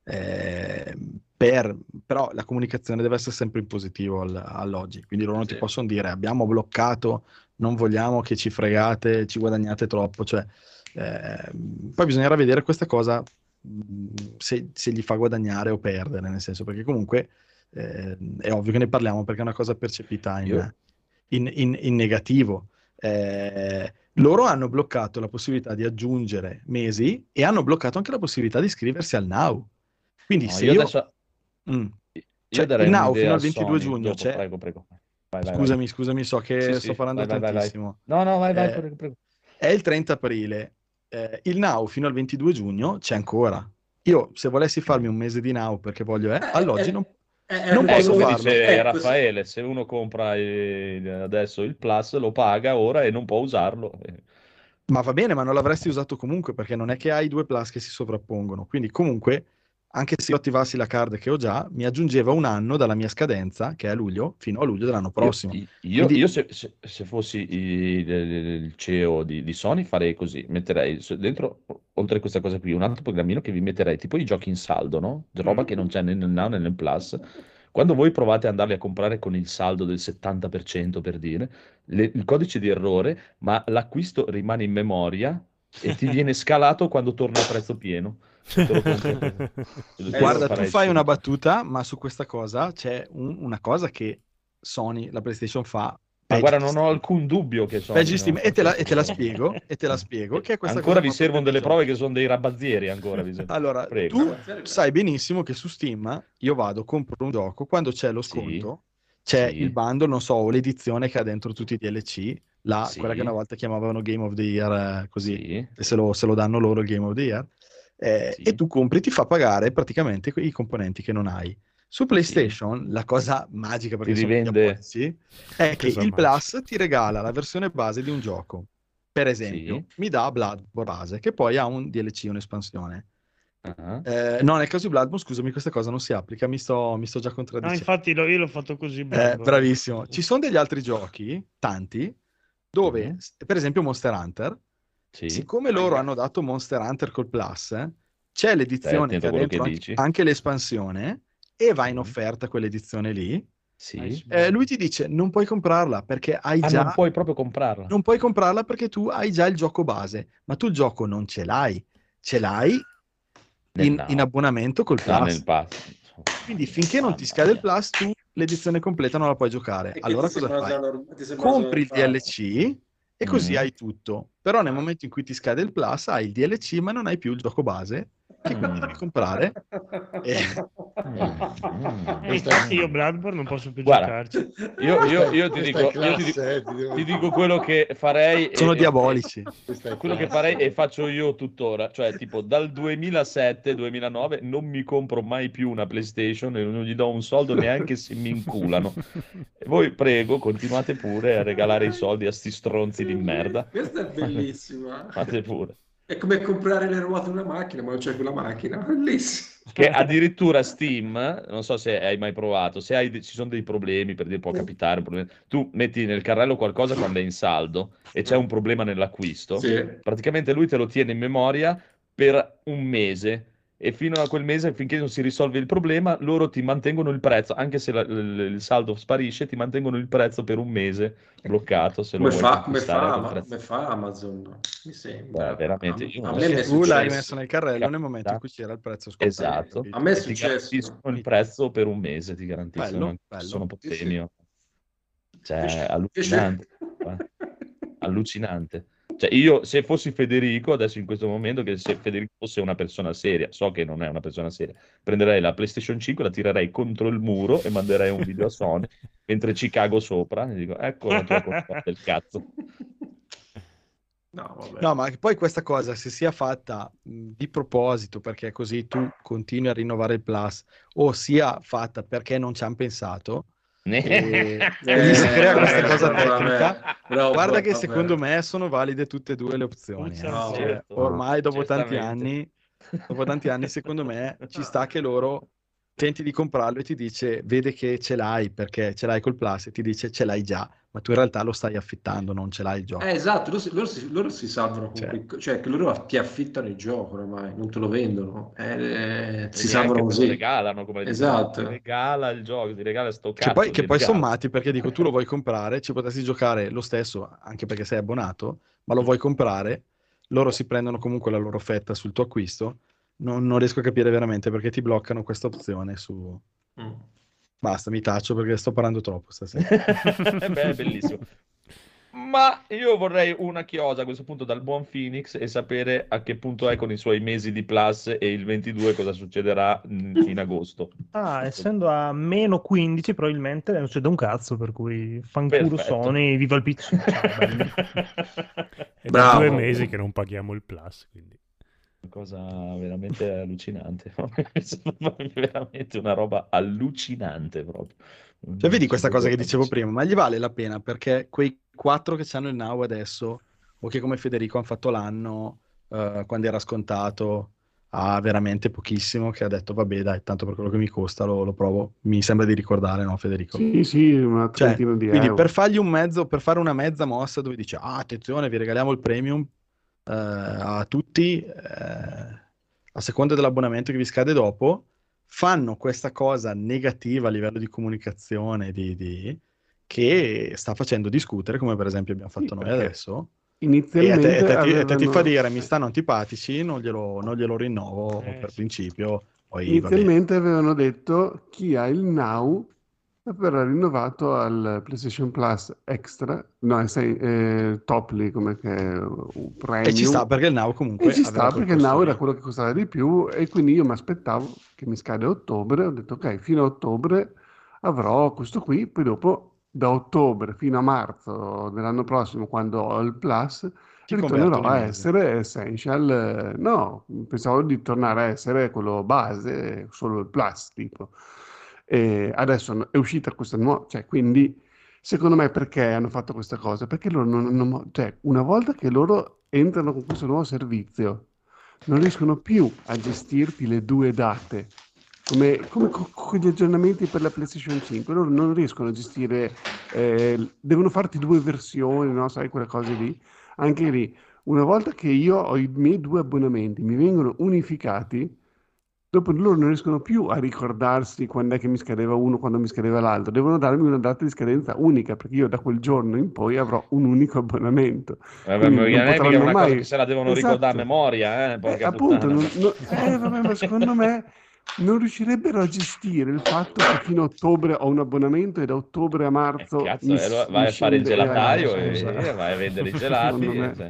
eh, per, però la comunicazione deve essere sempre in positivo al- all'oggi, quindi loro non ti Sì. possono dire abbiamo bloccato, non vogliamo che ci fregate, ci guadagnate troppo, cioè, eh, poi bisognerà vedere questa cosa mh, se, se gli fa guadagnare o perdere, nel senso perché comunque eh, è ovvio che ne parliamo perché è una cosa percepita in, Io- in- in- in negativo. Eh, loro hanno bloccato la possibilità di aggiungere mesi e hanno bloccato anche la possibilità di iscriversi al Now. Quindi No, se io io... adesso Mm. io Cioè, darei il Now un'idea fino al a ventidue Sony giugno dopo, c'è... prego, prego. Vai, vai, Scusami, vai. scusami, so che Sì, sto sì, parlando vai, vai, vai, vai. tantissimo. No, no, vai, vai, Eh, prego, prego. È il trenta aprile. Eh, il Now fino al ventidue giugno c'è ancora. Io, se volessi farmi un mese di Now perché voglio, eh, all'oggi non, Eh, non eh, posso come farlo. dice Eh, Raffaele, se uno compra il- adesso il Plus lo paga ora e non può usarlo. Ma va bene, ma non l'avresti usato comunque perché non è che hai due Plus che si sovrappongono. Quindi comunque anche se io attivassi la card che ho già, mi aggiungeva un anno dalla mia scadenza, che è a luglio, fino a luglio dell'anno prossimo. Io, io- Quindi- io se, se- se fossi il, il C E O di, di Sony farei così, metterei s- dentro, oltre a questa cosa qui, un altro programmino che vi metterei tipo i giochi in saldo, no? Roba che non c'è né nel Now né nel Plus. Quando voi provate ad andarli a comprare con il saldo del settanta per cento per dire, le- il codice di errore, ma l'acquisto rimane in memoria e ti viene scalato quando torna a prezzo pieno. Se te lo compri. Io lo Guarda, tu farei fai una subito. battuta, ma su questa cosa c'è un- una cosa che Sony, la PlayStation fa. Ma peggio guarda, di non Steam. ho alcun dubbio che Sony Peggio di non Steam. fa E te la, e te la questo. spiego, e te la spiego, che è questa Ancora cosa vi qua servono per i delle giochi. prove che sono dei rabazzieri ancora. Vi servono. Allora, Prego. tu sai benissimo che su Steam io vado, compro un gioco, quando c'è lo Sì, sconto, c'è sì. il bundle, non so, o l'edizione che ha dentro tutti i D L C, la, Sì. quella che una volta chiamavano Game of the Year, eh, così, Sì, e se lo, se lo danno loro il Game of the Year, eh, sì, e tu compri, ti fa pagare praticamente i componenti che non hai. Su sì. PlayStation, la cosa magica, Ti perché sono rivende. diabolici, è che Cosa il magica. Plus ti regala la versione base di un gioco. Per esempio, Sì. mi dà Bloodborne base, che poi ha un D L C, un'espansione. Ah. Eh, no, nel caso di Bloodborne, scusami, questa cosa non si applica, mi sto, mi sto già No, contraddicendo. infatti lo- io l'ho fatto così, Eh, Bloodborne. bravissimo. Ci sono degli altri giochi, tanti, dove, Mhm. s- per esempio Monster Hunter, Sì. siccome loro hanno dato Monster Hunter col Plus, eh, c'è Stai l'edizione attento che a ha quello dentro che anche, dici. anche l'espansione e va in Mhm. offerta quell'edizione lì. Sì. Eh, lui ti dice non puoi comprarla perché hai Ah, già non puoi proprio comprarla. non puoi comprarla perché tu hai già il gioco base, ma tu il gioco non ce l'hai, ce l'hai Nel in, Now. in abbonamento col No, Plus. nel pass. Quindi finché non Mamma ti scade il mia. Plus, tu l'edizione completa non la puoi giocare. E che Allora ti cosa sembra fai? una norm- ti sembra una Compri il normale. D L C e così Mm. hai tutto. Però nel momento in cui ti scade il Plus, hai il D L C, ma non hai più il gioco base, che quindi Mm. devi comprare. E... Mm. E Mm. infatti io Bloodborne non posso più Guarda, giocarci. io, io- io ti Questa dico, è io ti dico, classe, eh, ti devo ti dire. dico quello che farei e, Sono e- diabolici. Questa è quello che classe. farei e faccio io tuttora, cioè tipo dal duemilasette duemilanove non mi compro mai più una PlayStation e non gli do un soldo neanche se mi inculano. E voi prego, continuate pure a regalare i soldi a sti stronzi di merda. Questa è bellissima. Fate pure. È come comprare le ruote di una macchina, ma non c'è più la macchina. Bellissimo. Che addirittura Steam, non so se hai mai provato, se hai, ci sono dei problemi, per dire può capitare, un problema, tu metti nel carrello qualcosa quando è in saldo e c'è un problema nell'acquisto, Sì. praticamente lui te lo tiene in memoria per un mese e fino a quel mese, finché non si risolve il problema, loro ti mantengono il prezzo, anche se la- il, il saldo sparisce, ti mantengono il prezzo per un mese bloccato se lo Come vuoi fa, come conquistare a fa, quel ma- prezzo. come fa Amazon? Mi sembra. Beh, veramente, A, io a non me so. mi è Tu l'hai successo. messo nel carrello nel momento in cui c'era il prezzo scontato. Esatto. capito? A me è E ti successo. garantiscono il prezzo per un mese, ti garantiscono, Bello, anche se bello. sono Sì, sì. potemi. Cioè, Invece- allucinante. invece- Allucinante. Cioè, io se fossi Federico, adesso in questo momento, che se Federico fosse una persona seria, so che non è una persona seria, prenderei la PlayStation cinque, la tirerei contro il muro e manderei un video a Sony mentre ci cago sopra e dico, ecco la tua console del cazzo. No, vabbè. No, ma poi questa cosa, se sia fatta mh, di proposito, perché così tu continui a rinnovare il Plus, o sia fatta perché non ci hanno pensato, e Eh, lì si crea questa eh, cosa vabbè. tecnica. Bravo, Guarda che vabbè. secondo me sono valide tutte e due le opzioni. eh. No, Cioè, certo. ormai dopo tanti Certamente. anni, dopo tanti anni, secondo me ci sta che loro tenti di comprarlo e ti dice, vede che ce l'hai perché ce l'hai col Plus e ti dice ce l'hai già, ma tu in realtà lo stai affittando, non ce l'hai il gioco. Eh, esatto, loro si, loro si- loro si salvano con Cioè. quei- cioè che loro ti affittano il gioco oramai, non te lo vendono, eh, eh, E si neanche salvano te lo così. regalano, come dico, Esatto. ti regala il gioco, ti regala sto cazzo Che poi, che di poi regalo. sommati, perché dico, tu lo vuoi comprare, ci potresti giocare lo stesso, anche perché sei abbonato, ma lo vuoi comprare, loro si prendono comunque la loro fetta sul tuo acquisto, non, non riesco a capire veramente perché ti bloccano questa opzione su... Mm. Basta, mi taccio perché sto parlando troppo stasera. Beh, è bellissimo. Ma io vorrei una chiosa a questo punto dal buon Phoenix e sapere a che punto è con i suoi mesi di Plus e il ventidue cosa succederà mm, in agosto. Ah, essendo a meno quindici probabilmente non succede un cazzo, per cui fanculo Perfetto. Sony, viva il P C. Ciao, belli. È da Bravo. due mesi che non paghiamo il Plus, quindi. Una cosa veramente allucinante. Veramente una roba allucinante proprio. Cioè, vedi questa cosa che Assolutamente dicevo sì. prima, ma gli vale la pena perché quei quattro che hanno il Now adesso, o che come Federico hanno fatto l'anno, eh, quando era scontato a veramente pochissimo, che ha detto vabbè dai, tanto per quello che mi costa lo, lo provo. Mi sembra di ricordare, no Federico? Sì, sì, una Cioè, trentina di quindi euro. per fargli un mezzo, per fare una mezza mossa dove dice ah, attenzione, vi regaliamo il premium eh, a tutti eh, a seconda dell'abbonamento che vi scade dopo, fanno questa cosa negativa a livello di comunicazione di, di- che sta facendo discutere, come per esempio abbiamo Sì, fatto noi perché adesso, e a te, e inizialmente te ti, e te ti fa avevano, dire mi stanno antipatici, non glielo, non glielo rinnovo Eh, per sì. principio, poi vabbè. inizialmente avevano detto chi ha il Now verrà rinnovato al PlayStation Plus Extra, no, è sei- eh, top lì come che è, uh, E ci sta Premium. perché il Now E comunque ci aveva sta quel perché il costo Now era lì. quello che costava di più e quindi io mi aspettavo che mi scade a ottobre, ho detto ok, fino a ottobre avrò questo qui, poi dopo da ottobre fino a marzo dell'anno prossimo quando ho il Plus Ti ritornerò convertono i a mesi. essere Essential, eh, no, pensavo di tornare a essere quello base, solo il Plus tipo. E adesso è uscita questa nuova, cioè quindi secondo me perché hanno fatto questa cosa? Perché loro non hanno, cioè una volta che loro entrano con questo nuovo servizio, non riescono più a gestirti le due date. Come, come co- con gli aggiornamenti per la PlayStation cinque, loro non riescono a gestire, eh, devono farti due versioni, no? Sai, quelle cose lì. Anche lì, una volta che io ho i miei due abbonamenti, mi vengono unificati, dopo loro non riescono più a ricordarsi quando è che mi scadeva uno, quando mi scadeva l'altro. Devono darmi una data di scadenza unica, perché io da quel giorno in poi avrò un unico abbonamento. Vabbè, Quindi ma non non è mica potranno una cosa mai... che se la devono ricordare a Esatto. memoria, eh, Eh, porca appunto, puttana. non- non- eh, vabbè, ma secondo me non riuscirebbero a gestire il fatto che fino a ottobre ho un abbonamento e da ottobre a Eh, marzo cazzo, mi, e allora s- mi vai a fare il scende... Eh, eh, gelataio scusa, e vai a vendere i secondo gelati. e me... cioè,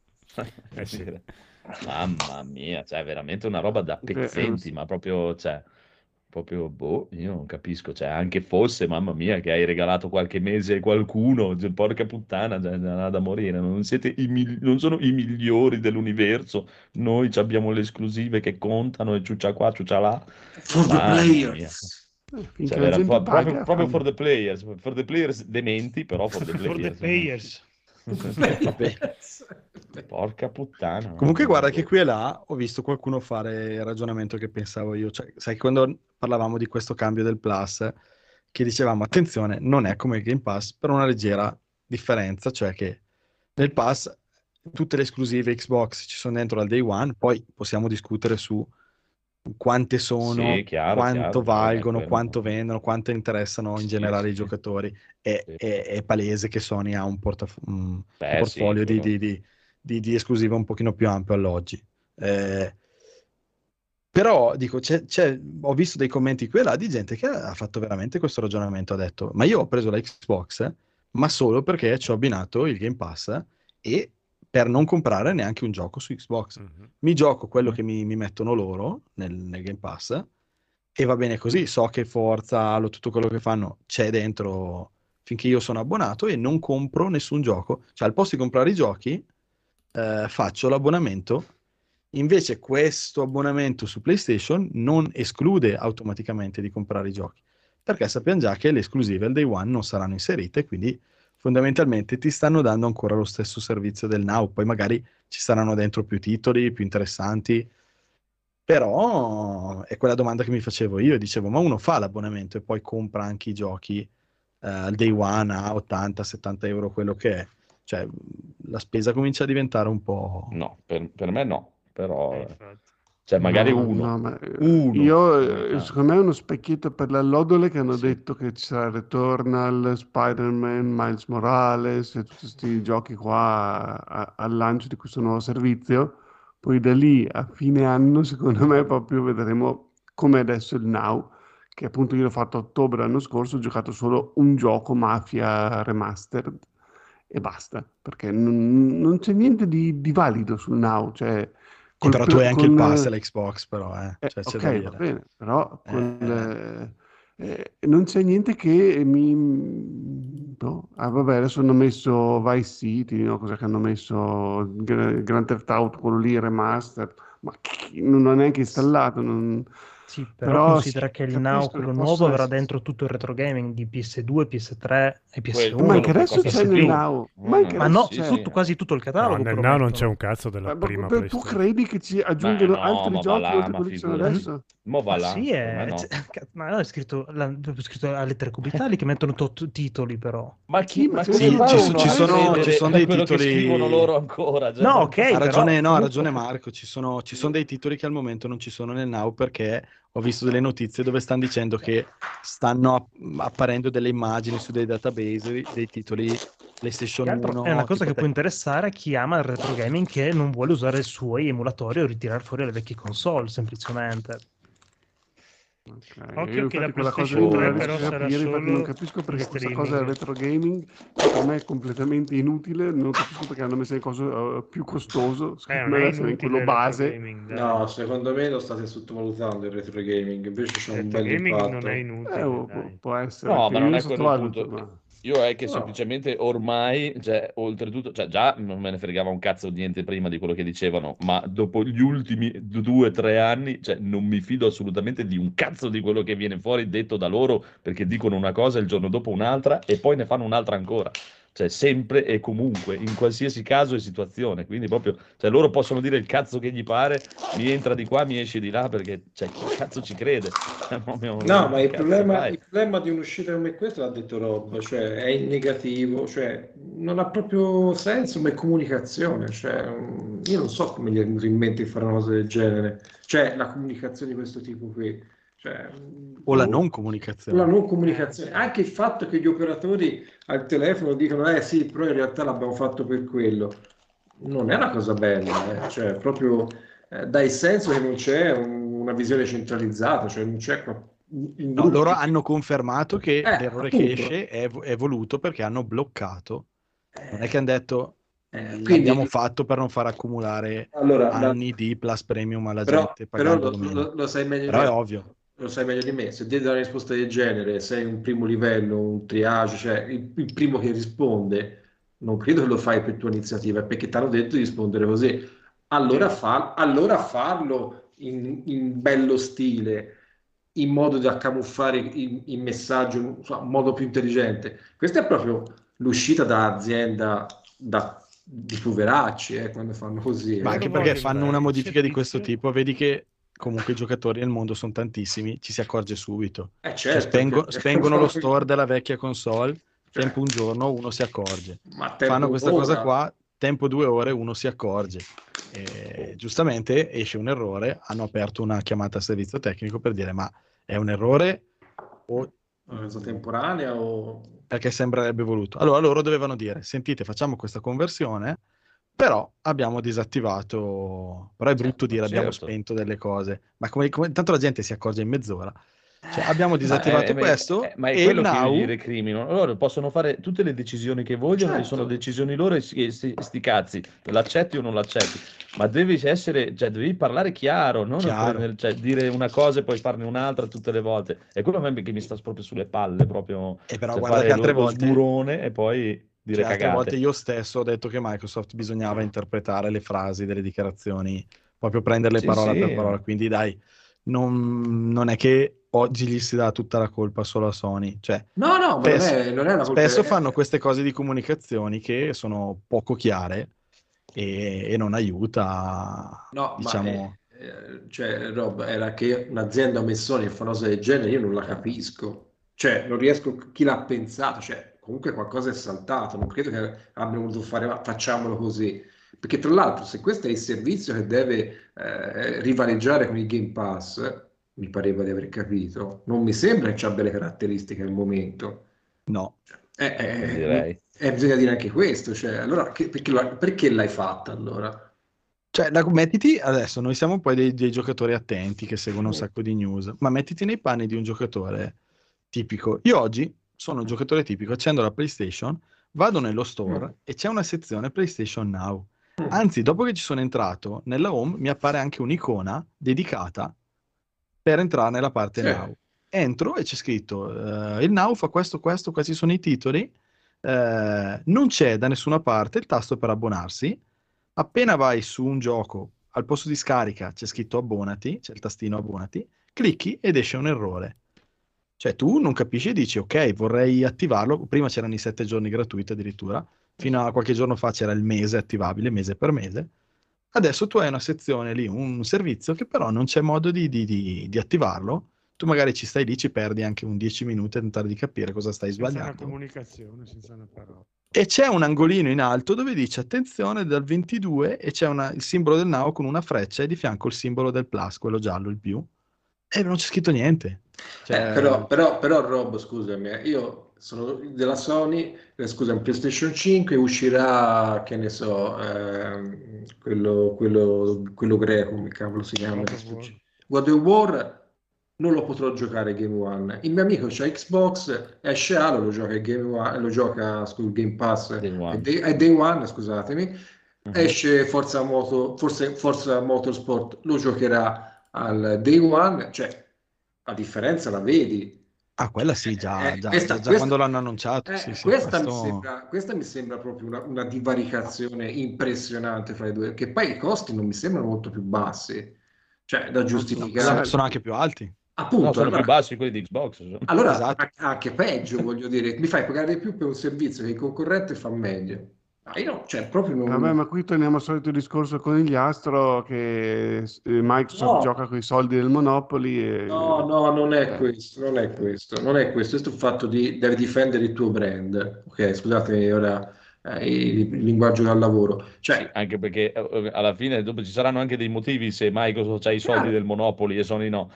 Eh sì. dire, mamma mia, cioè, veramente una roba da Che è un- pezzenti, ma proprio, cioè, proprio, boh, io non capisco, cioè, anche fosse, mamma mia, che hai regalato qualche mese a qualcuno, cioè, porca puttana, cioè, da, da morire, non siete i migli- non sono i migliori dell'universo, noi ci abbiamo le esclusive che contano e ciuccia qua, ciuccia là, For the mamma mia. players. eh, Cioè, finché la vera- gente pro- proprio, paga, proprio for fanno. the players, for the players dementi, però for the For the players. players. Vabbè. Porca puttana. Comunque no, guarda boh. che qui e là ho visto qualcuno fare il ragionamento che pensavo io, cioè, sai, quando parlavamo di questo cambio del Plus, che dicevamo attenzione, non è come il Game Pass per una leggera differenza, cioè che nel Pass tutte le esclusive Xbox ci sono dentro dal day one, poi possiamo discutere su quante sono, Sì, chiaro, quanto chiaro, quello- valgono, quello- quanto vendono, quanto interessano in Sì, generale sì, i sì. giocatori. È, Sì. è- è palese che Sony ha un, portaf- un- un Beh, sì, portfolio di, quello- di, di, di, di esclusive un pochino più ampio all'oggi. Eh, però dico, c'è- c'è- ho visto dei commenti qui e là di gente che ha fatto veramente questo ragionamento, ha detto, ma io ho preso la Xbox, ma solo perché ci ho abbinato il Game Pass e per non comprare neanche un gioco su Xbox. Mhm. Mi gioco quello che mi, mi mettono loro nel, nel Game Pass e va bene così, so che Forza, Halo, tutto quello che fanno c'è dentro finché io sono abbonato e non compro nessun gioco. Cioè al posto di comprare i giochi eh, faccio l'abbonamento. Invece questo abbonamento su PlayStation non esclude automaticamente di comprare i giochi, perché sappiamo già che le esclusive al day one non saranno inserite, quindi fondamentalmente ti stanno dando ancora lo stesso servizio del Now, poi magari ci saranno dentro più titoli, più interessanti, però è quella domanda che mi facevo io, dicevo, ma uno fa l'abbonamento e poi compra anche i giochi eh, al day one a ottanta settanta euro, quello che è, cioè la spesa comincia a diventare un po'... No, per, per me no, però... Eh, infatti. Cioè, magari No, uno. no, ma eh, Uno. io, eh, Ah, secondo me è uno specchietto per la lodole che hanno sì. detto che ci sarà Returnal, Spider-Man, Miles Morales e tutti questi giochi qua a- al lancio di questo nuovo servizio. Poi da lì a fine anno, secondo me, proprio vedremo come adesso il Now, che appunto io l'ho fatto a ottobre l'anno scorso, ho giocato solo un gioco Mafia Remastered e basta, perché non, non c'è niente di, di valido sul Now, cioè E col però tu pl- hai anche il con, pass eh, e l'Xbox, però, eh. eh, Cioè, c'è da ok, va dire. bene, però con, Eh, eh, eh, non c'è niente che mi... boh. Ah, vabbè, adesso hanno messo Vice City, no? Cosa che hanno messo Gra- Grand Theft Auto, quello lì, remaster, ma chi- non ho neanche installato, non... Sì, però, Però considera sì, che il capisco Now, che quello possa nuovo, avrà essere... dentro tutto il retro gaming di P S due, P S tre e Quello, Ma P S uno, anche quello che adesso costa c'è di nel più. Now, ma Mm, anche ma adesso no, sì, c'è. sì. tutto, quasi tutto il No, catalogo nel Now non c'è promettono. un cazzo della Ma, ma- prima ma tu PlayStation. credi che ci Ma aggiungano no, altri ma va giochi là, oltre a ma quelli che sono figurati. adesso? Mo va Ma là, sì, secondo me è... no. c- ma no, è scritto, la- è scritto a lettere cubitali che mettono tot titoli, però. Ma, Sì, chi, ma ma ce ne come Sì, sono fa ci, so- uno ci a tanti sono, adesso. ci credere sono a dei quello che scrivono loro titoli... ancora? Cioè, No, non ok, Ha capisco. ragione, però no, ha comunque... ragione Marco, ci sono, ci sono dei titoli che al momento non ci sono nel Now perché ho visto delle notizie dove stanno dicendo che stanno app- apparendo delle immagini su dei database dei titoli PlayStation Che altro è una uno, cosa tipo che può te- interessare a chi ama il retro gaming che non vuole usare i suoi emulatori o ritirare fuori le vecchie console, semplicemente. Ok, Occhio io che la infatti quella cosa PlayStation lì non la tre Oh, riesco però a sarà capire, infatti non solo capisco in perché questa cosa del streaming. retro gaming per me è completamente inutile, non capisco perché hanno messo le cose eh, più costoso, Eh, secondo non me è deve essere in quello inutile il retro base. gaming, dai. No, secondo me lo state sottovalutando il retro gaming, invece c'è Il un retro bel gaming non è impatto. Eh, inutile, può, dai. può essere no, che ma io non lo è quello il sottovaluto, punto. ma... Io è che No. semplicemente ormai, cioè, oltretutto, cioè, già non me ne fregava un cazzo di niente prima di quello che dicevano, ma dopo gli ultimi d- due o tre anni, cioè, non mi fido assolutamente di un cazzo di quello che viene fuori detto da loro, perché dicono una cosa il giorno dopo un'altra e poi ne fanno un'altra ancora. Cioè, sempre e comunque, in qualsiasi caso e situazione. Quindi proprio, cioè, loro possono dire il cazzo che gli pare, mi entra di qua, mi esce di là, perché, cioè, chi cazzo ci crede? Cioè, proprio, No, ma che il cazzo problema, fai? il problema di un'uscita come questa, l'ha detto Rob, cioè è in negativo, cioè non ha proprio senso, ma è comunicazione, cioè mm, io non so come gli è venuto in mente di fare una cosa del genere, cioè la comunicazione di questo tipo qui, cioè, mm, o la boh, non la comunicazione. non Eh, comunicazione, sì. anche il fatto che gli operatori al telefono dicono eh sì, però in realtà l'abbiamo fatto per quello, non è una cosa bella, eh, cioè proprio eh, dà il senso che non c'è un- una visione centralizzata, cioè non c'è qua- un No, loro gruppo. hanno confermato che Eh, l'errore che appunto. esce è, è voluto perché hanno bloccato. Non è che Eh, hanno detto eh, l'abbiamo quindi, fatto per non far accumulare allora, la- anni di Plus Premium alla però, gente però pagandolo lo, meno. lo- lo sai meglio di Però è me, ovvio. lo sai meglio di me, se devi dare una risposta del genere, sei un primo livello, un triage, cioè il, il primo che risponde, non credo che lo fai per tua iniziativa, è perché ti hanno detto di rispondere così. Allora, fa- allora farlo in, in bello stile, in modo da camuffare il, il messaggio insomma, in modo più intelligente. Questa è proprio l'uscita da azienda da, di poveracci, eh, quando fanno così. Ma eh. anche Io perché voglio fanno vedere una il modifica di questo servizio. tipo, vedi che comunque i giocatori nel mondo sono tantissimi, ci si accorge subito. Eh Cioè, certo, spengo- che- spengono lo store della vecchia console, cioè, tempo un giorno, uno si accorge. ma Fanno tempo questa cosa ora. qua, tempo due ore, uno si accorge. E giustamente esce un errore, hanno aperto una chiamata a servizio tecnico per dire ma è un errore o Una cosa temporanea o... perché sembrerebbe voluto. Allora loro dovevano dire, sentite, facciamo questa conversione, però abbiamo disattivato, però è brutto dire abbiamo certo. spento delle cose, ma come, come- tanto la gente si accorge in mezz'ora. Cioè, abbiamo Ma è, disattivato è- questo è- ma è e il quello che io gli now, recrimino. Loro possono fare tutte le decisioni che vogliono e sono Certo. decisioni loro e sti, sti- sti cazzi, l'accetti o non l'accetti. Ma devi essere, cioè, devi parlare chiaro, non chiaro, prendere- cioè, dire una cosa e poi farne un'altra tutte le volte. È quello a me che mi sta proprio sulle palle, proprio, e però cioè, guarda fare che lo, altre lo volte, sgurone e poi dire cioè, altre volte cagate. io stesso ho detto che Microsoft bisognava interpretare le frasi delle dichiarazioni, proprio prenderle Sì, parola per sì. parola, quindi dai, non, non è che oggi gli si dà tutta la colpa solo a Sony, cioè No, no, ma non spesso, è, non è una colpa... spesso fanno queste cose di comunicazioni che sono poco chiare e, e non aiuta, No, ma diciamo, eh, eh, cioè, Rob, era che un'azienda come Sony fa una cosa del genere, io non la capisco. Cioè, non riesco, chi l'ha pensato, cioè, comunque qualcosa è saltato, non credo che abbiano voluto fare, "Ma facciamolo così." Perché tra l'altro, se questo è il servizio che deve eh, rivaleggiare con il Game Pass, mi pareva di aver capito, non mi sembra che abbia le caratteristiche al momento. no. Eh, eh, Direi. eh, bisogna dire anche questo, cioè, allora, che- perché, lo- perché l'hai fatta allora? Cioè, la- mettiti adesso, noi siamo poi dei, dei giocatori attenti che seguono un sacco di news, ma mettiti nei panni di un giocatore tipico. Io oggi sono un giocatore tipico, accendo la PlayStation, vado nello store Mm. e c'è una sezione PlayStation Now. Mm. Anzi, dopo che ci sono entrato, nella home mi appare anche un'icona dedicata per entrare nella parte Sì. Now. Entro e c'è scritto eh, il Now fa questo, questo, questi sono i titoli, eh, non c'è da nessuna parte il tasto per abbonarsi. Appena vai su un gioco, al posto di scarica c'è scritto abbonati, c'è il tastino abbonati, clicchi ed esce un errore. Cioè tu non capisci e dici ok, vorrei attivarlo. Prima c'erano i sette giorni gratuiti addirittura, fino a qualche giorno fa c'era il mese attivabile, mese per mese. Adesso tu hai una sezione lì, un servizio che però non c'è modo di, di- di- di attivarlo. Tu magari ci stai lì, ci perdi anche un dieci minuti a tentare di capire cosa stai Senza una sbagliando. comunicazione, senza una parola. E c'è un angolino in alto dove dice attenzione dal ventidue e c'è una- il simbolo del Now con una freccia e di fianco il simbolo del plus, quello giallo, il più. E non c'è scritto niente. Cioè, Eh, però, però, però, Rob, scusami, eh, io sono della Sony, eh, scusa, in PlayStation cinque uscirà, che ne so, ehm, quello, quello, quello greco, come cavolo si chiama? God of War. God of War non lo potrò giocare Game One. Il mio amico c'ha Xbox, esce Halo, lo gioca Game One, lo gioca sul Game Pass, Day One. è Day, è Day One, scusatemi. Mhm. Esce Forza Moto, forse Forza Motorsport, lo giocherà al Day One, cioè la differenza la vedi. ah, quella sì, già, Eh, già, questa, già- già questa- quando l'hanno annunciato. eh, Sì, sì, questa, mi questo- sembra, questa mi sembra proprio una, una divaricazione impressionante fra i due, che poi i costi non mi sembrano molto più bassi, cioè da sono, giustificare. sono anche più alti. Appunto, No, sono allora, più bassi quelli di Xbox. sono- allora Esatto. a- anche peggio, voglio dire, mi fai pagare di più per un servizio che il concorrente fa meglio. Ma io no, cioè proprio non... Vabbè, ma qui torniamo al solito discorso conigliastro che eh, Microsoft No. gioca con i soldi del Monopoly e... No, no, non è Eh. questo, non è questo, non è questo, questo è il fatto di devi difendere il tuo brand. Ok, scusatemi ora eh, il, il linguaggio dal lavoro. Cioè, Sì, anche perché eh, alla fine dopo ci saranno anche dei motivi se Microsoft ha i soldi del Monopoly e Sony no.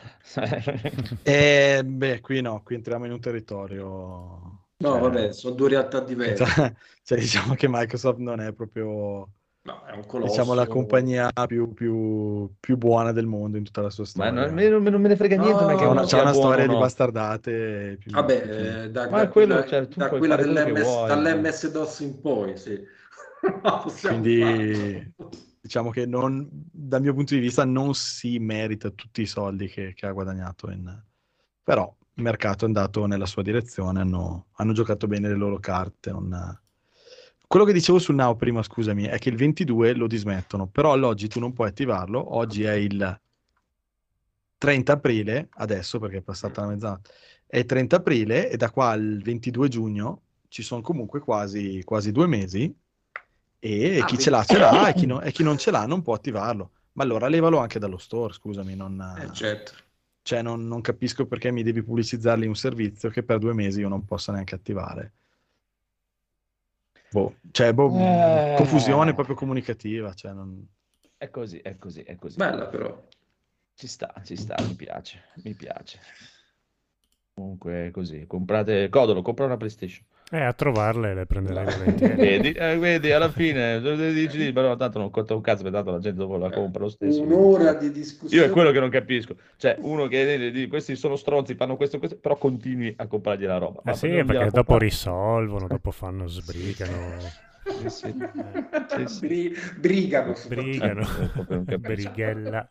E beh, qui no, qui entriamo in un territorio. no, cioè, vabbè, sono due realtà diverse. cioè, diciamo che Microsoft non è proprio, No, è un colosso. diciamo, la compagnia più, più, più buona del mondo in tutta la sua Ma storia. non, non- non me ne frega niente, No, ma che C'è uno una, no, c'è sia una buono o storia di no. bastardate. Più, Vabbè, più- eh, da, Ma da quello, quella, cioè, tu da puoi quella fare quello che dell'M S, vuoi. dall'M S DOS in poi, sì. No, possiamo Quindi farlo. diciamo che non, dal mio punto di vista non si merita tutti i soldi che, che ha guadagnato. In... Però il mercato è andato nella sua direzione, hanno, hanno giocato bene le loro carte. non- Quello che dicevo sul Now prima, scusami, è che il ventidue lo dismettono, però all'oggi tu non puoi attivarlo, oggi è il trenta aprile, adesso perché è passata la mezzanotte, è il trenta aprile e da qua al ventidue giugno ci sono comunque quasi, quasi due mesi e Ah, chi ce l'ha ce l'ha e chi, no- e chi non ce l'ha non può attivarlo. Ma allora levalo anche dallo store, scusami, non, Eh, certo. cioè non, non capisco perché mi devi pubblicizzarli un servizio che per due mesi io non posso neanche attivare. Boh, cioè, boh, Eh. confusione proprio comunicativa, cioè non... È così, è così, è così. Bella però. Ci sta, ci sta, mi piace, mi piace. Comunque è così, comprate Codolo, compra una PlayStation. Eh, a trovarle le prenderei volentieri. Vedi, eh, vedi, alla fine dici, però tanto non conta un cazzo, perché tanto la gente dopo la compra lo stesso. Un'ora di Io discussione. è quello che non capisco. Cioè, uno che dice, questi sono stronzi, fanno questo, questo, però continui a comprargli la roba. Eh Ma sì, non gliela perché dopo comprare. risolvono, dopo fanno sbrigano. Sì, sì. Sì, sì. Bri- brigano. Brigano. Eh, proprio non capisco. Brighella.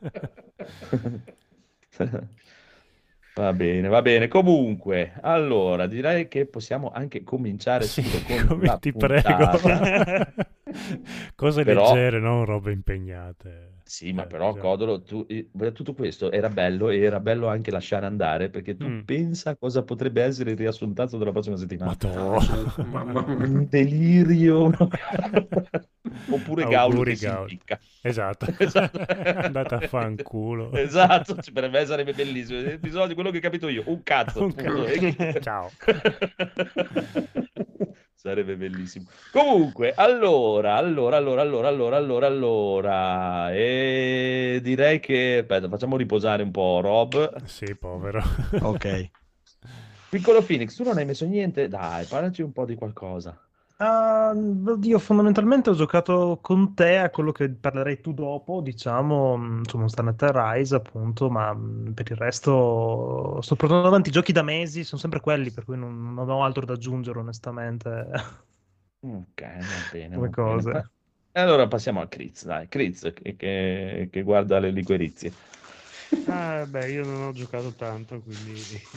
Va bene, va bene. Comunque, allora direi che possiamo anche cominciare Sì, subito con come la ti puntata. prego. Cose Però- leggere, non robe impegnate. Sì, ma Eh, però già. Codolo, tu, eh, tutto questo era bello e era bello anche lasciare andare perché tu Mm. pensa cosa potrebbe essere il riassuntato della prossima settimana. Madò. Mamma mia. Un delirio. Oppure Gaulo Auguri, che si Gaulo. impicca. Esatto. Esatto. Andate a fanculo. Esatto, cioè, per me sarebbe bellissimo. L'episodio di quello che ho capito io, un cazzo. Un cazzo. Ciao. Sarebbe bellissimo. Comunque, allora, allora, allora, allora, allora, allora, allora, e direi che, aspetta, facciamo riposare un po' Rob. Sì, povero. Ok. Piccolo Phoenix, tu non hai messo niente? Dai, parlaci un po' di qualcosa. Ah, oddio, fondamentalmente ho giocato con te a quello che parlerai tu dopo, diciamo, mh, insomma, Monster Hunter Rise, appunto, ma mh, per il resto sto portando avanti giochi da mesi, sono sempre quelli, per cui non, non ho altro da aggiungere, onestamente, Ok, va bene. come va bene. cose. E allora passiamo a Kriz, dai, Kriz che, che, che guarda le liquorizie. Ah, beh, io non ho giocato tanto, quindi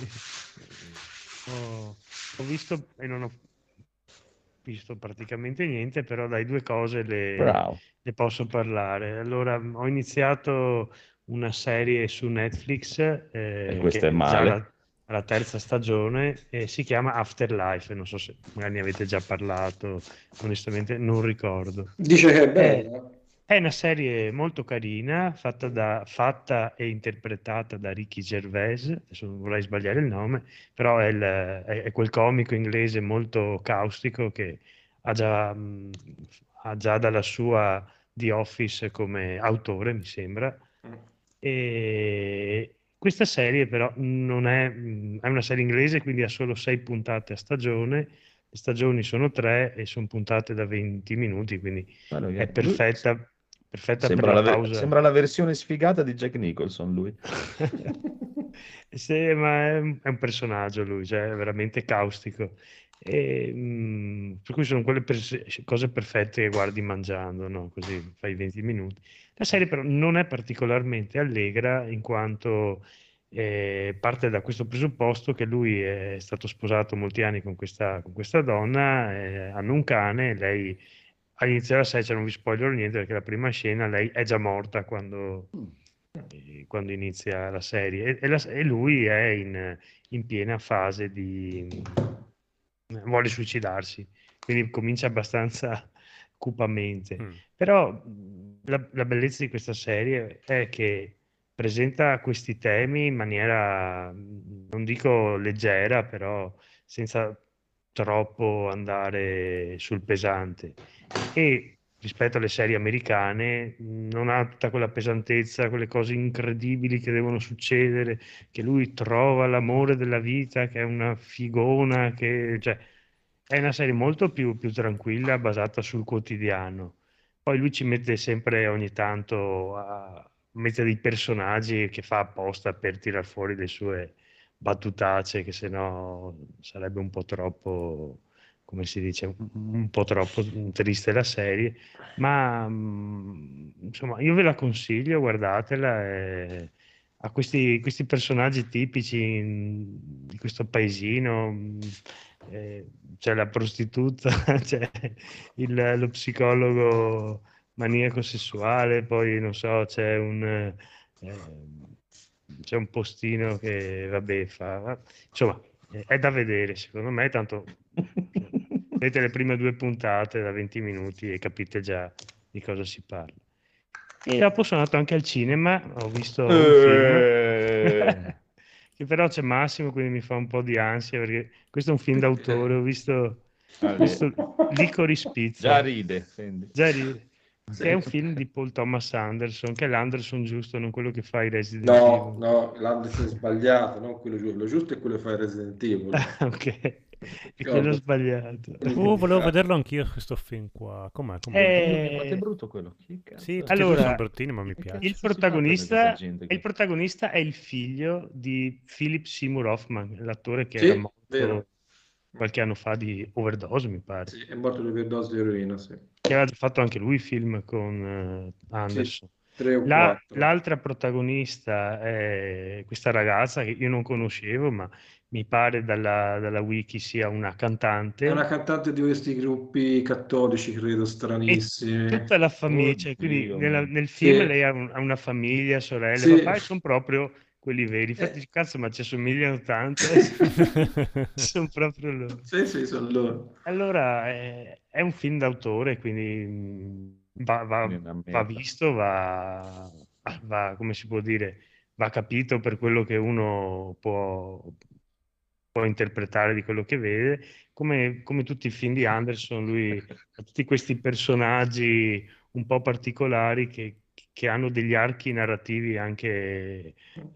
ho, ho visto e non ho visto praticamente niente, però dai, due cose le, Bravo. ne posso parlare. Allora, ho iniziato una serie su Netflix eh, E che questo è è già male. alla, alla terza stagione e si chiama Afterlife. Non so se magari ne avete già parlato, onestamente non ricordo. Dice che è È, bella. è una serie molto carina, fatta, da, fatta e interpretata da Ricky Gervais, adesso non vorrei sbagliare il nome, però è, il- è- è quel comico inglese molto caustico che ha già, mh, ha già dalla sua The Office come autore, mi sembra. E questa serie però non è, mh, è una serie inglese, quindi ha solo sei puntate a stagione. Le stagioni sono tre e sono puntate da venti minuti, quindi Guarda è che- lui perfetta, perfetta per sembra la la, ve- pausa. sembra la versione sfigata di Jack Nicholson, lui. Sì, ma è un, è un personaggio lui, cioè è veramente caustico. E, mh, per cui sono quelle pers- cose perfette che guardi mangiando, no? Così fai venti minuti. La serie però non è particolarmente allegra in quanto eh, parte da questo presupposto che lui è stato sposato molti anni con questa, con questa donna, eh, hanno un cane, lei all'inizio della serie, cioè non vi spoilerò niente perché la prima scena lei è già morta quando, eh, quando inizia la serie e, e la- e lui è in, in piena fase di... vuole suicidarsi, quindi comincia abbastanza cupamente. Mm. Però mh, la, la bellezza di questa serie è che presenta questi temi in maniera, mh, non dico leggera, però senza troppo andare sul pesante. E rispetto alle serie americane mh, non ha tutta quella pesantezza, quelle cose incredibili che devono succedere, che lui trova l'amore della vita, che è una figona, che, cioè, è una serie molto più, più tranquilla, basata sul quotidiano. Poi lui ci mette sempre ogni tanto a mette dei personaggi che fa apposta per tirar fuori le sue battutacce, che sennò sarebbe un po' troppo, come si dice, un, un po' troppo triste la serie. Ma mm, insomma, io ve la consiglio, guardatela. e- Ha questi, questi personaggi tipici mm, di questo paesino. mm, eh, c'è la prostituta, c'è il- lo psicologo maniaco sessuale, poi non so, c'è un, eh, c'è un postino che vabbè fa, insomma, eh, è da vedere secondo me, tanto vedete le prime due puntate da venti minuti e capite già di cosa si parla. E dopo sono andato anche al cinema, ho visto un film Eh. che però c'è Massimo, quindi mi fa un po' di ansia perché questo è un film d'autore, ho visto, ho Ah, visto Licorice già Pizza, ride, quindi. già ride, che è un Sì. film di Paul Thomas Anderson, che è l'Anderson giusto, non quello che fa i Resident No, Evil. no, l'Anderson è sbagliato, non quello giusto. Lo giusto è quello che fa il Resident Evil. Ah, ok, è quello sbagliato. Uh, volevo vederlo anch'io questo film qua. Com'è? Com'è? Eh, Quanto è brutto quello? Che cazzo Sì, è? tutti e due sono allora, bruttini, ma mi Che piace. il cazzo si fa per vedere protagonista, questa gente il qua? protagonista è il figlio di Philip Seymour Hoffman, l'attore che Sì, era morto vero. qualche anno fa di overdose, mi pare. Sì, è morto di overdose di eroina, sì. Che aveva già fatto anche lui film con eh, Sì, Anderson. tre o La- quattro. l'altra protagonista è questa ragazza che io non conoscevo, ma mi pare dalla, dalla wiki sia una È una cantante. cantante di questi gruppi cattolici, credo, E stranissimi. tutta la famiglia, cioè, quindi Oddio nella- mio. nel film Sì, lei ha, un- ha una famiglia, sorelle, sì. papà, e sono proprio quelli veri. Infatti, Eh, cazzo, ma ci assomigliano tanto, sono proprio loro. sì, sì, sono loro. Allora, è, è un film d'autore, quindi mh, va, va- Quindi è una va merda. visto, va, va, come si può dire, va capito per quello che uno può, può interpretare di quello che vede. Come, come tutti i film di Anderson, lui ha tutti questi personaggi un po' particolari che, che hanno degli archi narrativi anche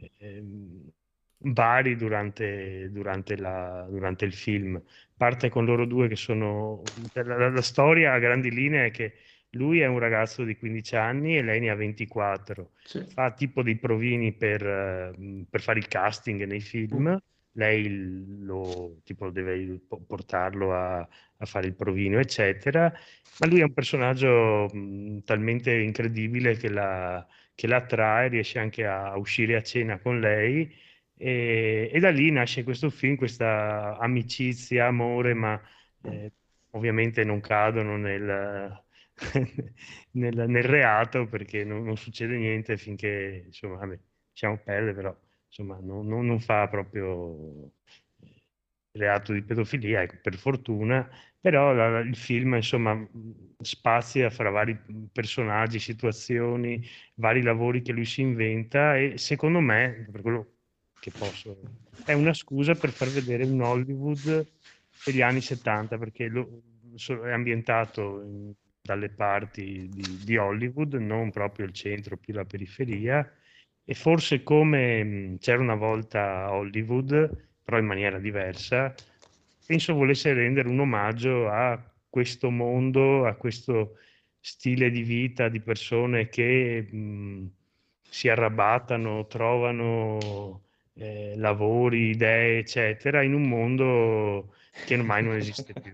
ehm, vari durante, durante la- durante il film. Parte con loro due che sono... cioè, La, la storia a grandi linee è che lui è un ragazzo di quindici anni e lei ne ha ventiquattro. Sì. Fa tipo dei provini per, eh, per fare il casting nei film. Lei lo, tipo, deve po- portarlo a, a fare il provino, eccetera. Ma lui è un personaggio mh, talmente incredibile che la, che la attrae, riesce anche a uscire a cena con lei e, e da lì nasce questo film, questa amicizia, amore, ma eh, ovviamente non cadono nel, nel, nel reato, perché non, non succede niente finché, insomma, vabbè, siamo pelle, però insomma non, non- non fa proprio reato di pedofilia, ecco, per fortuna, però la- la- il film, insomma, mh, spazia fra vari personaggi, situazioni, vari lavori che lui si inventa e secondo me, per quello che posso, è una scusa per far vedere un Hollywood degli anni settanta, perché lo- so- è ambientato in- dalle parti di, di Hollywood, non proprio il centro, più la periferia, e forse come mh, c'era una volta Hollywood, però in maniera diversa, penso volesse rendere un omaggio a questo mondo, a questo stile di vita di persone che mh, si arrabattano, trovano eh, lavori, idee, eccetera, in un mondo che ormai non esiste più.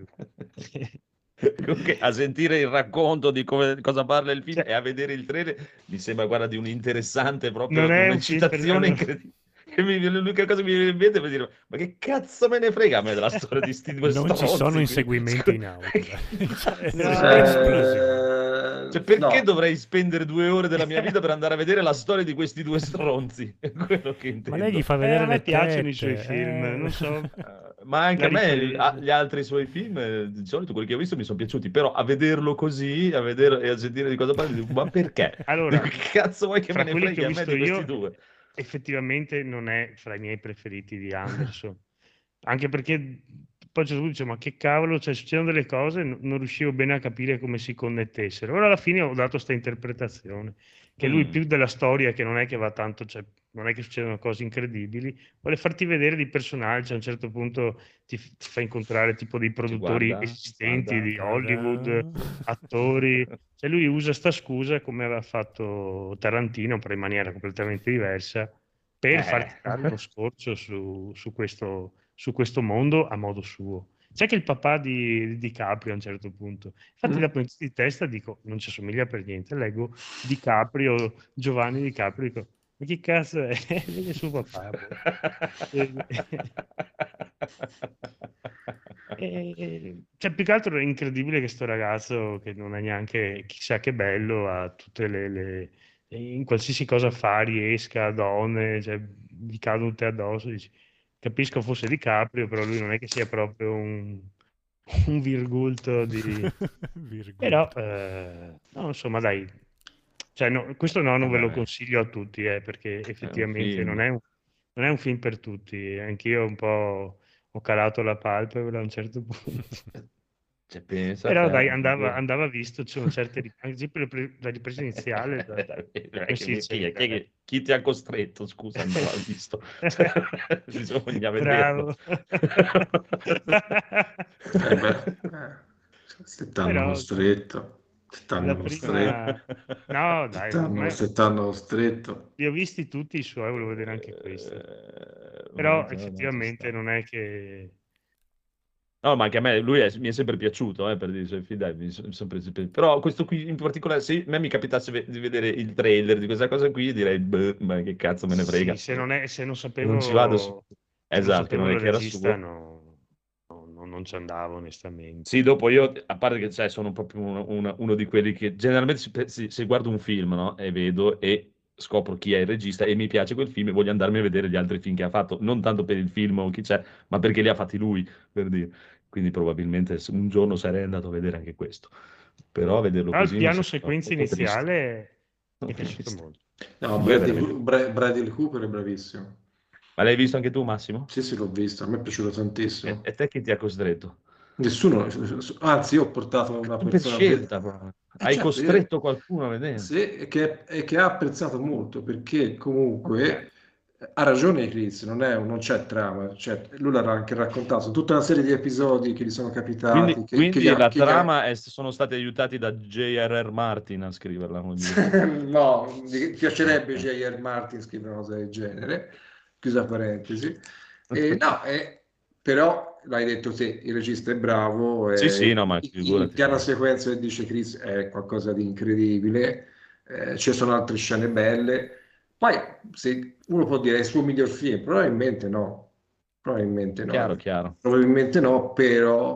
Comunque, a sentire il racconto di come, cosa parla il film Cioè, e a vedere il trailer mi sembra, guarda, di un interessante proprio, non è un film per... un'eccitazione incredibile. Che mi- L'unica cosa che mi viene in mente è per dire, ma che cazzo me ne frega a me della storia di sti due Non ci stronzi sono qui?" inseguimenti in auto. Cioè, No. esplosioni. Cioè, perché no. dovrei spendere due ore della mia vita per andare a vedere la storia di questi due stronzi? È quello che intendo. Ma lei gli fa Eh, vedere a me le piacciono i tette, suoi film, eh. non so. Eh, ma anche La a me ripresa. a- gli altri suoi film, eh, di solito quelli che ho visto mi sono piaciuti, però a vederlo così, a vedere e a sentire di cosa parli, dico, ma perché? Allora, Che cazzo vuoi che fra me ne quelli che freghi ho a me visto di questi io, due? effettivamente non è fra i miei preferiti di Anderson. Anche perché poi c'è dice, ma che cavolo, cioè, succedono delle cose, n- non riuscivo bene a capire come si connettessero. Ora alla fine ho dato questa interpretazione, che lui Mm. più della storia, che non è che va tanto, cioè, non è che succedono cose incredibili, vuole farti vedere dei personaggi, a un certo punto ti, f- ti fa incontrare tipo dei produttori guarda, esistenti guarda. di Hollywood, attori. Cioè lui usa sta scusa come aveva fatto Tarantino, però in maniera completamente diversa, per Eh. farti dare uno scorcio su, su questo, su questo mondo a modo suo. C'è che il papà di, di DiCaprio a un certo punto. Infatti Mm. da punto di testa dico, non ci assomiglia per niente, leggo DiCaprio, Giovanni DiCaprio, dico, ma che cazzo è? Vedi suo papà. boh. E- e- cioè, più che altro è incredibile che sto ragazzo, che non è neanche chissà che bello, ha tutte le, le- in qualsiasi cosa fa, riesca, donne, cioè, gli cadono tutte addosso. Dici, capisco fosse DiCaprio, però lui non è che sia proprio un, un virgulto di... Però, eh, no, insomma, dai, cioè, no, questo no, non ve lo Vabbè, consiglio a tutti, eh, perché è un effettivamente non film. è un, non è un film per tutti. Anch'io un po' ho calato la palpebra a un certo punto. Cioè, pensa a Però te, dai, un andava, film. andava visto, ci sono certe rip- ad esempio le pre- la ripresa iniziale, da- Dai, come che- si chi, dice? chi- chi- chi ti ha costretto, scusa, non l'ha visto. Bisogna vederlo. Bravo. Eh beh, eh, se t'hanno Però costretto, se la t'hanno costretto, prima... No, se dai, t'hanno, ormai se t'hanno costretto. li ho visti tutti i suoi, volevo vedere anche questo. Eh, Però vabbè, vabbè, ci effettivamente sta. non è che... No, ma anche a me, lui è- mi è sempre piaciuto, eh, per dire i suoi film, dai, mi sono sempre, sempre- però questo qui in particolare, se a me mi capitasse ve- di vedere il trailer di questa cosa qui, direi, "Beh, ma che cazzo me ne frega." Sì, se non, è, se non sapevo, Non ci vado su. se non Esatto, sapevo non è il che era regista, suo. no, no, no, non ci andavo onestamente. Sì, dopo io, a parte che sai, sono proprio uno, una- uno di quelli che generalmente se, se- se guardo un film, no, e vedo e scopro chi è il regista e mi piace quel film e voglio andarmi a vedere gli altri film che ha fatto, non tanto per il film o chi c'è, ma perché li ha fatti lui, per dire. Quindi probabilmente se- un giorno sarei andato a vedere anche questo. Però a vederlo Però il così mi piano sembra sequenza un po' triste. iniziale mi è Un po' piaciuto triste. molto. No, Lui è Bradley, veramente- Bra- Bradley Cooper è bravissimo. Ma l'hai visto anche tu, Massimo? Sì, sì, l'ho visto, a me è piaciuto E, tantissimo. e te chi ti ha costretto? Nessuno, anzi, io ho portato una Per persona... scelta, proprio. Eh, Hai certo, costretto qualcuno a vedere. Sì, e che, e che ha apprezzato molto perché comunque ha ragione Chris, non, è, non c'è trama, cioè, lui l'ha anche raccontato, tutta una serie di episodi che gli sono capitati, Quindi, che, quindi che gli ha- la che gli ha- trama è- sono stati aiutati da J R R. Martin a scriverla. come dire. No, mi piacerebbe Ok. J R. Martin scrivere una cosa del genere, chiusa parentesi. E, no, eh, però l'hai detto te, il regista è bravo, Sì, eh, sì, no, ma il, il figurati. piano sequenza che dice Chris è qualcosa di incredibile, eh, ci sono altre scene belle. Poi se uno può dire è il suo miglior film, probabilmente no, probabilmente no, Chiaro, chiaro. probabilmente no, però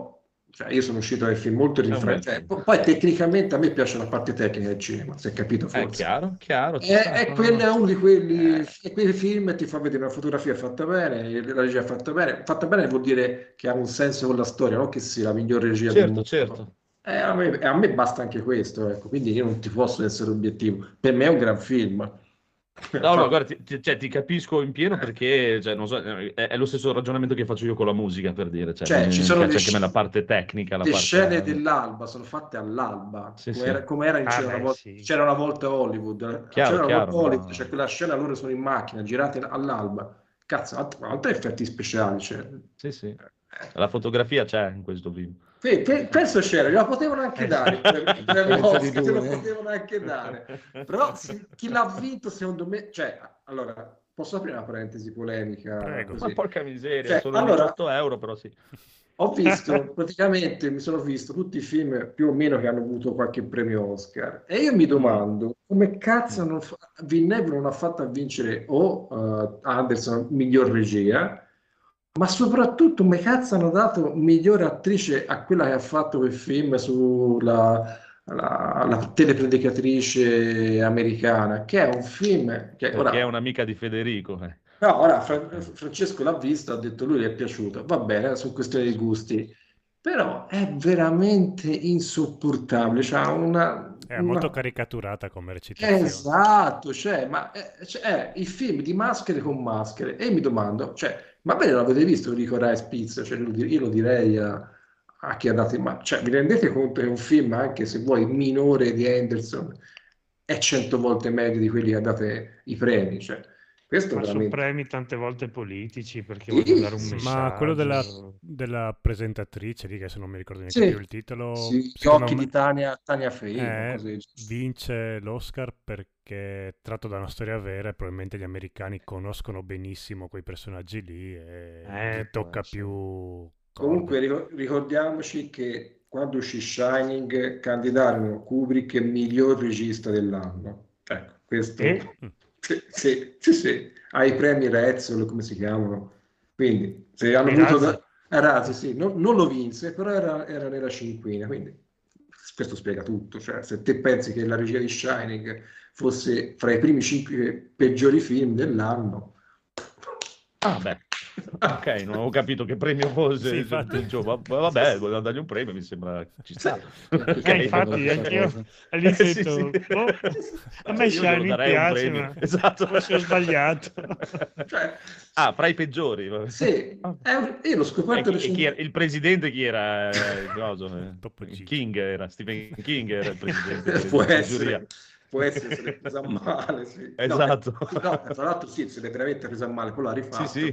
Cioè, io sono uscito dai film molto rinfrescato. Cioè, po- poi tecnicamente a me piace la parte tecnica del cinema, si è capito È forse. chiaro, chiaro, ci È, sta. è no, quello, no. è uno di quelli, Eh, è quei film che ti fa vedere una fotografia fatta bene, la regia fatta bene. Fatta bene vuol dire che ha un senso con la storia, non che sia la miglior regia del certo, mondo. certo. Eh, a me, a me basta anche questo, ecco. Quindi io non ti posso essere obiettivo. Per me è un gran film. No, no, Fa- guarda, ti, ti- cioè, ti capisco in pieno perché cioè, non so, è, è lo stesso ragionamento che faccio io con la musica, per dire. Cioè, Cioè, mi, ci mi sono piace le, anche a me la sc- parte tecnica, la le parte... scene dell'alba sono fatte all'alba, Sì, come sì. era, come era in Ah, C'era una beh, volta, sì. c'era una volta Hollywood. Chiaro, C'era una volta chiaro, Hollywood, ma... c'è quella scena, loro sono in macchina, girate all'alba. Cazzo, alt- altri effetti speciali c'è. Sì, sì. Eh. La fotografia c'è in questo film. Pe- pe- Penso c'era, gliela potevano anche Eh, dare, il premio- il premio Differenza di Oscar, ce lo due. potevano anche dare. Però sì, chi l'ha vinto secondo me, cioè, allora, posso aprire una parentesi polemica Prego. Ma così? porca miseria, Cioè, sono allora, diciotto euro, però sì. ho visto, praticamente mi sono visto tutti i film più o meno che hanno avuto qualche premio Oscar e io mi domando come cazzo non fa- Villeneuve non ha fatto a vincere o eh, Anderson miglior regia, ma soprattutto come cazzo hanno dato miglior attrice a quella che ha fatto quel film sulla la, la telepredicatrice americana, che è un film che Perché ora è un'amica di Federico. eh. no, ora Fra- Francesco l'ha visto, ha detto lui gli è piaciuto, va bene, sono questioni di gusti, però è veramente insopportabile, c'ha una, È molto una- caricaturata come recitazione. Esatto, cioè, ma è, cioè, è il film di maschere con maschere e mi domando, cioè, ma bene l'avete visto Rico Rice Pizza? Cioè, io lo dir- io lo direi a, a chi ha dato in mano, cioè, vi rendete conto che un film, anche se vuoi minore di Anderson, è cento volte meglio di quelli che ha dato i premi, cioè, questo Ma sono veramente... premi tante volte politici perché Sì, vogliono dare un sì. Ma quello della, messaggio. della presentatrice lì, che se non mi ricordo neanche Sì, più il titolo, sì, gli secondo occhi me di Tania, Tania Fey, eh, qualcosa del genere. vince l'Oscar perché è tratto da una storia vera e probabilmente gli americani conoscono benissimo quei personaggi lì e Eh, gli tocca può essere. più Comunque corde. ricor- ricordiamoci che quando uscì Shining candidarono Kubrick miglior regista dell'anno. Ecco, questo E Mm. sì, sì, sì, sì, ai premi Rezzol, come si chiamano. Quindi, se hanno e avuto Razzi, da... eh, Razzi, sì, non, non lo vinse, però era, era nella cinquina, quindi questo spiega tutto. Cioè, se te pensi che la regia di Shining fosse fra i primi cinque peggiori film dell'anno, Ah, beh. Ok, non avevo capito che premio fosse. Sì, infatti. Dicevo, va- vabbè, volevo dargli un premio, mi sembra ci sta. Ok. eh, infatti questa anch'io cosa. all'inizio ho Eh, sì, detto, sì. "Oh, a me Io glielo Shining darei un piace, premio. ma Esatto. forse ho sbagliato." cioè, Ah, fra i peggiori. vabbè. sì, Ah. è un- io l'ho E scoperto chi, e chi era- recentemente. il presidente chi era? Eh, coso, eh? Topo Gigio. King era, Stephen King era il presidente de- Può della giuria. essere, può essere, se l'è presa male, sì. No, Esatto. eh, no, tra l'altro sì, se l'è veramente presa male, poi l'ha Sì, rifatto. sì.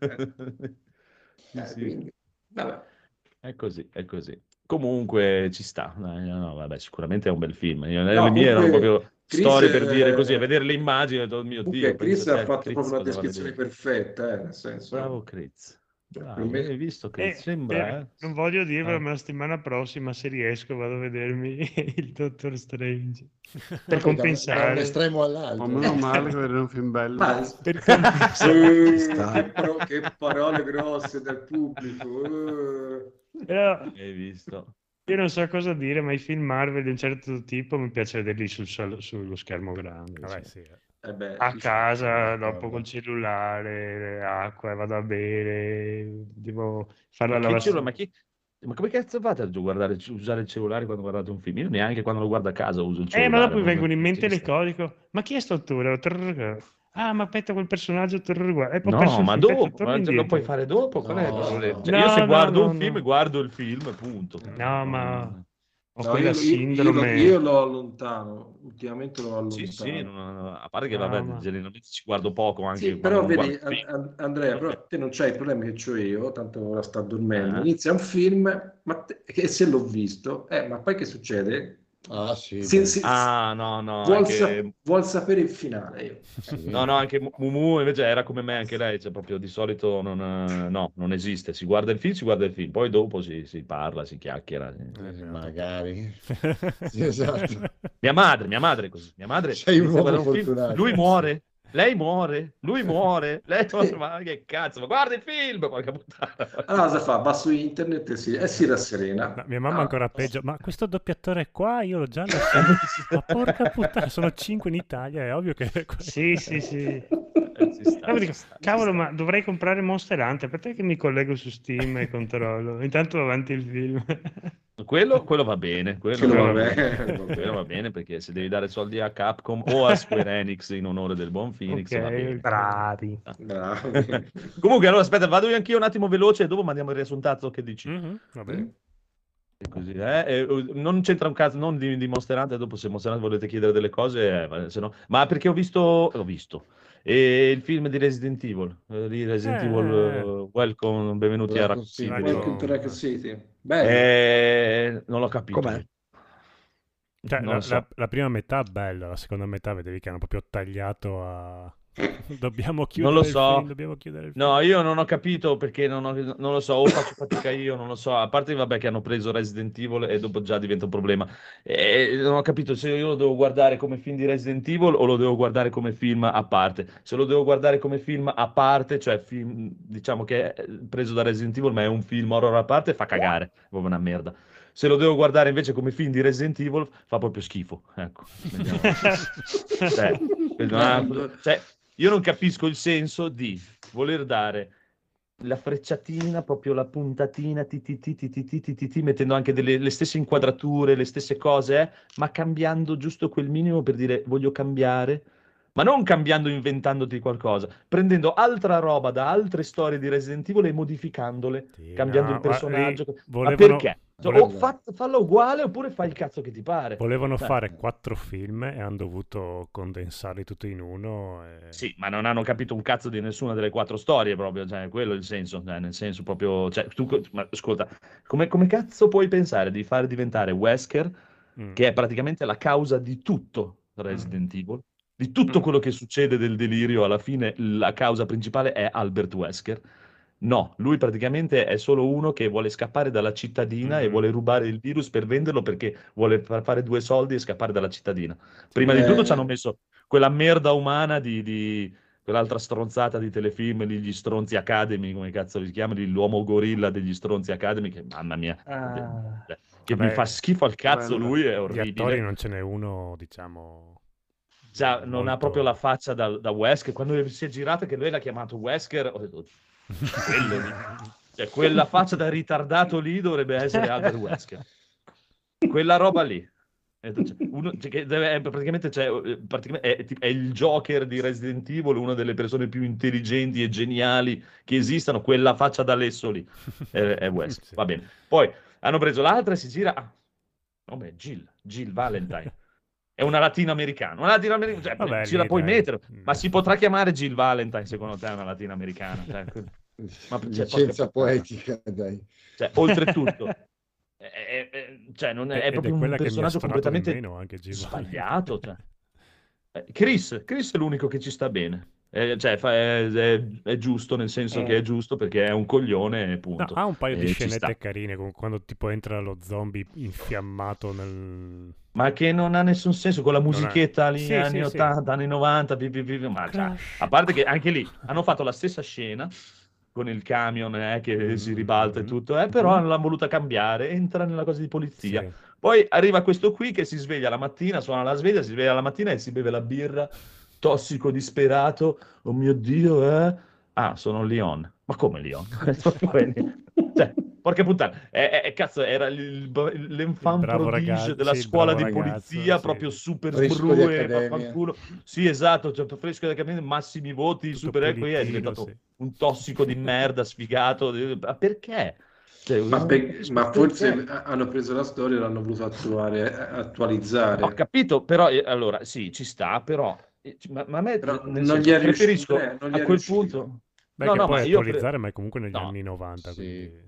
Eh, Sì, eh, sì. quindi, vabbè. È così, è così. Comunque ci sta. Dai, no, no, vabbè, sicuramente è un bel film. Io- Le No, mie erano comunque, proprio Chris, storie per dire così, a eh, vedere le immagini, ho detto, oh mio comunque Dio, Chris pensa ha te, fatto Chris proprio una cosa va a descrizione vedere. perfetta, eh, nel senso, Bravo Chris. per Bravo, me- hai visto Chris? Eh, Sembra, eh, eh? non voglio dirvelo, Eh. ma la settimana prossima, se riesco, vado a vedermi il Doctor Strange per Da un compensare. estremo O all'altro. meno male che vedere un film bello. Ma Per compensare. Eh, sta. che, pro- che parole grosse del pubblico. eh. Però Hai visto? io non so cosa dire, ma i film Marvel di un certo tipo mi piace vederli sul, sal- sullo schermo grande. Vabbè, cioè. sì. eh. Eh beh, A sì, casa, dopo Guarda. col cellulare, acqua, vado a bere, devo fare la Ma, che lavatrice. cellulare- ma, chi- ma come cazzo fate a guardare, usare il cellulare quando guardate un film? Io neanche quando lo guardo a casa uso il Eh, cellulare. ma dopo mi non- vengono in mente ci le sta. cose, dico, ma chi è sto attore? Trrr. Ah, ma aspetta, quel personaggio, trrr, guarda. E poi ho No, perso il ma film, aspetta, dopo, torna ma te lo indietro. puoi fare dopo? Qual è il No. problema? Cioè, No, io se no, guardo no, un no. film, guardo il film, punto. No, ma ho no, quella io, io- io sindrome. lo, io lo allontano, ultimamente lo allontano. Sì, sì, non- non- a parte che No, vabbè, ma- generalmente ci guardo poco anche Sì, quando però non vedi, guardo film. An- An- Andrea, però te non c'hai i problemi che ho io, tanto ora sta dormendo. Eh. Inizia un film, ma te- che se l'ho visto, eh, ma poi che succede? Ah, sì. Sì, dai. sì, Ah, no, no, vuol, anche... sa- vuol sapere il finale. Io. Sì. No, no, anche Mumu invece era come me, anche lei, cioè proprio di solito non, eh, no, non esiste, si guarda il film, si guarda il film, poi dopo si, si parla, si chiacchiera. sì. Eh, Sì, no. magari. Sì, esatto. Mia madre, mia madre è così, mia madre Sei un inizia a uomo guardare un film, fortunato. lui muore, lei muore, lui muore, lei muore, ma che cazzo, ma guarda il film, porca puttana. Allora cosa fa? Va su internet e si, e si rasserena. No, mia mamma Ah, ancora peggio, ma questo doppiatore qua io l'ho già lasciato. Ma porca puttana, sono cinque in Italia, è ovvio che... Sì, sì, sì. Eh, ci sta, Ah, ci dico, sta, ci cavolo, sta. ma dovrei comprare Monster Hunter, perché che mi collego su Steam e controllo? Intanto va avanti il film. Quello, quello va bene, quello, quello quello va va bene, bene, va quello bene. va bene perché se devi dare soldi a Capcom o a Square Enix in onore del buon Phoenix Ok, va bene. Bravi. Bravi. Comunque, allora aspetta, vado io anch'io un attimo veloce e dopo mandiamo il riassuntato. Che dici? Mhm, va bene. E così, eh? E, uh, non c'entra un caso, non di, di Monster Hunter, dopo se Monster Hunter volete chiedere delle cose, eh, ma, se no- ma perché ho visto, ho visto e il film di Resident Evil, eh, di Resident Eh, Evil, eh, eh. uh, Welcome, benvenuti a Raccoon Raccoon City. City. Welcome to Raccoon- Raccoon City. Bello. Eh, non l'ho capito. Com'è? Cioè, Non la, lo so. la- la prima metà bella, la seconda metà vedevi che hanno proprio tagliato a... Dobbiamo chiudere lo il so. film, dobbiamo chiudere il film. No, io non ho capito perché non, ho- non lo so, o faccio fatica io, non lo so, a parte vabbè che hanno preso Resident Evil e dopo già diventa un problema. E non ho capito se io lo devo guardare come film di Resident Evil o lo devo guardare come film a parte. Se lo devo guardare come film a parte, cioè film, diciamo che è preso da Resident Evil, ma è un film horror a parte, fa cagare, è proprio una merda. Se lo devo guardare invece come film di Resident Evil, fa proprio schifo. Ecco, vediamo. Cioè, Bello. cioè, io non capisco il senso di voler dare la frecciatina, proprio la puntatina, ti, ti, ti, ti, ti, ti, ti, ti, ti, mettendo anche delle, le stesse inquadrature, le stesse cose, eh, ma cambiando giusto quel minimo per dire voglio cambiare, ma non cambiando, inventandoti qualcosa, prendendo altra roba da altre storie di Resident Evil e modificandole, Sì, cambiando no, il ma personaggio. lì Ma volevano- perché? Cioè, vole- o fa- fallo uguale oppure fai il cazzo che ti pare. Volevano Cioè, fare quattro film e hanno dovuto condensarli tutti in uno. E... Sì, ma non hanno capito un cazzo di nessuna delle quattro storie proprio, cioè, quello è il senso, cioè, nel senso proprio, cioè, tu, ma, ascolta, come, come cazzo puoi pensare di fare diventare Wesker, Mm. che è praticamente la causa di tutto Resident Evil, di tutto quello che succede del delirio, alla fine la causa principale è Albert Wesker. No, lui praticamente è solo uno che vuole scappare dalla cittadina e Mhm. vuole rubare il virus per venderlo perché vuole far fare due soldi e scappare dalla cittadina. Prima di Eh, tutto ci hanno messo quella merda umana di, di- quell'altra stronzata di telefilm, lì, gli Stronzi Academy, come cazzo li chiamano, l'uomo gorilla degli Stronzi Academy, che mamma mia, Ah. cioè, che Vabbè, mi fa schifo al cazzo quello. lui, è Di attori orribile. non ce n'è uno, diciamo... Già, non ha molto- proprio la faccia da, da Wesker. Quando si è girata che lui l'ha chiamato Wesker, ho detto, quello lì. Cioè, quella faccia da ritardato lì dovrebbe essere Albert Wesker. Quella roba lì. E tu- cioè, uno- cioè, che deve- è praticamente, cioè, eh, praticamente è, è il Joker di Resident Evil, una delle persone più intelligenti e geniali che esistano. Quella faccia da lesso lì è, è Wesker. Sì. Va bene. Poi hanno preso l'altra e si gira. Ah, vabbè, Jill, Jill Valentine. È una latinoamericana. Una latinoamericana, cioè, Vabbè, ce la lì, puoi dai. mettere, Mm. ma si potrà chiamare Jill Valentine secondo te una latinoamericana? Cioè, que- ma cioè, Licenza porca puttana. poetica, dai. Cioè, oltretutto, è, è- è- cioè, non è, è Ed proprio un quella che mi ha personaggio stonato di completamente meno anche Jill sbagliato. Cioè. Eh, Chris, Chris è l'unico che ci sta bene. Eh, cioè, fa- è, è- è giusto, nel senso Eh. che è giusto perché è un coglione, e No, punto. ha un paio di E ci scenette sta. carine, come quando tipo entra lo zombie infiammato nel... Ma che non ha nessun senso con la Non ha- musichetta lì, Sì, anni sì, sì. ottanta, anni novanta, pi, pi, pi, pi, ma cioè, Crash. a parte che anche lì hanno fatto la stessa scena con il camion eh, che si ribalta e Mhm. tutto, eh, però l'hanno voluta cambiare, entra nella cosa di polizia. Sì. Poi arriva questo qui che si sveglia la mattina, suona la sveglia, si sveglia la mattina e si beve la birra, tossico, disperato, oh mio Dio, eh? Ah, sono Leon. Ma come Leon? Cioè, porca puttana, è, è- è- cazzo, era il, il- l'enfant Il bravo prodige ragazzo, della sì, il scuola bravo di ragazzo, polizia, sì. proprio super Fresco di sbrue, accademia. vaffanculo. Sì, esatto, cioè, fresco di accademia, massimi voti, Tutto super ecco, è pulitino, diventato sì. un tossico di merda, sfigato. Ma perché? Cioè, Ma, per- ma perché? forse a- hanno preso la storia e l'hanno voluto attuare, eh, attualizzare. Ho capito, però eh, allora sì, ci sta, però eh, ma, ma a me Però nel non senso, gli è preferisco riuscito, eh, non gli a è quel riuscito. punto. Beh, No, che no, puoi ma io pre- attualizzare, ma è comunque negli No. anni novanta, Sì. quindi...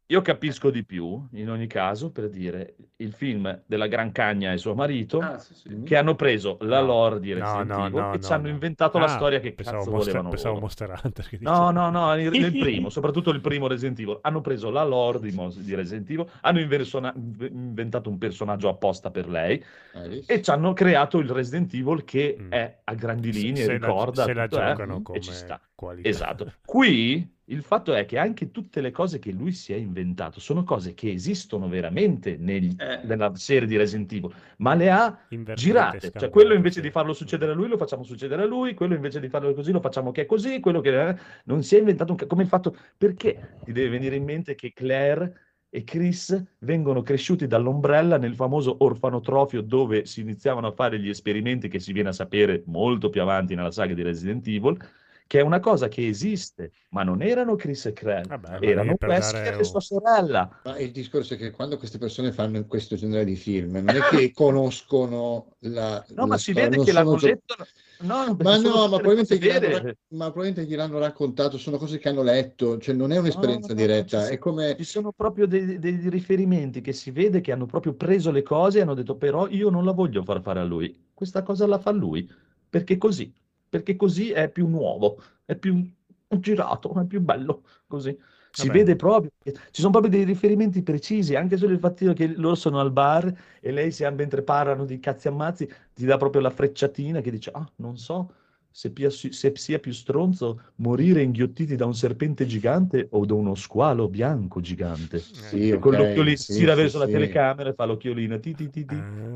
io capisco di più, in ogni caso, per dire, il film della Gran Cagna e suo marito, Ah, sì, sì. che hanno preso la No. lore di No, Resident no, Evil no, e no, ci hanno no. inventato la Ah, storia che pensavo cazzo Monster- volevano pensavo loro. Monster Hunter che No, dicevi. no, no, nel, nel primo, soprattutto il primo Resident Evil, hanno preso la lore di, Mos- di Resident Evil, hanno inversiona- inventato un personaggio apposta per lei Hai visto? e ci hanno creato il Resident Evil che Mm. è a grandi Se- linee, se la- ricorda, se la tutto, eh, giocano e ci come sta. qualità. Esatto. Qui il fatto è che anche tutte le cose che lui si è inventato sono cose che esistono veramente nel- Eh. nella serie di Resident Evil, ma le ha Invertite, girate. Cioè, scambiate, quello invece sì. di farlo succedere a lui, lo facciamo succedere a lui, quello invece di farlo così, lo facciamo che è così, quello che eh, non si è inventato un ca- come il fatto, perché ti deve venire in mente che Claire e Chris vengono cresciuti dall'Umbrella nel famoso orfanotrofio dove si iniziavano a fare gli esperimenti che si viene a sapere molto più avanti nella saga di Resident Evil, che è una cosa che esiste, ma non erano Chris e Claire, Vabbè, ma erano lì per Wesker dare e un- sua sorella. Ma il discorso è che quando queste persone fanno questo genere di film, non è che conoscono la, No, la ma si storia, vede non che sono l'hanno gio- detto. No, perché Ma sono no, ma tutte le probabilmente, cose gliel'hanno vere. rac- ma probabilmente gliel'hanno raccontato, sono cose che hanno letto, cioè non è No, un'esperienza no, no, diretta, ci, è come... ci sono proprio dei, dei riferimenti che si vede che hanno proprio preso le cose e hanno detto però io non la voglio far fare a lui, questa cosa la fa lui, perché così, perché così è più nuovo, è più girato, è più bello, così. Si Vabbè. vede proprio, ci sono proprio dei riferimenti precisi, anche solo il fatto che loro sono al bar e lei si, mentre parlano di cazzi ammazzi, ti dà proprio la frecciatina che dice, ah, non so se, pia- se sia più stronzo morire inghiottiti da un serpente gigante o da uno squalo bianco gigante. Sì, E con ok, l'occhiolino sì, si tira sì, verso la sì. telecamera e fa l'occhiolino. Ti, ti, ti, ti.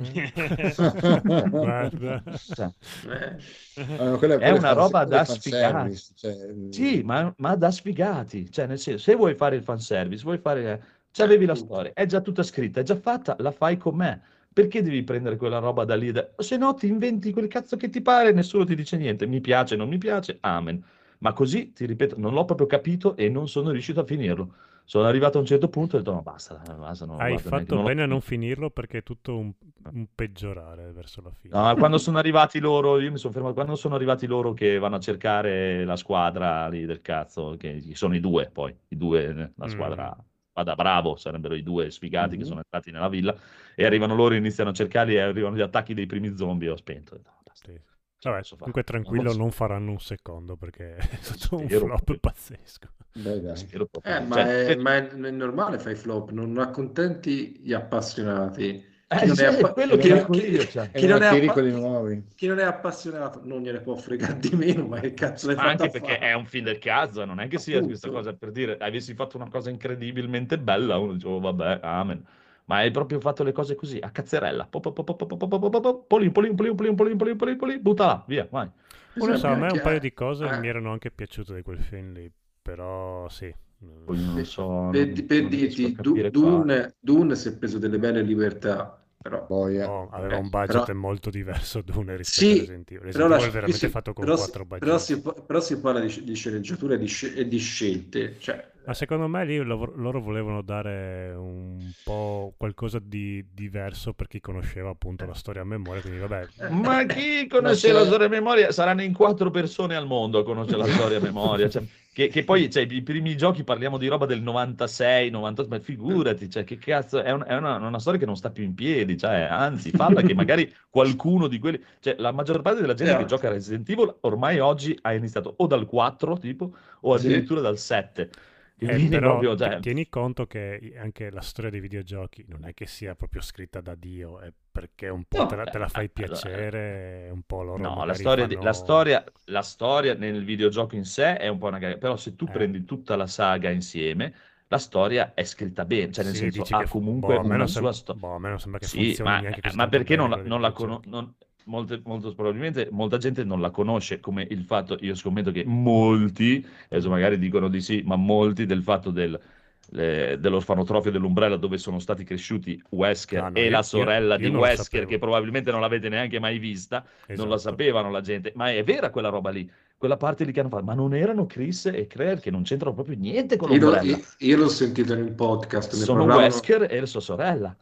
Ah, guarda. Cioè, Eh. Ah, quella- è quella una fan- roba quella da è sfigati. fanservice, cioè, Sì, ma, ma da sfigati. Cioè, nel senso, se vuoi fare il fanservice, vuoi fare... Cioè, avevi la storia, è già tutta scritta, è già fatta, la fai con me. Perché devi prendere quella roba da lì? da- Se no ti inventi quel cazzo che ti pare e nessuno ti dice niente. Mi piace, non mi piace, amen. Ma così, ti ripeto, non l'ho proprio capito e non sono riuscito a finirlo. Sono arrivato a un certo punto e ho detto no, basta, basta, non lo Hai guardo neanche, fatto non lo- bene a non finirlo perché è tutto un, un peggiorare verso la fine. No, quando sono arrivati loro, io mi sono fermato, quando sono arrivati loro che vanno a cercare la squadra lì del cazzo, che sono i due poi, i due, la squadra, vada bravo, sarebbero i due sfigati che Mhm. sono entrati nella villa, e arrivano loro, iniziano a cercarli e arrivano gli attacchi dei primi zombie, ho spento. Ho detto, no, basta, Sì. ce la Vabbè, posso fare. comunque tranquillo, Non non faranno un secondo perché è stato un Spero flop proprio. pazzesco. Beh, dai. Spero proprio. Eh, ma, Cioè, è, ma è- è normale fai flop, non accontenti gli appassionati. eh, Chi non sì, è, è appa- quello chi- che chi- dico io, cioè. E chi non non è attiri appa- quelli nuovi. chi non è appassionato non gliene può fregare di meno, ma che cazzo l'hai Ma fatto anche a perché fare? è un film del cazzo, non è che sia questa Appunto. cosa per dire, avessi fatto una cosa incredibilmente bella, uno dicevo, vabbè, amen. Ma hai proprio fatto le cose così, a cazzerella. Po- po- po- po- po- po- po- po- po- po- Polin, polin, polin, polin, polin, polin, polin, polin, buttala, via, vai. Per Non lo so, a esempio, me un anche- paio di cose eh, mi erano anche piaciute di quel film lì, però sì. Poi non lo per, so, per- non, per non riesco a dirti, Du- capire qua. Dune, Dune si è preso delle belle libertà, però... Boia. Oh, aveva Eh, un budget però- molto diverso Dune rispetto a Sì, Resident Evil. però, Resident la- Evil è veramente qui si- fatto con però si- quattro budget. però si, però si parla di, di sceneggiatura e di, sce- e di scelte, cioè... Ma secondo me lì loro, loro volevano dare un po' qualcosa di diverso per chi conosceva appunto la storia a memoria, quindi vabbè, Ma chi conosce Ma la se- storia a memoria? Saranno in quattro persone al mondo a conoscere la storia a memoria. Cioè, che, che poi, cioè, i primi giochi parliamo di roba del novantasei, novantotto, ma figurati, cioè, che cazzo, è, un- è una, una storia che non sta più in piedi, cioè, anzi, falla che magari qualcuno di quelli, cioè, la maggior parte della gente che Esatto. gioca a Resident Evil ormai oggi ha iniziato o dal quattro, tipo, o Sì. addirittura dal sette. Eh, Quindi però proprio, ti- cioè, tieni conto che i- anche la storia dei videogiochi non è che sia proprio scritta da Dio, è perché un po' No, te la, te la fai eh, allora- piacere, un po' loro No, la magari storia, di- fanno- la, storia, la storia nel videogioco in sé è un po' una cagata, però se tu Eh. prendi tutta la saga insieme, la storia è scritta bene, cioè nel Sì, senso dici ha che- comunque boh, a me una non sua sem- storia. boh, a me non sembra che Sì, funzioni ma, neanche così ma tanto perché non bene la, quella non dei la cono- videogiochi. non- molte- molto probabilmente molta gente non la conosce come il fatto, io scommetto che molti, adesso magari dicono di sì, ma molti del fatto del, le- dell'orfanotrofio dell'Umbrella dove sono stati cresciuti Wesker Ah, no, e io- la io- sorella io di non lo Wesker, sapevo. che probabilmente non l'avete neanche mai vista, non la Esatto. sapevano la gente, ma è vera quella roba lì, quella parte lì che hanno fatto, ma non erano Chris e Claire che non c'entrano proprio niente con Io, l'ho- l'Umbrella, io- io l'ho sentito in un podcast, ne sono parlavano- Wesker e la sua sorella.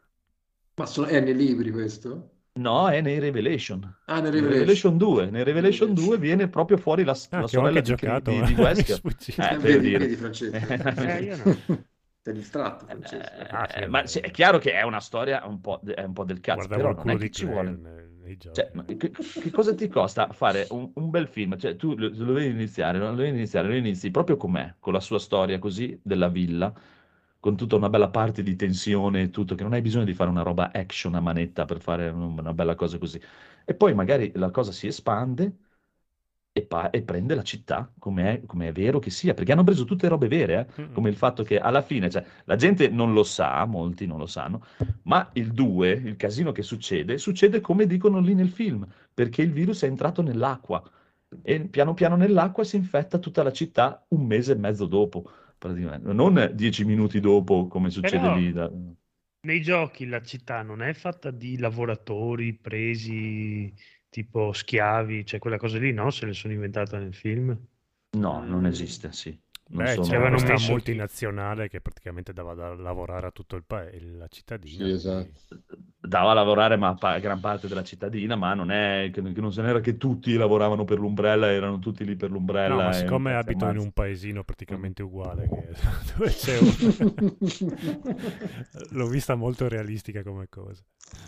Ma sono- è nei libri questo? No, è nei Revelation. Ah, nei Nei Revelation. Revelation due. Nei Revelation due viene proprio fuori la, Ah, la che ho sorella anche di, giocato, di, eh. di Mi è Wesker. sfuggito. Eh, Eh, per vedi, dire. vedi, Francesco. Eh, io no. Sei distratto, Eh, Francesco. Ah, sì, eh, è ma vero, sì, è è vero. chiaro che è una storia un po', de- è un po' del cazzo, Guardavo però il non culo è che di ci Claire vuole. nei, nei giochi. Cioè, ma che, che cosa ti costa fare un, un bel film? Cioè, tu lo, lo devi iniziare, lo devi iniziare, lo inizi proprio com'è, con la sua storia così della villa, con tutta una bella parte di tensione e tutto, che non hai bisogno di fare una roba action a manetta per fare un- una bella cosa così. E poi magari la cosa si espande e, pa- e prende la città come è, come è vero che sia, perché hanno preso tutte robe vere, eh, Mm-mm. come il fatto che alla fine, cioè, la gente non lo sa, molti non lo sanno, ma il due, il casino che succede, succede come dicono lì nel film, perché il virus è entrato nell'acqua e piano piano nell'acqua si infetta tutta la città un mese e mezzo dopo, praticamente. Non dieci minuti dopo come succede Però lì. da- nei giochi la città non è fatta di lavoratori presi tipo schiavi, cioè quella cosa lì, no? Se le sono inventata nel film. No, non Mm. esiste, sì. Non Beh, sono... c'era avevano questa messo- multinazionale che praticamente dava da lavorare a tutto il paese, la cittadina. Sì, esatto. quindi- dava a lavorare ma pa- gran parte della cittadina, ma non è che, che non se n'era che tutti lavoravano per l'Umbrella, erano tutti lì per No, l'Umbrella. ma e siccome cazzo abito in ammazza. un paesino praticamente uguale, che- dove c'è un... L'ho vista molto realistica come cosa.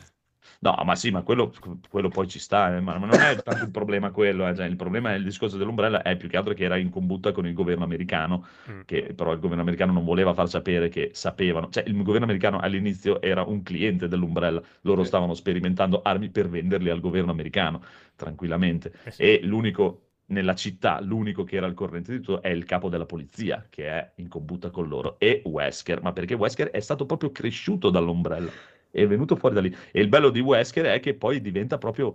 No, ma sì, ma quello, quello poi ci sta, eh, ma, ma non è tanto il problema quello, eh, cioè, il problema è il discorso dell'Umbrella, è più che altro che era in combutta con il governo americano, Mm. che però il governo americano non voleva far sapere che sapevano, cioè il governo americano all'inizio era un cliente dell'Umbrella, loro Sì. stavano sperimentando armi per venderle al governo americano, tranquillamente, Eh sì. e l'unico nella città, l'unico che era al corrente di tutto è il capo della polizia, che è in combutta con loro, e Wesker, ma perché Wesker è stato proprio cresciuto dall'Umbrella, è venuto fuori da lì. E il bello di Wesker è che poi diventa proprio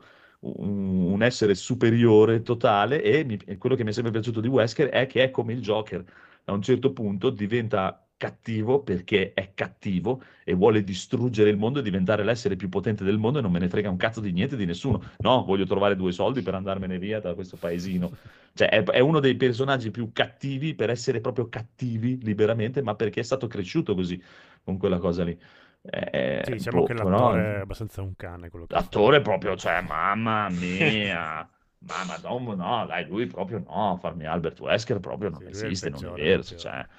un, un essere superiore totale e, mi- e quello che mi è sempre piaciuto di Wesker è che è come il Joker. A un certo punto diventa cattivo perché è cattivo e vuole distruggere il mondo e diventare l'essere più potente del mondo e non me ne frega un cazzo di niente di nessuno. No, voglio trovare due soldi per andarmene via da questo paesino. Cioè, è, è uno dei personaggi più cattivi per essere proprio cattivi liberamente, ma perché è stato cresciuto così, con quella cosa lì. Eh, Sì, diciamo boh, che però l'attore è abbastanza un cane quello che fa. l'attore proprio, cioè, mamma mia, ma madonna, no, dai, lui proprio no, farmi Albert Wesker proprio non Sì, lui è il esiste peggiore nell'universo, proprio. cioè,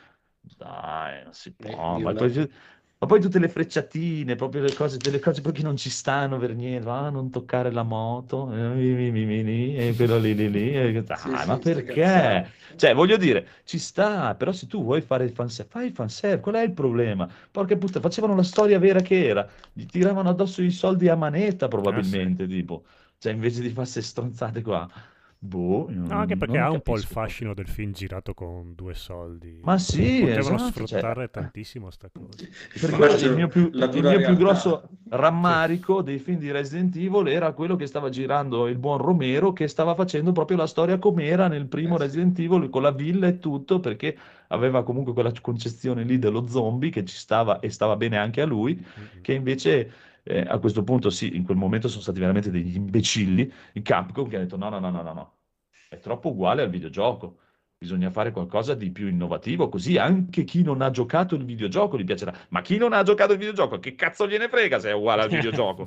dai, non si Eh, può, io ma la- poi, ma poi tutte le frecciatine, proprio le cose, delle cose proprio che non ci stanno per niente, ah, non toccare la moto, eh, mi, mi, mi, mi, mi, e quello lì, lì, lì, e- dai, Sì, ma sì, ste perché? cazzate. Cioè, voglio dire, ci sta, però se tu vuoi fare il fanservice, fai il fanservice, qual è il problema? Porca puttana, facevano la storia vera che era, gli tiravano addosso i soldi a manetta Ah, sì. probabilmente, tipo, cioè invece di fare queste stronzate qua, boh, io No, anche non, perché non ha un po' il capisco. fascino del film girato con due soldi. Ma sì, Potevano esatto, cioè, sfruttare tantissimo sta cosa. per quello il mio più, La il dura mio più realtà. grosso rammarico dei film di Resident Evil era quello che stava girando il buon Romero, che stava facendo proprio la storia com'era nel primo Eh sì. Resident Evil, con la villa e tutto, perché aveva comunque quella concezione lì dello zombie che ci stava e stava bene anche a lui, Mm-mm. che invece eh, a questo punto sì, in quel momento sono stati veramente degli imbecilli, il Capcom che ha detto no, no, no, no, no, no, è troppo uguale al videogioco. Bisogna fare qualcosa di più innovativo, così anche chi non ha giocato il videogioco gli piacerà. Ma chi non ha giocato il videogioco, che cazzo gliene frega se è uguale al videogioco?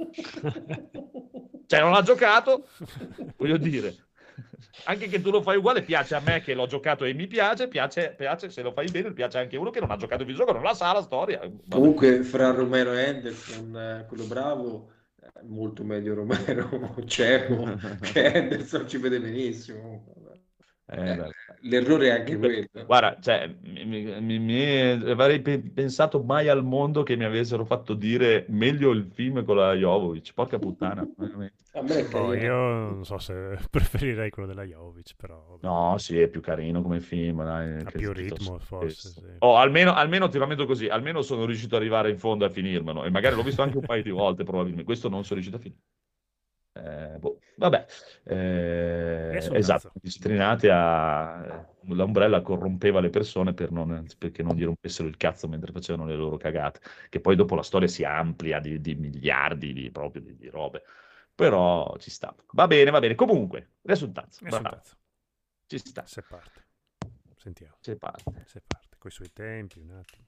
Cioè, non l'ha giocato, voglio dire. Anche che tu lo fai uguale, piace a me che l'ho giocato e mi piace, piace, piace se lo fai bene, piace anche a uno che non ha giocato il videogioco, non la sa la storia. Vabbè. Comunque, fra Romero e Henderson, eh, quello bravo, eh, molto meglio Romero, cieco, che Henderson ci vede benissimo. Eh, Eh, dai. l'errore è anche Comunque, quello. guarda, cioè, mi, mi- mi- mi- avrei pe- pensato mai al mondo che mi avessero fatto dire meglio il film con la Jovovic. Porca puttana, veramente. A me è Boh, carino. io non so se preferirei quello della Jovic, però vabbè. No, sì, è più carino come film, dai, Ha che- più piuttosto ritmo, che forse, questo. sì. Oh, almeno, almeno ti lamento così, almeno sono riuscito ad arrivare in fondo a finirmelo e magari l'ho visto anche un paio di volte probabilmente, questo non sono riuscito a finire. Eh, boh, vabbè, eh, Riassuntazzo. esatto, distrinati a... L'Umbrella corrompeva le persone per non, perché non gli rompessero il cazzo mentre facevano le loro cagate, che poi dopo la storia si amplia di, di miliardi di, proprio di, di robe, però ci sta. Va bene, va bene, comunque, riassuntazzo, bravo, Riassuntazzo. ci sta, Se parte. Sentiamo. ci parte. Se parte. Coi suoi tempi, un attimo.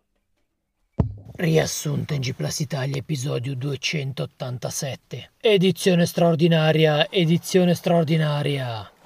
Riassunto in G Plus Italia, episodio duecentottantasette. Edizione straordinaria, edizione straordinaria.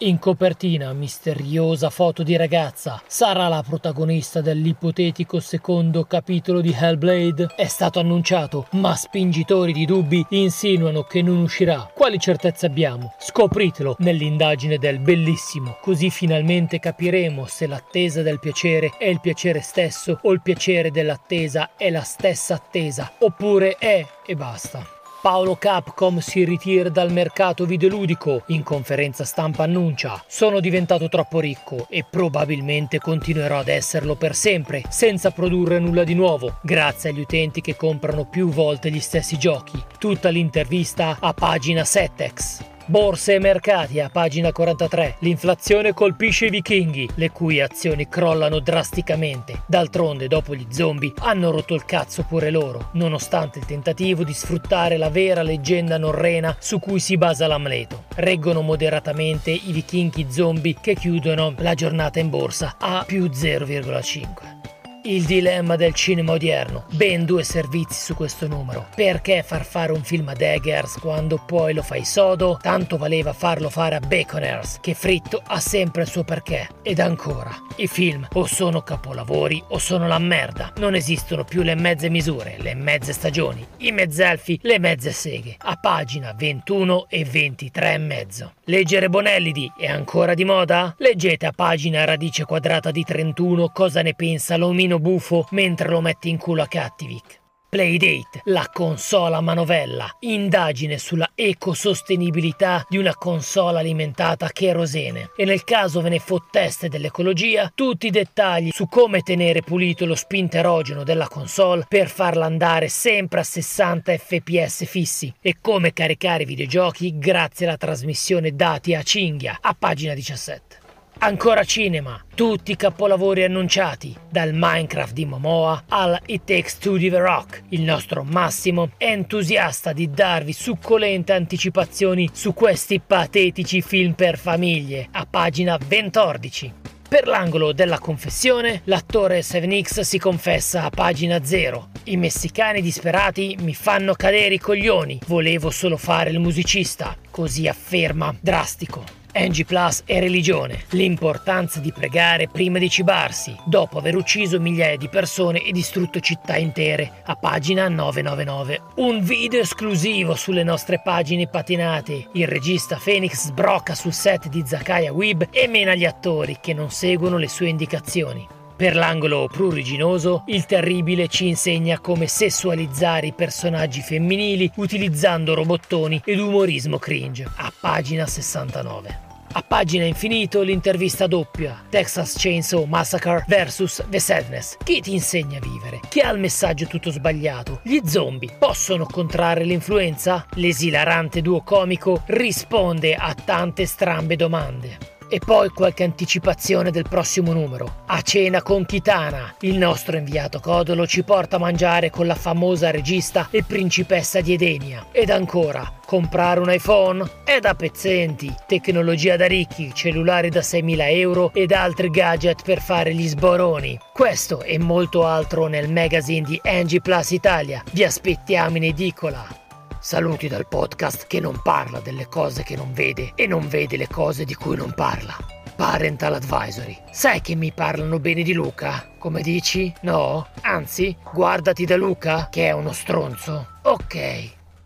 In copertina, misteriosa foto di ragazza. Sarà la protagonista dell'ipotetico secondo capitolo di Hellblade? È stato annunciato, ma spingitori di dubbi insinuano che non uscirà. Quali certezze abbiamo? Scopritelo nell'indagine del Bellissimo, così finalmente capiremo se l'attesa del piacere è il piacere stesso o il piacere dell'attesa è la stessa attesa, oppure è e basta. Paolo Capcom si ritira dal mercato videoludico. In conferenza stampa annuncia: sono diventato troppo ricco e probabilmente continuerò ad esserlo per sempre, senza produrre nulla di nuovo, grazie agli utenti che comprano più volte gli stessi giochi. Tutta l'intervista a pagina Settex. Borse e mercati a pagina quarantatré. L'inflazione colpisce i vichinghi, le cui azioni crollano drasticamente. D'altronde, dopo gli zombie, hanno rotto il cazzo pure loro, nonostante il tentativo di sfruttare la vera leggenda norrena su cui si basa l'Amleto. Reggono moderatamente i vichinghi zombie che chiudono la giornata in borsa a più zero virgola cinque. Il dilemma del cinema odierno. Ben due servizi su questo numero. Perché far fare un film ad Eggers quando poi lo fai sodo? Tanto valeva farlo fare a Baconers, che fritto ha sempre il suo perché. Ed ancora, i film o sono capolavori o sono la merda. Non esistono più le mezze misure, le mezze stagioni, i mezzelfi, le mezze seghe. A pagina ventuno e ventitré e mezzo. Leggere Bonellidi è ancora di moda? Leggete a pagina radice quadrata di trentuno cosa ne pensa l'omino buffo mentre lo metti in culo a Cattivic. Playdate, la console a manovella, indagine sulla ecosostenibilità di una console alimentata a cherosene. E nel caso ve ne fotteste dell'ecologia, tutti i dettagli su come tenere pulito lo spinterogeno della console per farla andare sempre a sessanta effe pi esse fissi e come caricare i videogiochi grazie alla trasmissione dati a cinghia, a pagina diciassette. Ancora cinema, tutti i capolavori annunciati, dal Minecraft di Momoa al It Takes Two di The Rock. Il nostro Massimo è entusiasta di darvi succolente anticipazioni su questi patetici film per famiglie, a pagina ventordici. Per l'angolo della confessione, l'attore sette X si confessa a pagina zero. I messicani disperati mi fanno cadere i coglioni, volevo solo fare il musicista, così afferma drastico. N G Plus e religione, l'importanza di pregare prima di cibarsi, dopo aver ucciso migliaia di persone e distrutto città intere, a pagina novecentonovantanove. Un video esclusivo sulle nostre pagine patinate, il regista Phoenix sbrocca sul set di Zakaya Wib e mena gli attori che non seguono le sue indicazioni. Per l'angolo pruriginoso, il terribile ci insegna come sessualizzare i personaggi femminili utilizzando robottoni ed umorismo cringe, a pagina sessantanove. A pagina infinito l'intervista doppia, Texas Chainsaw Massacre versus The Sadness. Chi ti insegna a vivere? Chi ha il messaggio tutto sbagliato? Gli zombie possono contrarre l'influenza? L'esilarante duo comico risponde a tante strambe domande. E poi qualche anticipazione del prossimo numero. A cena con Kitana, il nostro inviato Codolo ci porta a mangiare con la famosa regista e principessa di Edenia. Ed ancora, comprare un iPhone? È da pezzenti. Tecnologia da ricchi, cellulari da seimila euro ed altri gadget per fare gli sboroni. Questo e molto altro nel magazine di N G Plus Italia. Vi aspettiamo in edicola. Saluti dal podcast che non parla delle cose che non vede e non vede le cose di cui non parla. Parental Advisory. Sai che mi parlano bene di Luca? Come dici? No? Anzi, guardati da Luca, che è uno stronzo. Ok.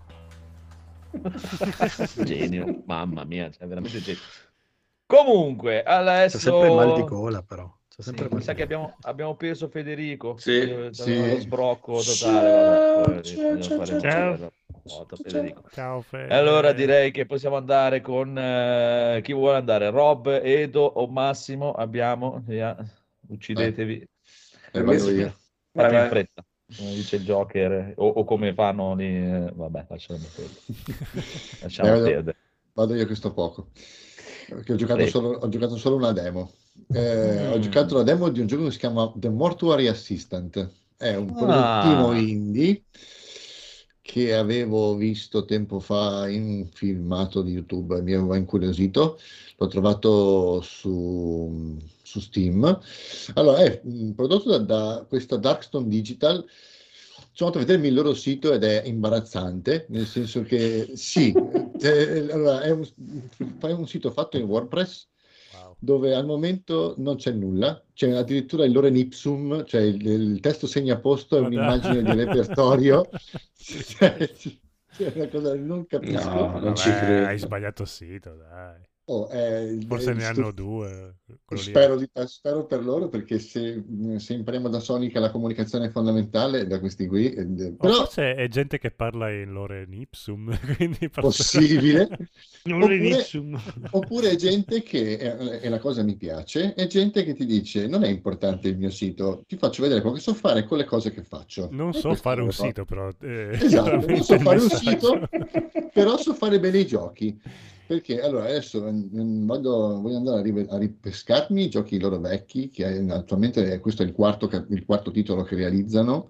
Genio, mamma mia, cioè veramente genio. Comunque, adesso... C'è sempre mal di gola, però. C'è sempre Sì, mal mi sa di che gola. abbiamo, abbiamo perso Federico. Sì, Io- sì. Lo sbrocco totale. Vabbè, poi Ciao, bisogna ciao, fare ciao, un giro. Foto, Federico. Ciao Fede. E allora direi che possiamo andare con eh, chi vuole andare, Rob, Edo o Massimo. Abbiamo, via. Uccidetevi. Eh, vado io. Fate Vai, in vai. fretta, come dice il Joker, o, o come fanno lì. eh, Vabbè, lasciamo perdere. Lasciamo Eh, vado- perdere. Vado io che sto poco. Perché ho giocato Prego. solo, ho giocato solo una demo. Eh, Ho Mm. giocato la demo di un gioco che si chiama The Mortuary Assistant. È un Ah. progettino indie che avevo visto tempo fa in un filmato di YouTube e mi aveva incuriosito. L'ho trovato su, su Steam. Allora, è mm, prodotto da, da questa Darkstone Digital, sono andato a vedermi il loro sito ed è imbarazzante, nel senso che sì, eh, allora, è un, fai un sito fatto in WordPress Wow. dove al momento non c'è nulla, c'è addirittura il lorem ipsum, cioè il, il testo segnaposto è Ma dai. un'immagine di repertorio, cioè, è una cosa che non capisco. No, non Vabbè, ci credo. hai sbagliato sito, dai. Oh, eh, Forse eh, ne sto- hanno due. Quello lì è- Spero, di- spero per loro, perché se, se impariamo da Sony che la comunicazione è fondamentale, da questi qui, eh, O però forse è gente che parla in lorem ipsum, quindi per- possibile. Non Oppure, l'inizio. oppure è gente che, e e la cosa mi piace, è gente che ti dice non è importante il mio sito, ti faccio vedere quello che so fare con le cose che faccio. Non E so questo fare è un una cosa- sito, però. eh, Esatto, non chiaramente so il fare un messaggio. sito, però so fare bene i giochi. Perché allora adesso mm, vado- voglio andare a, rive- a ripescarmi i giochi loro vecchi, che è- attualmente è- questo è il quarto, cap- il quarto titolo che realizzano.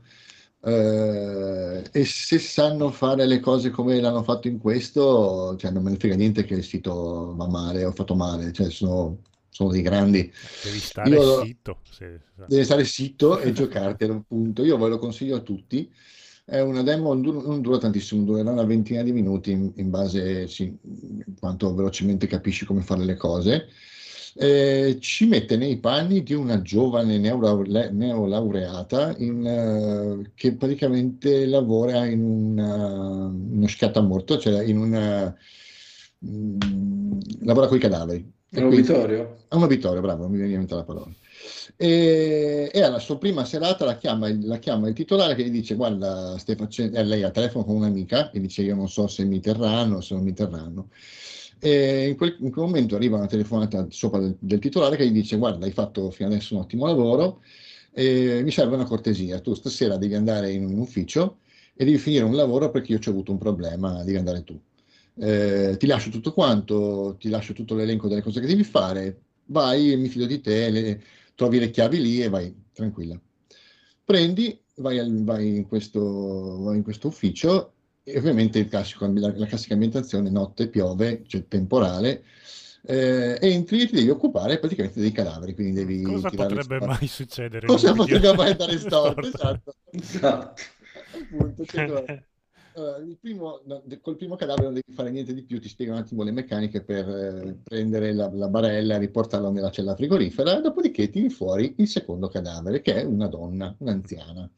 Eh, e se sanno fare le cose come l'hanno fatto in questo, cioè non me ne frega niente che il sito va male o fatto male, cioè sono, sono dei grandi. Devi stare Io zitto. se- devi stare zitto e giocartelo, appunto. Io ve lo consiglio a tutti. È una demo, non dura, non dura tantissimo, durerà una ventina di minuti in, in base sì, quanto velocemente capisci come fare le cose. Eh, ci mette nei panni di una giovane neolaure- neolaureata in, eh, che praticamente lavora in una- uno schiattamorto, cioè in una, mm, lavora con i cadaveri. E Un quindi- obitorio? a un obitorio, bravo, non mi viene in mente la parola. E, e alla sua prima serata la chiama, il- la chiama il titolare che gli dice: Guarda, stai facendo, e lei al telefono con un'amica e dice: Io non so se mi terranno o se non mi terranno. E in quel, in quel momento arriva una telefonata sopra del, del titolare che gli dice: Guarda, hai fatto fino adesso un ottimo lavoro, e mi serve una cortesia. Tu stasera devi andare in un ufficio e devi finire un lavoro perché io ci ho avuto un problema, devi andare tu. Eh, ti lascio tutto quanto, ti lascio tutto l'elenco delle cose che devi fare, vai, mi fido di te, le- trovi le chiavi lì e vai tranquilla. Prendi, vai, al- vai in questo, vai in questo ufficio e ovviamente il classico- la, la classica ambientazione, notte, piove, c'è temporale, eh, entri e ti devi occupare praticamente dei cadaveri, quindi devi Cosa tirare potrebbe storte. mai succedere? in Cosa un video- potrebbe mai andare storto? storto? Esatto. Appunto, cioè, allora, il primo, no, de- col primo cadavere non devi fare niente di più, ti spiego un attimo le meccaniche per eh, prendere la, la barella e riportarla nella cella frigorifera, dopodiché tiri fuori il secondo cadavere, che è una donna, un'anziana.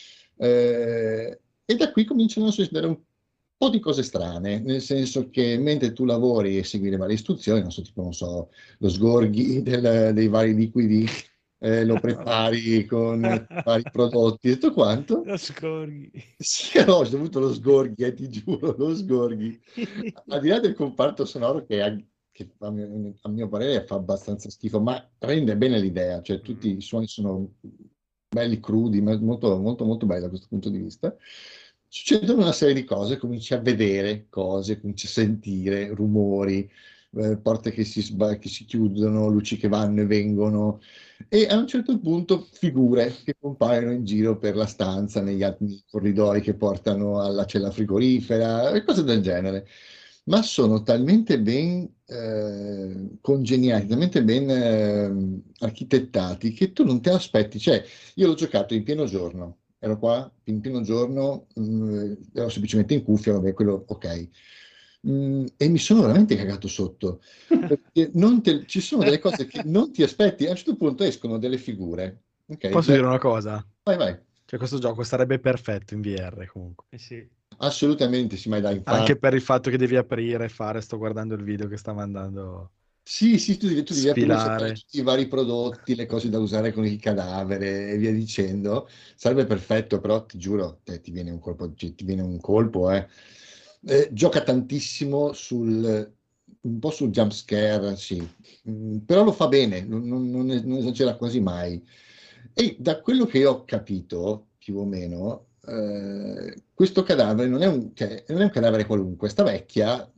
Eh, e da qui cominciano a succedere un po' di cose strane, nel senso che mentre tu lavori e segui le varie istruzioni, non so, tipo, non so, lo sgorghi del- dei vari liquidi, eh, lo prepari con vari prodotti e tutto quanto. Lo scorghi. Sì, no, ho dovuto lo sgorghi, eh, ti giuro, lo sgorghi. Al di là del comparto sonoro che, a, che a mio, a mio parere fa abbastanza schifo, ma rende bene l'idea, cioè tutti i suoni sono belli crudi, ma molto, molto, molto belli da questo punto di vista. Succedono una serie di cose, cominci a vedere cose, cominci a sentire rumori, eh, porte che si, sba- che si chiudono, luci che vanno e vengono, e a un certo punto figure che compaiono in giro per la stanza, negli altri corridoi che portano alla cella frigorifera e cose del genere. Ma sono talmente ben eh, congeniati, talmente ben eh, architettati che tu non te l'aspetti. Cioè, io l'ho giocato in pieno giorno, ero qua in pieno giorno, mh, ero semplicemente in cuffia, vabbè, quello ok. Mm, e mi sono veramente cagato sotto, perché non te- ci sono delle cose che non ti aspetti. A un certo punto escono delle figure. Ok, Posso beh, dire una cosa? vai, vai. Cioè, questo gioco sarebbe perfetto in V R comunque. Eh sì. Assolutamente sì, ma dai, infatti. Anche per il fatto che devi aprire e fare, sto guardando il video che sta mandando. Sì, sì, tu devi, tu devi aprire Sfilare. tutti i vari prodotti, le cose da usare con il cadavere e via dicendo. Sarebbe perfetto, però ti giuro, te, ti viene un colpo, ti ti viene un colpo, eh. Eh, gioca tantissimo sul, un po' sul jump scare, sì. Mm, però lo fa bene, non, non- non es- non esagera quasi mai. E da quello che ho capito, più o meno, eh, questo cadavere non è un, cioè, non è un cadavere qualunque, sta vecchia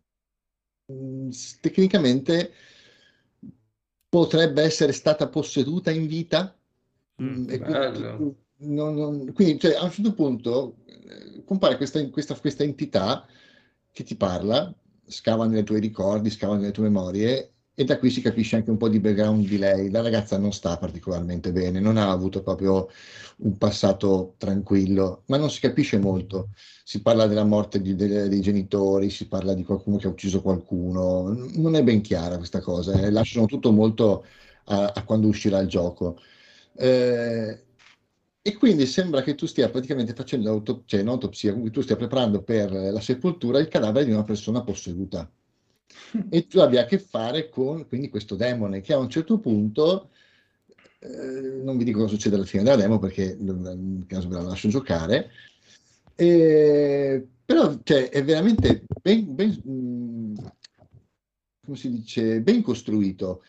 mh, s- tecnicamente potrebbe essere stata posseduta in vita. Mm. Mm, e Bello. quindi, non- non- quindi, cioè, a un certo punto eh, compare questa, questa, questa entità che ti parla, scava nei tuoi ricordi, scava nelle tue memorie e da qui si capisce anche un po' di background di lei. La ragazza non sta particolarmente bene, non ha avuto proprio un passato tranquillo, ma non si capisce molto. Si parla della morte di- delle- dei genitori, si parla di qualcuno che ha ucciso qualcuno, non è ben chiara questa cosa, eh. Lasciano tutto molto a, a quando uscirà il gioco. Eh, e quindi sembra che tu stia praticamente facendo auto- cioè, un'autopsia, comunque tu stia preparando per la sepoltura il cadavere di una persona posseduta e tu abbia a che fare con quindi questo demone che a un certo punto, eh, non vi dico cosa succede alla fine della demo perché nel caso ve la lascio giocare, eh, però cioè, è veramente ben, ben, mh, come si dice, ben costruito.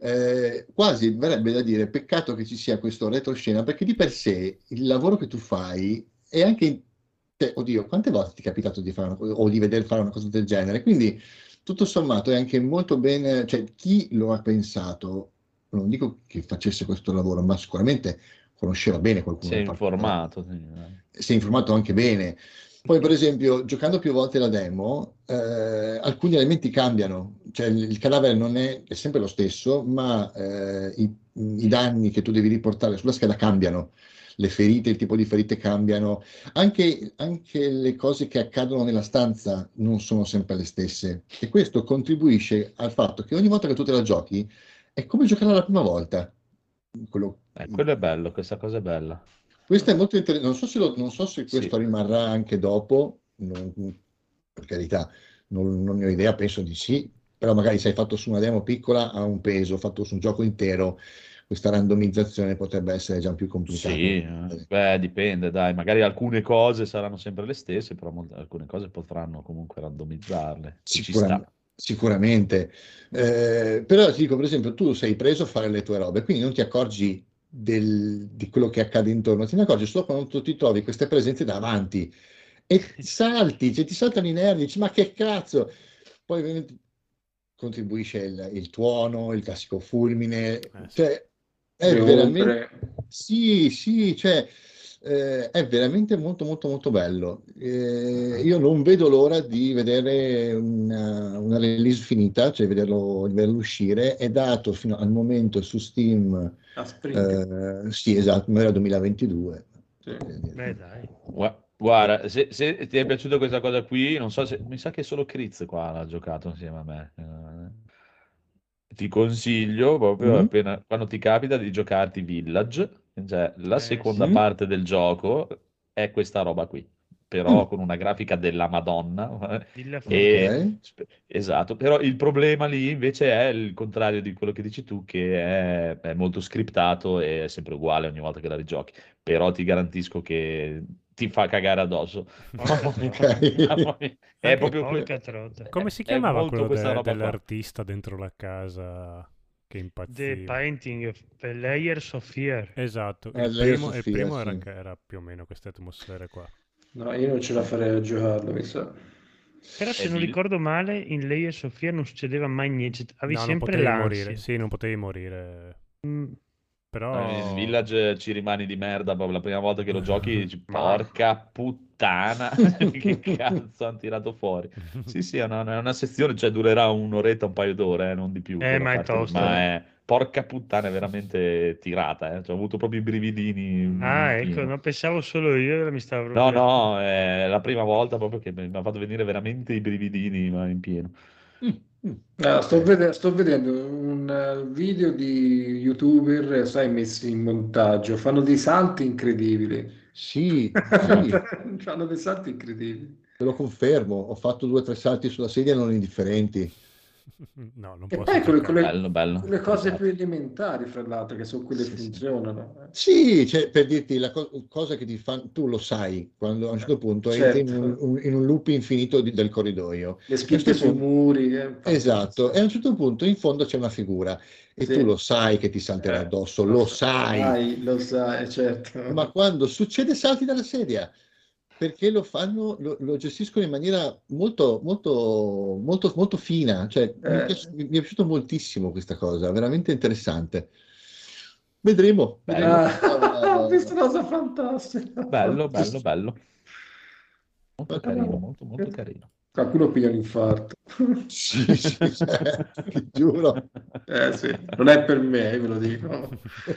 Eh, quasi verrebbe da dire peccato che ci sia questo retroscena perché di per sé il lavoro che tu fai è anche, cioè, oddio, quante volte ti è capitato di fare una cosa, o di vedere fare una cosa del genere? Quindi tutto sommato è anche molto bene, cioè chi lo ha pensato, non dico che facesse questo lavoro, ma sicuramente conosceva bene qualcuno Si è che fa questo lavoro. informato. sì, eh. Si è informato anche bene. Poi, per esempio, giocando più volte la demo, eh, alcuni elementi cambiano, cioè il, il cadavere non è, è sempre lo stesso, ma eh, i, i danni che tu devi riportare sulla scheda cambiano, le ferite, il tipo di ferite cambiano, anche, anche le cose che accadono nella stanza non sono sempre le stesse e questo contribuisce al fatto che ogni volta che tu te la giochi è come giocarla la prima volta. Quello, Eh, quello è bello, questa cosa è bella. questo è molto interessante, non so se, lo- non so se questo Sì. rimarrà anche dopo, non- per carità, non, non ne ho idea, penso di sì, però magari se hai fatto su una demo piccola ha un peso, fatto su un gioco intero, questa randomizzazione potrebbe essere già più complicata. Sì, eh, beh, dipende, dai, magari alcune cose saranno sempre le stesse, però molte- alcune cose potranno comunque randomizzarle, e ci Sicura- sta. sicuramente. Eh, però ti dico, per esempio, tu sei preso a fare le tue robe, quindi non ti accorgi del- di quello che accade intorno, ti ne accorgi solo quando tu ti trovi queste presenze davanti e salti, cioè ti saltano i nervi, dici, ma che cazzo? Poi ovviamente contribuisce il, il tuono, il classico fulmine, Eh, sì. cioè è Le veramente, ombre. sì, sì, cioè eh, è veramente molto molto molto bello. Eh, io non vedo l'ora di vedere una, una release finita, cioè vederlo, di vederlo uscire. È dato fino al momento su Steam, A spring. eh, sì, esatto, ma era duemilaventidue. Sì. Beh, dai. Gua- Guarda, se, se ti è piaciuta questa cosa qui, non so se mi sa che solo Chris qua l'ha giocato insieme a me. Eh, Ti consiglio proprio Mm? appena quando ti capita di giocarti Village, cioè la Eh, seconda sì. parte del gioco è questa roba qui, però Mm. con una grafica della Madonna. Dilla E, Ok. sp- esatto, però il problema lì invece è il contrario di quello che dici tu, che è, è molto scriptato e è sempre uguale ogni volta che la rigiochi, però ti garantisco che ti fa cagare addosso. Porca Mamma mia, trota. mamma mia. È proprio que- Porca trota. Come si è chiamava molto quello questa de- roba qua. dell'artista dentro la casa che The impazziva? Painting, The Layers of Fear. Esatto, Eh, il lei primo, il Sofia, primo era, sì. anche- era più o meno queste atmosfere qua. No, io non ce la farei a giocarlo, mi sa. Però se È non Vill- ricordo male, in Layers of Fear non succedeva mai niente. Avevi No, non sempre potevi l'ansia. morire. Sì, non potevi morire. Mm, No, in Però... Village ci rimani di merda proprio la prima volta che lo giochi dici, Ma- porca puttana, che cazzo hanno tirato fuori. Sì, sì, è una, è una sezione, cioè durerà un'oretta, un paio d'ore, eh, non di più. Eh, quella ma è parte lì, tosta. ma è, porca puttana, è veramente tirata, eh. Cioè, ho avuto proprio i brividini Ah, in ecco, pieno. no, pensavo solo io, mi stavo No, proprio... no, è la prima volta proprio che mi mi ha fatto venire veramente i brividini, ma in pieno. Mm, mm. Ah, sto, Ok. vede- sto vedendo un eh, video di YouTuber, eh, sai, messi in montaggio. Fanno dei salti incredibili. Sì, sì, Fanno dei salti incredibili. te lo confermo. Ho fatto due o tre salti sulla sedia non indifferenti. No, non E posso poi quelle, giocare. quelle- Bello, bello. quelle cose Esatto. più elementari, fra l'altro, che sono quelle che Sì, sì. funzionano. Sì, cioè, per dirti la co- cosa che ti fa, tu lo sai, quando a un certo punto entri in un, Certo. un- in un loop infinito di- del corridoio. Le E a un scritte certo sui punto- muri. eh, esatto, e fantastico. a un certo punto in fondo c'è una figura e Sì. tu lo sai che ti salterà Eh, addosso, lo lo sai, sai, lo sai, certo. ma quando succede salti dalla sedia, perché lo fanno, lo, lo gestiscono in maniera molto, molto, molto, molto fina. Cioè, mi, Eh, piace- mi- mi è piaciuto moltissimo questa cosa, veramente interessante. Vedremo, vedremo. Bello, ah, ho visto cosa- una cosa fantastica. bello, bello, Fantastica. bello. Molto carino, molto, molto carino. Qualcuno piglia un infarto. Sì, sì, cioè, ti giuro. Eh sì, non è per me, ve lo dico. No.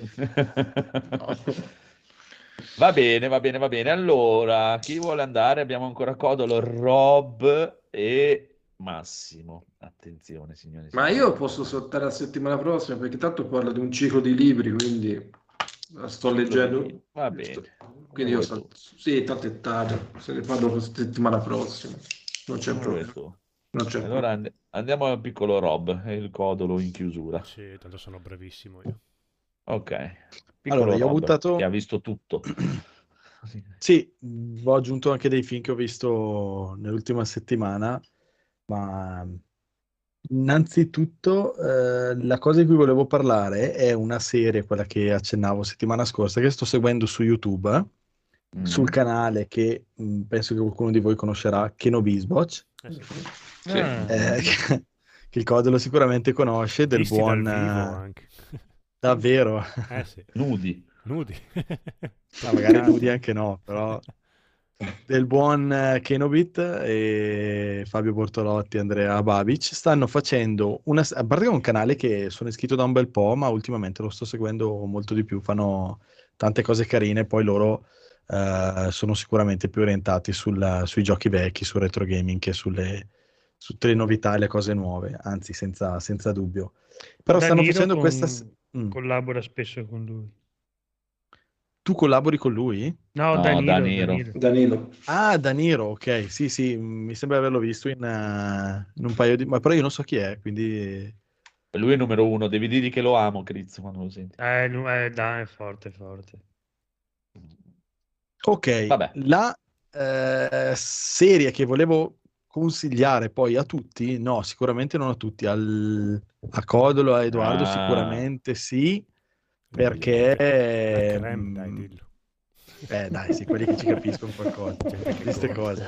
Va bene, va bene, va bene. Allora, chi vuole andare? Abbiamo ancora Codolo, Rob e Massimo. Attenzione, signori e Ma signori. io posso saltare la settimana prossima perché tanto parlo di un ciclo di libri, quindi la sto leggendo. Va bene. Quindi Come io vuoi salto. Sì, tanto è tardi, se ne parlo la settimana prossima. Non c'è Come vuoi problema. tu. Non c'è Allora problema. and- andiamo al piccolo Rob e il Codolo in chiusura. Sì, tanto sono brevissimo io. Ok. Allora, Piccolo io ho Rob, buttato... che ha visto tutto. Sì, mh, ho aggiunto anche dei film che ho visto nell'ultima settimana, ma innanzitutto eh, la cosa di cui volevo parlare è una serie, quella che accennavo settimana scorsa, che sto seguendo su YouTube, Mm. sul canale che mh, penso che qualcuno di voi conoscerà, Kenobisboch, Eh sì. Sì. Ah, eh, che, che il Codolo sicuramente conosce, del Visti dal buon... vivo eh, anche. davvero, Eh sì. Nudi. Nudi. no, magari Truccati. nudi anche no, però... del buon eh, Kenobit e Fabio Bortolotti e Andrea Babic stanno facendo una, a parte che è un canale che sono iscritto da un bel po', ma ultimamente lo sto seguendo molto di più, fanno tante cose carine, poi loro eh, sono sicuramente più orientati sul- sui giochi vecchi, sul retro gaming che sulle, su tutte le novità e le cose nuove, anzi senza, senza dubbio. Però stanno Danilo facendo con- questa... s- Mm. collabora spesso con lui. Tu collabori con lui? No, No, Danilo, Danilo. Danilo. Danilo. Ah, Danilo, ok, sì, sì, mm, mi sembra di averlo visto in, eh, in un paio di... ma però io non so chi è, quindi... Lui è il numero uno, devi dirgli che lo amo, Crizzo, quando lo senti. Eh, nu- eh, dai, è forte, forte. Ok, Vabbè. la eh, serie che volevo consigliare poi a tutti, no, sicuramente non a tutti, al, a Codolo, a Edoardo Ah. sicuramente sì, Dai, perché... La creme, dai, mm, dillo. eh dai, sì, quelli che ci capiscono qualcosa Gente di che queste conta.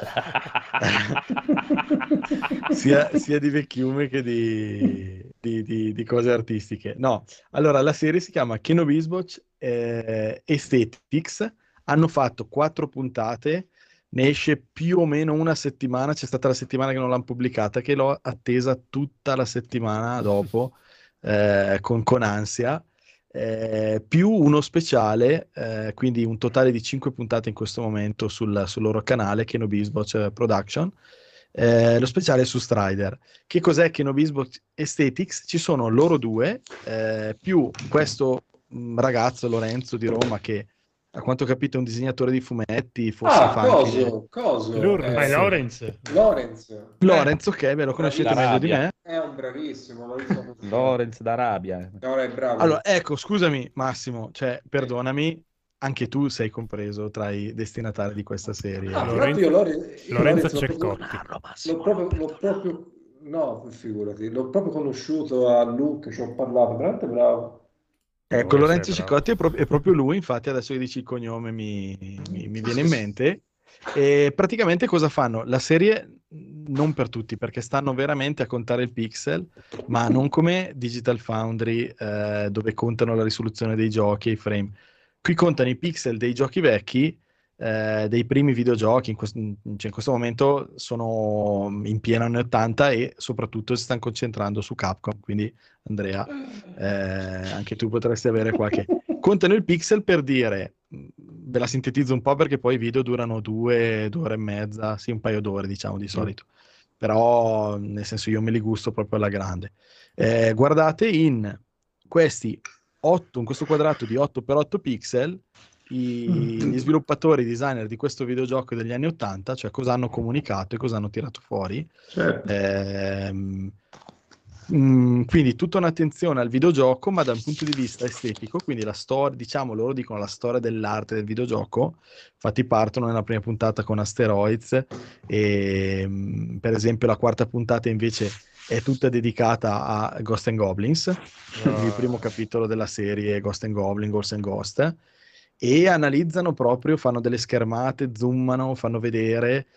cose. sia, sia di vecchiume che di, di- di- di cose artistiche. No, allora la serie si chiama Kenobisboch eh, Aesthetics. Hanno fatto quattro puntate, ne esce più o meno una settimana. C'è stata la settimana che non l'hanno pubblicata, che l'ho attesa tutta la settimana dopo eh, con, con ansia. Eh, più uno speciale, eh, quindi un totale di cinque puntate in questo momento sul, sul loro canale, Kenobisboch Production. Eh, lo speciale è su Strider. Che cos'è Kenobisboch Aesthetics? Ci sono loro due, eh, più questo mh, ragazzo Lorenzo di Roma che a quanto ho capito è un disegnatore di fumetti, forse Ah, fa anche... coso, coso. Lorenz. Ma è Eh, Lorenz. Lorenz. Lorenzo, ok, ve lo conoscete meglio di D'Arabia. me. È un bravissimo. L'ho visto questo- Lorenz d'Arabia. No, è bravo. Allora, ecco, scusami Massimo, cioè, perdonami, anche tu sei compreso tra i destinatari di questa serie. Ah, Lorenzo- tra l'altro io Lore- io Lorenzo Lorenz l'ho proprio- Ceccotti. L'ho proprio, l'ho proprio, no, figurati, l'ho proprio conosciuto a Luke, ci ho parlato, veramente bravo. Ecco, Può Lorenzo essere bravo. Ciccotti è, pro- è proprio lui, infatti adesso che dici il cognome mi, mi- mi viene in mente. E praticamente cosa fanno? La serie non per tutti, perché stanno veramente a contare il pixel, ma non come Digital Foundry, eh, dove contano la risoluzione dei giochi e i frame. Qui contano i pixel dei giochi vecchi, eh, dei primi videogiochi, in, quest- cioè in questo momento sono in piena anni ottanta e soprattutto si stanno concentrando su Capcom, quindi Andrea, eh, anche tu potresti avere qualche... Contano il pixel per dire, mh, ve la sintetizzo un po' perché poi i video durano due, due ore e mezza, sì, un paio d'ore diciamo di solito, però nel senso io me li gusto proprio alla grande. Eh, guardate in questi otto, in questo quadrato di otto per otto pixel, i- gli sviluppatori, i designer di questo videogioco degli anni ottanta, cioè cosa hanno comunicato e cosa hanno tirato fuori. Certo. Ehm, mm, quindi tutta un'attenzione al videogioco, ma da un punto di vista estetico, quindi la storia, diciamo, loro dicono la storia dell'arte del videogioco. Infatti partono nella prima puntata con Asteroids e mm, per esempio la quarta puntata invece è tutta dedicata a Ghost and Goblins, il primo capitolo della serie Ghost and Goblin, Ghost and Ghost, e analizzano proprio, fanno delle schermate, zoomano, fanno vedere,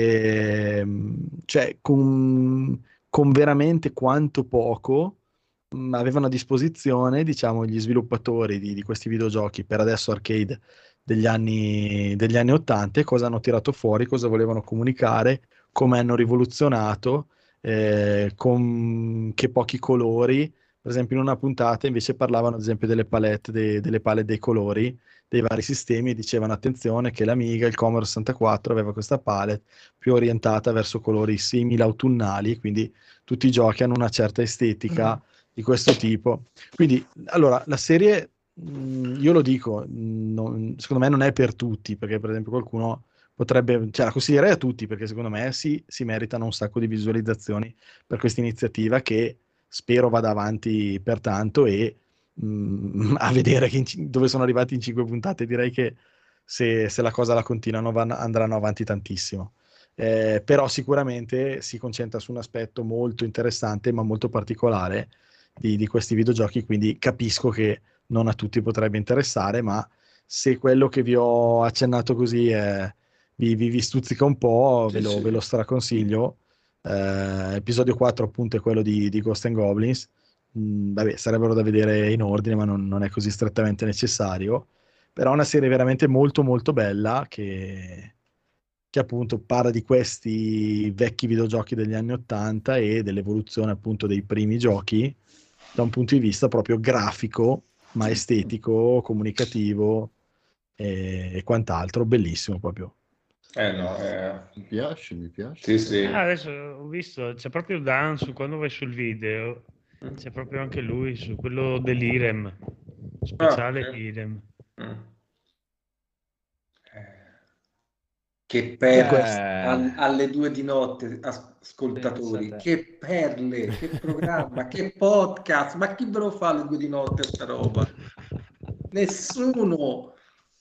ehm, cioè con, con veramente quanto poco mh, avevano a disposizione, diciamo, gli sviluppatori di, di questi videogiochi, per adesso arcade, degli anni, degli anni ottanta e cosa hanno tirato fuori, cosa volevano comunicare, come hanno rivoluzionato, eh, con che pochi colori. Per esempio in una puntata invece parlavano ad esempio delle palette, de- delle palette dei colori dei vari sistemi e dicevano attenzione che l'Amiga, il Commodore sessantaquattro aveva questa palette più orientata verso colori simili autunnali, quindi tutti i giochi hanno una certa estetica di questo tipo. Quindi, allora, la serie, mh, io lo dico, mh, non- secondo me non è per tutti, perché per esempio qualcuno potrebbe, cioè la consiglierei a tutti, perché secondo me si, si meritano un sacco di visualizzazioni per questa iniziativa che spero vada avanti per tanto e mh, a vedere che in cin- dove sono arrivati in cinque puntate, direi che se, se la cosa la continuano van- andranno avanti tantissimo. Eh, però sicuramente si concentra su un aspetto molto interessante ma molto particolare di, di questi videogiochi, quindi capisco che non a tutti potrebbe interessare, ma se quello che vi ho accennato così è- vi, vi- vi stuzzica un po', Sì, ve lo, sì. ve lo straconsiglio. Eh, episodio quattro appunto è quello di, di Ghost and Goblins. Mm, vabbè, sarebbero da vedere in ordine, ma non, non è così strettamente necessario. Però è una serie veramente molto molto bella che, che appunto parla di questi vecchi videogiochi degli anni ottanta e dell'evoluzione appunto dei primi giochi da un punto di vista proprio grafico, ma estetico, comunicativo e, e quant'altro. Bellissimo proprio. Eh no, eh, Mi piace, mi piace. sì, sì. Ah, adesso ho visto, c'è proprio Dan su quando vai sul video, c'è proprio anche lui su quello dell'Irem, Ah, speciale sì. Irem. Mm. Eh, Che Comunque, perle Eh, al- alle due di notte, as- ascoltatori, pensa te. che perle, che programma, che podcast, ma chi ve lo fa alle due di notte sta roba? Nessuno.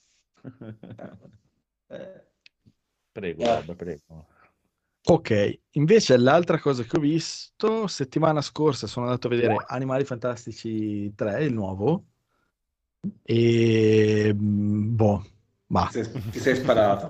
Eh, Prego, ah, Rob, prego. ok, invece l'altra cosa che ho visto, settimana scorsa sono andato a vedere Animali Fantastici tre, il nuovo, e mm, boh, ti ma sei, ti sei sparato.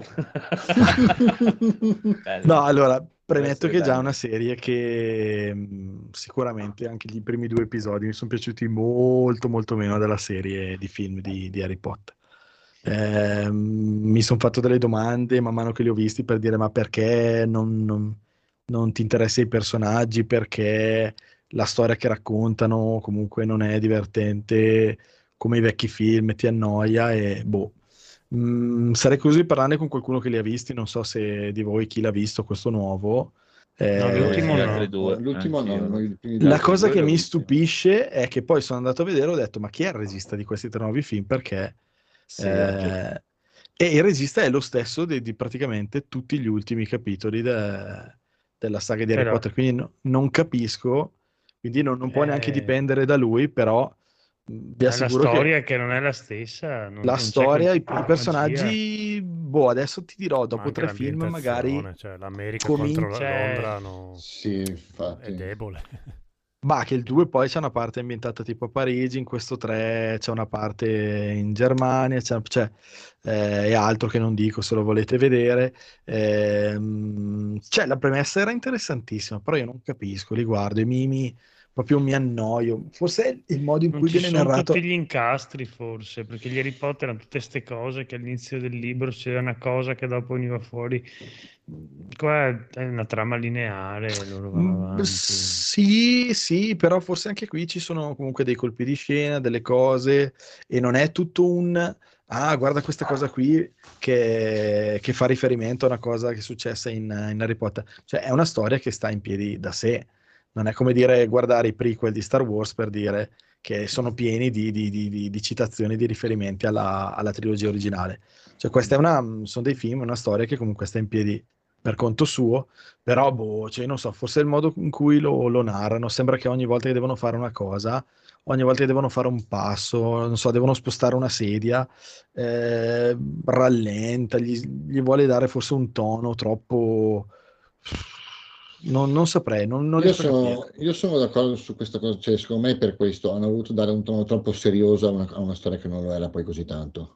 Bello. no, allora Deve premetto essere che è già bello. una serie che mh, sicuramente anche i primi due episodi mi sono piaciuti molto molto meno della serie di film di, di Harry Potter. Ehm, mi sono fatto delle domande man mano che li ho visti per dire ma perché non, non- non ti interessano i personaggi, perché la storia che raccontano comunque non è divertente come i vecchi film, ti annoia e boh. Mm, sarei curioso di parlarne con qualcuno che li ha visti, non so se di voi chi l'ha visto questo nuovo. No, Io ho visto l'ultimo gli Eh, altri no. due, L'ultimo no, anch'io. no, i primi Gli la due altri sì. cosa due che li ho mi visti. stupisce è che poi sono andato a vedere e ho detto ma chi è il regista di questi tre nuovi film? Perché Sì, anche eh, e il regista è lo stesso di, di praticamente tutti gli ultimi capitoli de- della saga di Harry Però, Potter, quindi no- non capisco, quindi non, non può neanche eh, dipendere da lui, però mh, vi ma la assicuro che storia che non è la stessa, non, la non c'è quel storia, i, tipo i di magia. personaggi, boh, adesso ti dirò, Ma dopo anche tre film magari l'ambientazione, cioè l'America contro la- cominci. C'è... Londra no- Sì, è infatti. debole. Bah, che il due poi c'è una parte ambientata tipo a Parigi, in questo tre c'è una parte in Germania, c'è, c'è, eh, e altro che non dico se lo volete vedere. Ehm, cioè, la premessa era interessantissima, però io non capisco, li guardo, i mimi proprio mi annoio. Forse è il modo in Non cui ci viene sono tutti narrato. gli incastri, forse, perché gli Harry Potter erano tutte queste cose che all'inizio del libro c'era una cosa che dopo veniva fuori. Qua è una trama lineare, loro vanno Mm, avanti. sì, sì, però forse anche qui ci sono comunque dei colpi di scena, delle cose, e non è tutto un ah, guarda questa cosa qui che, che fa riferimento a una cosa che è successa in, in Harry Potter. Cioè, è una storia che sta in piedi da sé. Non è come dire guardare i prequel di Star Wars per dire che sono pieni di, di- di- di- di citazioni, di riferimenti alla, alla trilogia originale. Cioè, questa è una, sono dei film, una storia che comunque sta in piedi per conto suo. Però, boh, cioè, non so, forse è il modo in cui lo, lo narrano. Sembra che ogni volta che devono fare una cosa, ogni volta che devono fare un passo, non so, devono spostare una sedia, eh, rallenta, gli, gli vuole dare forse un tono troppo. Non, non saprei, non, non Io riesco a capire. sono, io sono d'accordo su questa cosa, cioè, secondo me per questo hanno voluto dare un tono troppo serioso a una, a una storia che non lo era poi così tanto,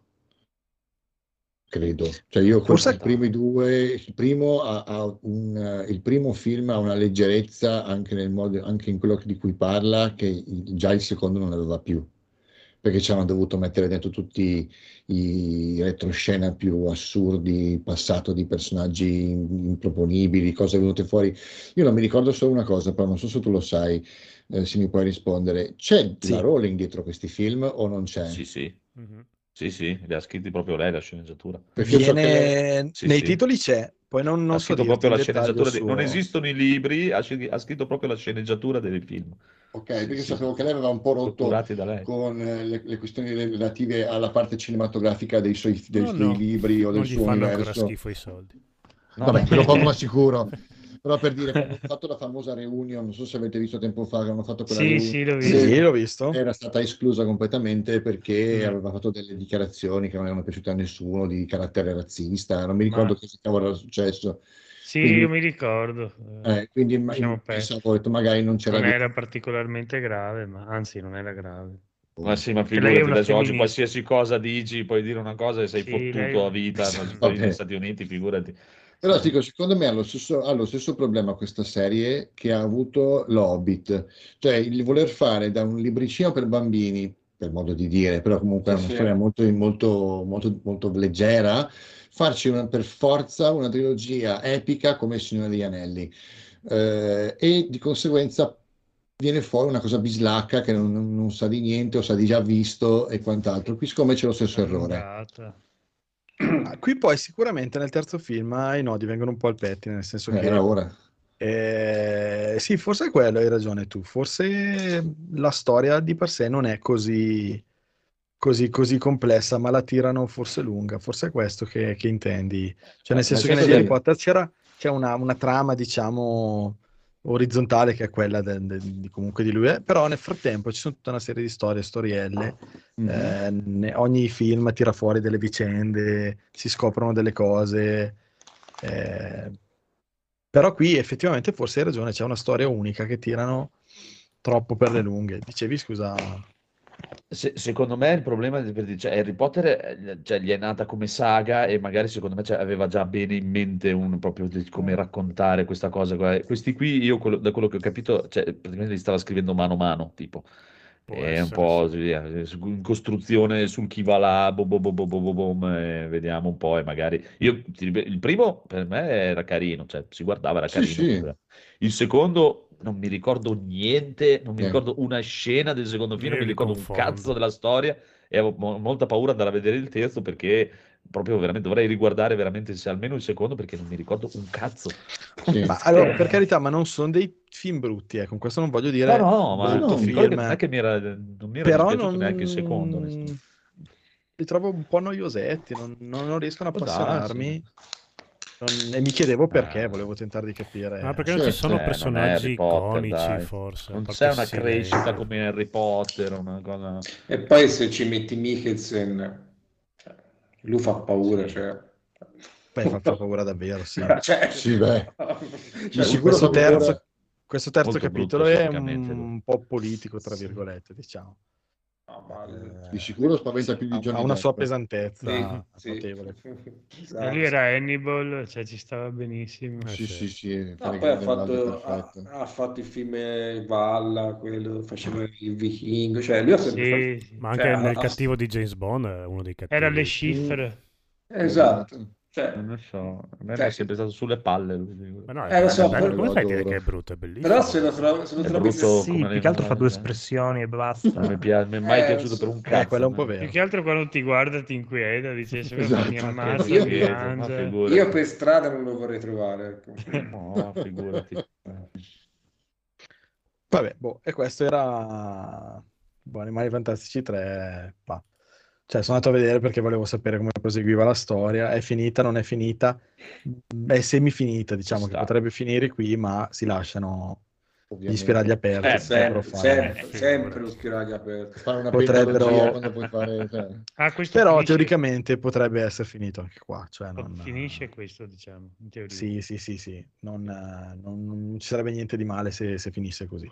credo. Cioè io que- Forse i primi due, il primo, ha, ha un, eh, il primo film ha una leggerezza anche nel modo, anche in quello di cui parla, che il- già il secondo non aveva più. perché ci hanno dovuto mettere dentro tutti i retroscena più assurdi, passato di personaggi improponibili, cose venute fuori. Io non mi ricordo solo una cosa, però non so se tu lo sai, eh, se mi puoi rispondere. C'è Sì. la Rowling dietro questi film o non c'è? Sì, sì, Mhm. sì, sì, li ha scritti proprio lei la sceneggiatura. Perché io so che lei- Viene Sì, nei sì. titoli c'è, poi non, non Ha so scritto dirti proprio in la dettaglio sceneggiatura, dei- non suo- esistono i libri, ha, sc- ha scritto proprio la sceneggiatura dei film, Ok, Sì, perché sì. sapevo che lei aveva un po' rotto curati da lei. con eh, le, le questioni relative alla parte cinematografica dei suoi, dei, No, dei no, libri o non del gli suo fanno ancora universo. schifo i soldi. No, Vabbè, no. quello poco ma sicuro. Però per dire, quando hanno fatto la famosa reunion, non so se avete visto tempo fa che hanno fatto quella Sì, reunion, sì, l'ho visto. Sì, l'ho visto. era stata esclusa completamente perché Mm. aveva fatto delle dichiarazioni che non erano piaciute a nessuno, di carattere razzista, non mi ricordo Ma- cosa cavolo era successo. Sì, Quindi- io mi ricordo. Eh, Eh, quindi ma- lasciamo perdere. pensavo, ho detto, magari non c'era Non di- era particolarmente grave, ma anzi non era grave. Ma sì, ma Che lei è figurati, una adesso oggi femminista. qualsiasi cosa dici, puoi dire una cosa e sei Sì, fottuto lei- a vita, Sì, non poi vabbè. negli Stati Uniti, figurati. Però dico, secondo me ha lo stesso, ha lo stesso problema questa serie che ha avuto l'Hobbit, cioè il voler fare da un libricino per bambini, per modo di dire, però comunque è Sì, una sì. storia molto, molto, molto, molto leggera, farci una- per forza una trilogia epica come Il Signore degli Anelli. Eh, e di conseguenza viene fuori una cosa bislacca che non, non- non sa di niente o sa di già visto e quant'altro. Qui siccome c'è lo stesso errore. Allungata. Ah, qui poi sicuramente nel terzo film i nodi vengono un po' al pettine, nel senso Eh, che era ora. eh, sì, forse è quello, hai ragione tu, forse la storia di per sé non è così, così, così complessa, ma la tirano forse lunga, forse è questo che, che intendi, cioè nel Nel senso che senso negli Harry che- Potter c'era c'è una, una trama, diciamo, orizzontale che è quella de- de- di, comunque di lui, eh, però nel frattempo ci sono tutta una serie di storie, storielle, Mhm. eh, ne- ogni film tira fuori delle vicende, si scoprono delle cose, eh, però qui effettivamente forse hai ragione, c'è una storia unica che tirano troppo per le lunghe. Dicevi, scusa, Se- secondo me il problema è per- cioè, Harry Potter eh, cioè, gli è nata come saga e magari secondo me cioè, aveva già bene in mente un, proprio di come raccontare questa cosa qua. Questi qui, io quello- da quello che ho capito, cioè, praticamente li stava scrivendo mano a mano, tipo. Può È un essere, po' sì. sì, eh, su- in costruzione sul chi va là, bo, bo, bo, bo, bo, bo, bom, e vediamo un po' e magari... Io, ti ripeto, il primo per me era carino, cioè si guardava, era Sì, carino. sì. Il secondo non mi ricordo niente, non mi Eh. ricordo una scena del secondo film, Io non mi li ricordo un confondo. cazzo della storia e avevo mo- molta paura di andare a vedere il terzo perché proprio veramente dovrei riguardare veramente se almeno il secondo perché non mi ricordo un cazzo. Sì. ma allora, per carità, ma non sono dei film brutti, eh, con questo non voglio No, dire no, ma brutto no, mi ricordo che film, non è che mi era, non mi era però dispiaciuto non... neanche il secondo, onestamente. li trovo un po' noiosetti, non, non- non riescono a Può appassionarmi. darsi. Non- e mi chiedevo perché, Eh. volevo tentare di capire. Ma perché non ci Certo. sono Eh, non è personaggi Harry Potter, iconici, dai. forse. a Non parte c'è una Silente. crescita come Harry Potter, una cosa... E poi se ci metti Mikkelsen, cioè, lui fa paura, Sì. cioè... Beh, fa, fa paura davvero, sì. Cioè, Sì, beh. cioè, Di sicuro questo fa paura. terzo, questo terzo Molto capitolo brutto è fisicamente, un, lui. un po' politico, tra Sì. virgolette, diciamo. no, ma- Eh, Di sicuro spaventa più di ha, Johnny ha una sua Depp. pesantezza sì, sì. notevole. E Esatto. lui era Hannibal, cioè ci stava benissimo. Eh, Sì, sì. sì, sì, fa No, le poi ha grandi balde fatto, ha, perfette. ha fatto il film Valla, quello faceva il vichingo, cioè lui ha sempre Sì, fatto... sì. Ma anche cioè, nel ha- cattivo di James Bond è uno dei cattivi. Era le Schiffer. Esatto, cioè, Non lo so, a me mi Cioè- è sempre stato sulle palle lui. Ma no, Eh, è, lo so, è bello. però- Come fai a dire adoro. che è brutto? È bellissimo. però se lo trovi... Se lo È trovi brutto Sì, come più che altro fa due animale, eh. espressioni e Non basta. mi, pia- mi è mai Eh, piaciuto so- per un Eh, cazzo. quello è un po' a me. vero. Più che altro quando ti guarda ti inquieta, dice se Esatto. mi Ma ammazza, che Io- mi schifo, ma mangia. figurati. Io per strada non lo vorrei trovare, ecco. No, figurati. Vabbè, boh, e questo era boh, Animali Fantastici tre. Va. Cioè, sono andato a vedere perché volevo sapere come proseguiva la storia. È finita, non è finita? È semifinita, diciamo Ci che sta. potrebbe finire qui, ma si lasciano gli Ovviamente. spiragli aperti. Eh, potrebbero Sempre, fare- sempre, Eh, sempre figurati. lo spiraglio aperto. Fare una Potrebbero- pentologia quando puoi fare... cioè, Ah, questo Però finisce, teoricamente potrebbe essere finito anche qua. Cioè, non... finisce questo, diciamo, in teoria. Sì, sì, sì, sì. Non, eh, non- non ci sarebbe niente di male se, se finisse così.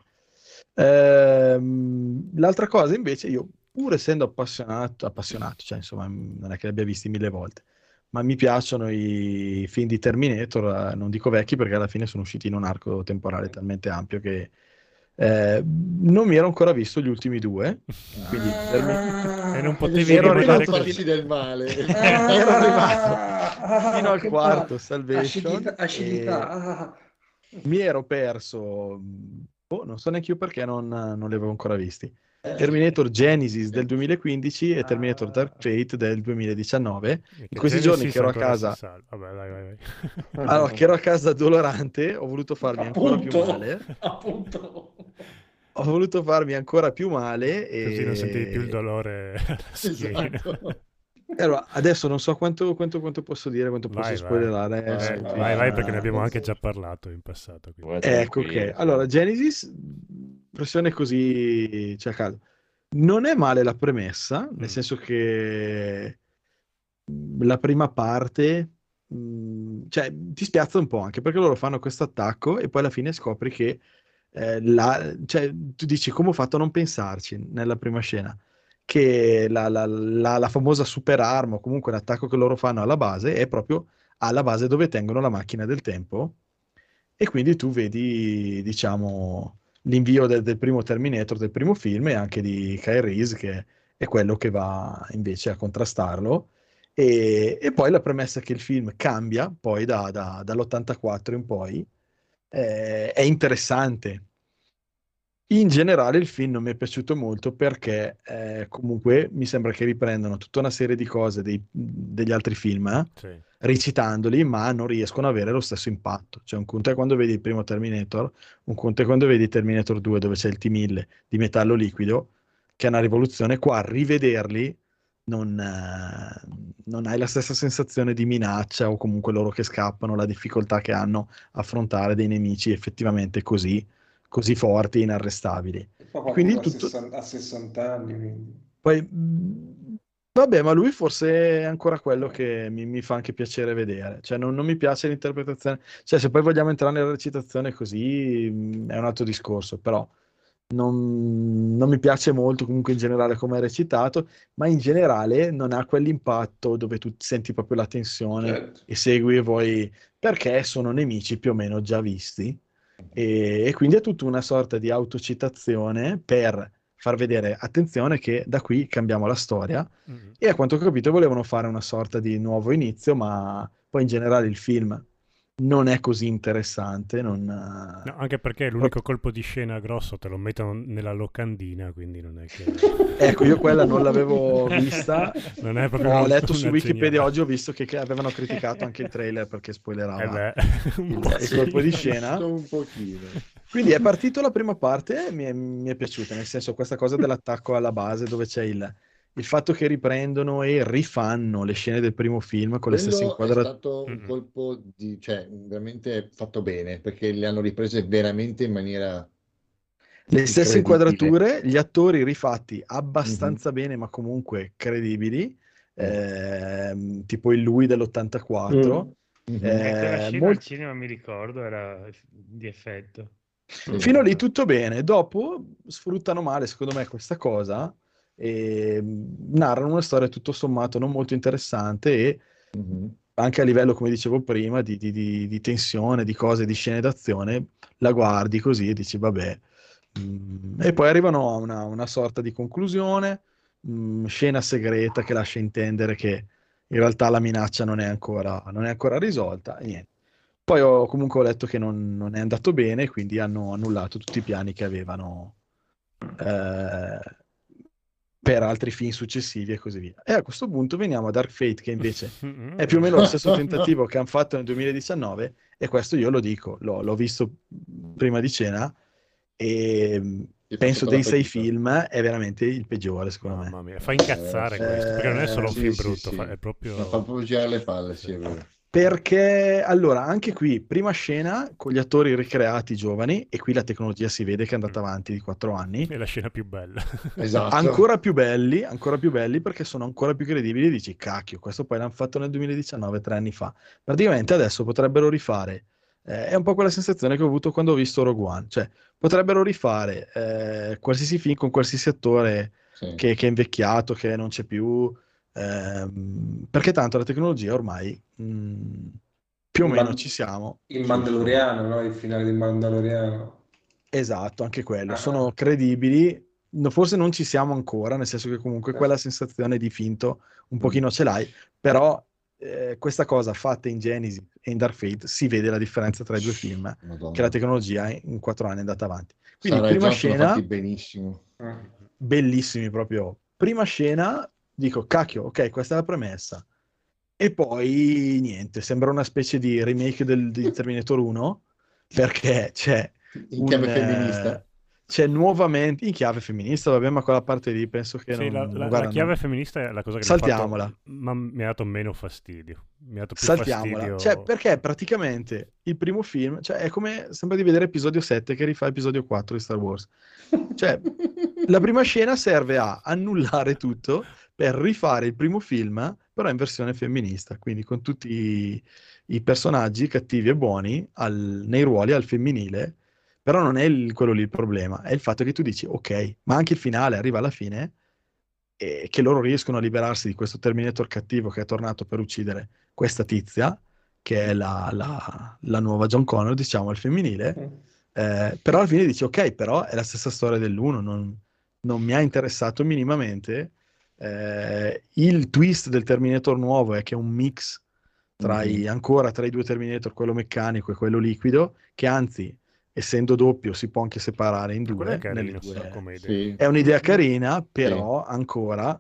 Ehm, l'altra cosa invece, io pur essendo appassionato, appassionato, cioè insomma non è che li abbia visti mille volte, ma mi piacciono i film di Terminator, eh, non dico vecchi perché alla fine sono usciti in un arco temporale talmente ampio che Eh, non mi ero ancora visto gli ultimi due, quindi per me- E non Ero potevi ero rimandare arrivato così. farci del male. ero arrivato Ah, fino al che quarto pa- Salvation acidità, acidità. e Ah. mi ero perso, boh, non so neanche io perché non, non li avevo ancora visti. Terminator Genesis del duemilaquindici e Terminator Dark Fate del duemiladiciannove. E In che questi giorni Genesis che ero a ancora si casa, salva. Vabbè, dai, vai, vai. allora, che ero a casa dolorante, ho voluto farmi ancora più Appunto, male. appunto. Ho voluto farmi ancora più male Così non sentivi più il e dolore alla schiena. Esatto. allora, adesso non so quanto, quanto, quanto posso dire, quanto posso Vai, vai. spoilerare. Vai, su- Eh, vai, vai, vai, perché ne vai. abbiamo anche già parlato in passato. quindi. Vai Ecco, tranquillo, ok. sì. Allora, Genesis, impressione così, cioè a caso. Non è male la premessa, nel Mm. senso che mh, la prima parte, mh, cioè, ti spiazza un po' anche perché loro fanno questo attacco e poi alla fine scopri che eh, la- cioè, tu dici come ho fatto a non pensarci nella prima scena, che la, la- la- la famosa super arma o comunque l'attacco che loro fanno alla base è proprio alla base dove tengono la macchina del tempo e quindi tu vedi, diciamo, l'invio del, del primo Terminator, del primo film e anche di Kyle Reese che è quello che va invece a contrastarlo. E, e poi la premessa che il film cambia poi da- da- dall'ottantaquattro in poi eh, è interessante. In generale il film non mi è piaciuto molto perché eh, comunque mi sembra che riprendono tutta una serie di cose dei- degli altri film, eh, Sì. recitandoli, ma non riescono ad avere lo stesso impatto. Cioè un conto è quando vedi il primo Terminator, un conto è quando vedi Terminator due dove c'è il T mille di metallo liquido, che è una rivoluzione. Qua a rivederli non, eh, non hai la stessa sensazione di minaccia o comunque loro che scappano, la difficoltà che hanno a affrontare dei nemici effettivamente così così forti e inarrestabili. E poi E fa quindi pure a tutto. sessanta, a sessanta anni, quindi. Poi, mh, vabbè, ma lui forse è ancora quello che mi, mi fa anche piacere vedere. Cioè, non, non mi piace l'interpretazione. Cioè, se poi vogliamo entrare nella recitazione così, mh, è un altro discorso, però non, non mi piace molto comunque in generale come è recitato, ma in generale non ha quell'impatto dove tu senti proprio la tensione Certo. e segui e vuoi, perché sono nemici più o meno già visti. E, e quindi è tutta una sorta di autocitazione per far vedere, attenzione, che da qui cambiamo la storia. Mm. E a quanto ho capito volevano fare una sorta di nuovo inizio, ma poi in generale il film non è così interessante. Non, No, anche perché l'unico colpo di scena grosso te lo mettono nella locandina, quindi non è che... Ecco, io quella non l'avevo vista. Non è proprio Ho una- letto su una Wikipedia genialata. oggi, ho visto che, che avevano criticato anche il trailer perché Eh spoilerava beh, un il, po' il sì. colpo di scena. Un pochino. Quindi è partito la prima parte, mi è, mi è piaciuta, nel senso questa cosa dell'attacco alla base dove c'è il, il fatto che riprendono e rifanno le scene del primo film con le stesse Quello è inquadrature. stato un Mm-mm. colpo di, cioè, veramente fatto bene, perché le hanno riprese veramente in maniera Le stesse incredibile. inquadrature, gli attori rifatti Mhm. abbastanza bene, ma comunque credibili, Mm. ehm, tipo il lui dell'ottantaquattro. Mhm. Eh, quella Eh, scena mol- al cinema mi ricordo era di effetto. Sì. Fino lì tutto bene, dopo sfruttano male, secondo me, questa cosa e mm, narrano una storia tutto sommato non molto interessante e Mhm. anche a livello, come dicevo prima, di, di- di- di tensione, di cose, di scene d'azione, la guardi così e dici vabbè. Mm, e poi arrivano a una, una sorta di conclusione, mm, scena segreta che lascia intendere che in realtà la minaccia non è ancora, non è ancora risolta e niente. Poi ho, comunque ho letto che non, non è andato bene, quindi hanno annullato tutti i piani che avevano eh, per altri film successivi e così via. E a questo punto veniamo a Dark Fate, che invece è più o meno lo stesso tentativo che hanno fatto nel duemiladiciannove, e questo io lo dico, l'ho, l'ho visto prima di cena e Ti è penso fatto dei sei l'appetito. film è veramente il peggiore, secondo me. Mamma mia, fa incazzare Eh, questo, perché non è solo un sì, film sì, brutto, sì. fa- è Ma fa proprio... proprio girare le palle, sì, è vero. Perché allora, anche qui, prima scena con gli attori ricreati giovani, e qui la tecnologia si vede che è andata avanti di quattro anni, È la scena più bella. Esatto. ancora più belli, ancora più belli perché sono ancora più credibili. Dici, cacchio, questo poi l'hanno fatto nel duemiladiciannove, tre anni fa. Praticamente adesso potrebbero rifare. Eh, è un po' quella sensazione che ho avuto quando ho visto Rogue One, cioè potrebbero rifare eh, qualsiasi film con qualsiasi attore Sì. che, che è invecchiato, che non c'è più, ehm, perché tanto la tecnologia ormai mh, più o Il meno Man- ci siamo. Il Mandaloriano, no? Il finale del Mandaloriano. Esatto, anche quello. Ah, Sono ah. credibili. No, forse non ci siamo ancora, nel senso che comunque quella sensazione di finto un Mm. pochino ce l'hai, però eh, questa cosa fatta in Genesis e in Dark Fate si vede la differenza tra i due film, che la Madonna. tecnologia in quattro anni è andata avanti. Quindi Sarah e prima John sono fatti scena, benissimo. Ah. bellissimi proprio. Prima scena, dico, cacchio, ok, questa è la premessa. E poi niente, sembra una specie di remake del, di Terminator uno, perché c'è In chiave un, femminista. eh, c'è nuovamente in chiave femminista, vabbè, ma quella parte lì penso che Sì, la, non, la- la guarda, chiave non- femminista è la cosa che mi ha saltiamola. fatto, ma mi ha dato meno fastidio. Mi ha dato più Saltiamola, fastidio. cioè perché praticamente il primo film, cioè è come sembra di vedere episodio sette che rifà episodio quattro di Star Wars. Cioè, la prima scena serve a annullare tutto per rifare il primo film, però in versione femminista, quindi con tutti i, i personaggi cattivi e buoni al- nei ruoli al femminile, però non è il- quello lì il problema, è il fatto che tu dici, ok, ma anche il finale arriva alla fine e che loro riescono a liberarsi di questo Terminator cattivo che è tornato per uccidere questa tizia, che è la, la- la nuova John Connor, diciamo, al femminile. Eh, però alla fine dici, ok, però è la stessa storia dell'uno, non, non mi ha interessato minimamente. Eh, il twist del Terminator nuovo è che è un mix tra i, Mhm. ancora tra i due Terminator, quello meccanico e quello liquido, che anzi, essendo doppio, si può anche separare in Quello è due, nelle carino due. come idea. Sì. È un'idea carina, però ancora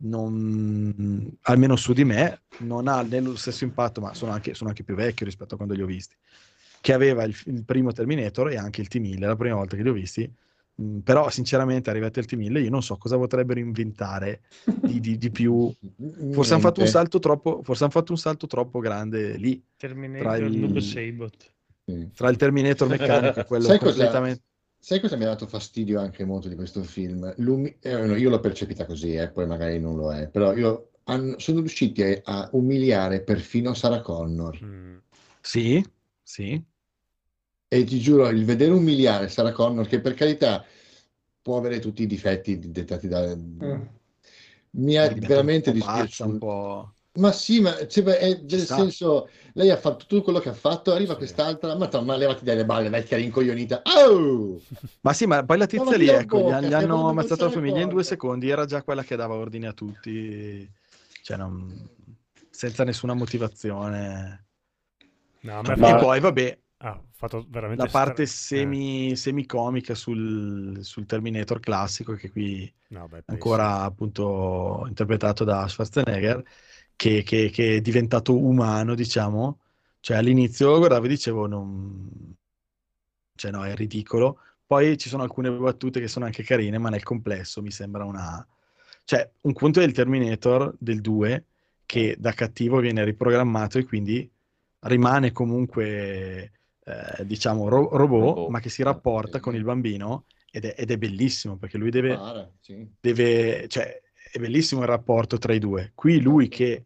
non, almeno su di me, non ha nello stesso impatto, ma sono anche, sono anche più vecchio rispetto a quando li ho visti, che aveva il, il primo Terminator e anche il T mille, la prima volta che li ho visti. Mm, però sinceramente arrivati al T mille io non so cosa potrebbero inventare di, di- di più. Forse hanno fatto un Niente. salto troppo, forse hanno fatto un salto troppo grande lì, tra Terminator Noob il, Saibot. Sì. tra il Terminator meccanico e quello Sai cosa, completamente... sai cosa mi ha dato fastidio anche molto di questo film? L'umi- eh, no, io l'ho percepita così, eh, poi magari non lo è, però io, hanno- sono riusciti a, a umiliare perfino Sarah Connor. Mm. Sì, sì. E ti giuro, il vedere umiliare Sarah Connor, che per carità può avere tutti i difetti dettati da... Mm. Mi ha Poi diventa un veramente po' pazza, un dispiaciuto. po'... Ma sì, ma cioè, beh, è- Ci nel sta. senso, lei ha fatto tutto quello che ha fatto, arriva Sì. quest'altra, ma, to- ma levati dalle balle, vecchia rincoglionita. Oh! Ma sì, ma poi la tizia Lavati lì, la ecco, gli, bocca, gli stai hanno parlando con ammazzato la Sarah famiglia in due Connor. secondi, era già quella che dava ordini a tutti, cioè non... senza nessuna motivazione. No, a me ha E Ma fatto, poi, vabbè, ha fatto veramente la parte stra- eh. semi, semicomica sul, sul Terminator classico, che qui No, beh, ancora appunto interpretato da Schwarzenegger, che, che- che è diventato umano, diciamo. Cioè all'inizio guardavo e dicevo, non... cioè no, è ridicolo. Poi ci sono alcune battute che sono anche carine, ma nel complesso mi sembra una... Cioè, un conto è il Terminator del due, che da cattivo viene riprogrammato e quindi rimane comunque, eh, diciamo, ro- robot, Robot. ma che si Ah, rapporta sì. con il bambino ed è, ed è bellissimo, perché lui deve, Pare, sì. deve... Cioè, è bellissimo il rapporto tra i due. Qui lui che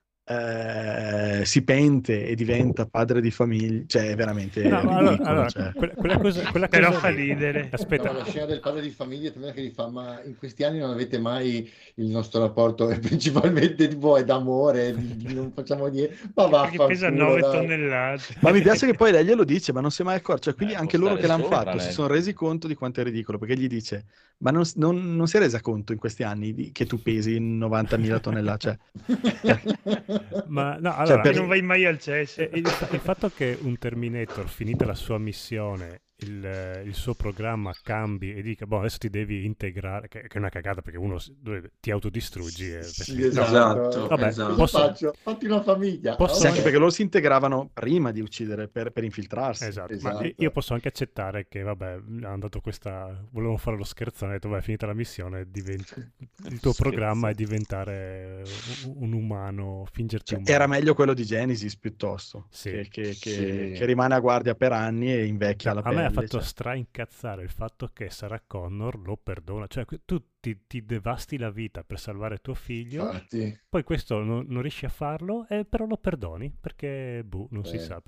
eh, si pente e diventa padre di famiglia, cioè è veramente No, ma allora, ridicolo. allora, cioè. quella, quella cosa, quella Però cosa fa lì- ridere. No, Aspetta, la scena del padre di famiglia è che gli fa, ma in questi anni non avete mai il nostro rapporto è principalmente tipo è d'amore, di- di- non facciamo niente, ma Perché pesa vaffanculo, nove dai. tonnellate. Ma mi piace che poi lei glielo dice, ma non si è mai accorto. Cioè, quindi Eh, anche può loro che stare l'hanno sopra fatto si lei. sono resi conto di quanto è ridicolo, perché gli dice, ma non, non- non si è resa conto in questi anni di- che tu pesi novantamila tonnellate? Cioè, ma no, Cioè, allora, per- E non vai mai al cesso. eh, il, il fatto che un Terminator, finita la sua missione, il, eh, il suo programma cambi e dica, boh, adesso ti devi integrare, che, che è una cagata perché uno si- dove ti autodistruggi. e- Sì, perché- esatto. Esatto, Vabbè, esatto. Cosa posso- faccio? Fatti una famiglia. posso sì, Ah, anche ok. perché loro si integravano prima di uccidere per, per infiltrarsi. Esatto, Esatto. ma io posso anche accettare che, vabbè, hanno dato questa, volevano fare lo scherzone, hanno detto, vai, finita la missione, diventi- il tuo programma è diventare un, un umano, fingerti Cioè, umano. era meglio quello di Genesis piuttosto, Sì. che, che- che- Sì. che rimane a guardia per anni e invecchia Cioè, la a me ha pelle. fatto cioè. stra-incazzare il fatto che Sarah Connor lo perdona. Cioè, que- tu ti, ti devasti la vita per salvare tuo figlio, Infatti, poi questo non, non riesci a farlo, e però lo perdoni perché, boh, non si Eh. sa perché.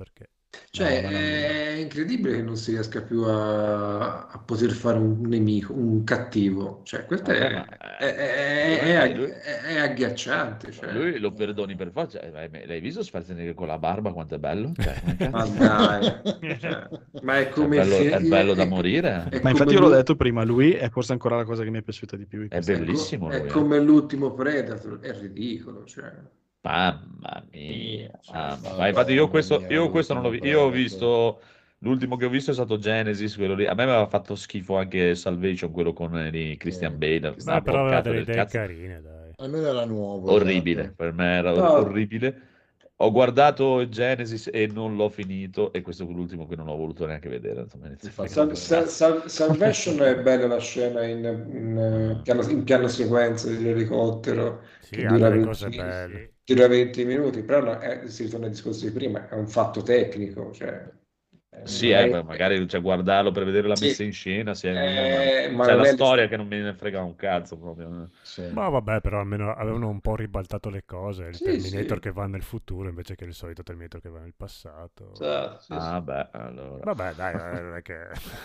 Cioè, No, ma non- è incredibile che non si riesca più a, a poter fare un nemico, un cattivo. Cioè, questo Vabbè, è, ma è- eh, è- è lui, ag- lui- è- è agghiacciante. Cioè. lui lo perdoni per forza. Eh, L'hai l'hai visto Schwarzenegger con la barba quanto è bello? Cioè, come Ma cazzo? dai, cioè, ma è È come bello, fi- è bello da è- morire. è Ma infatti come io l'ho l'u- detto prima, lui è forse ancora la cosa che mi è piaciuta di più. di È questa- è co- bellissimo è lui. eh. come l'ultimo Predator, è ridicolo. Cioè. Mamma mia, mamma. Madonna Ma infatti io questo, mia, io questo non l'ho l'ultimo visto. Io ho Predator. visto l'ultimo che ho visto è stato Genesis, quello lì. A me mi aveva fatto schifo anche Salvation, quello con eh, di Christian Sì. Bale. Ma Una però aveva boccata delle del idee cazzo. carine, dai. Almeno era nuovo, Orribile, esatto. per me era or- No, orribile. Ho guardato Genesis e non l'ho finito, e questo è l'ultimo che non ho voluto neanche vedere. Insomma, inizia a Infatti, fregare Sal- un Sal- cazzo. Sal- Salvation è bella la scena in, in, eh, piano, in piano sequenza dell'elicottero Sì, che ha dura delle venti, cose belle. dura venti minuti, però no, è- si ritorna al discorso di prima, è un fatto tecnico, cioè, eh, Sì, non eh, è, poi magari cioè, guardarlo per vedere la sì, messa in scena, sì, ma eh, ma c'è non la è storia che non me ne frega un cazzo proprio. eh. Sì. Ma vabbè, però almeno avevano un po' ribaltato le cose. Il sì, Terminator sì, che va nel futuro invece che il solito Terminator che va nel passato. esatto, sì, sì. Ah, beh, allora. Vabbè, dai, eh, non è che...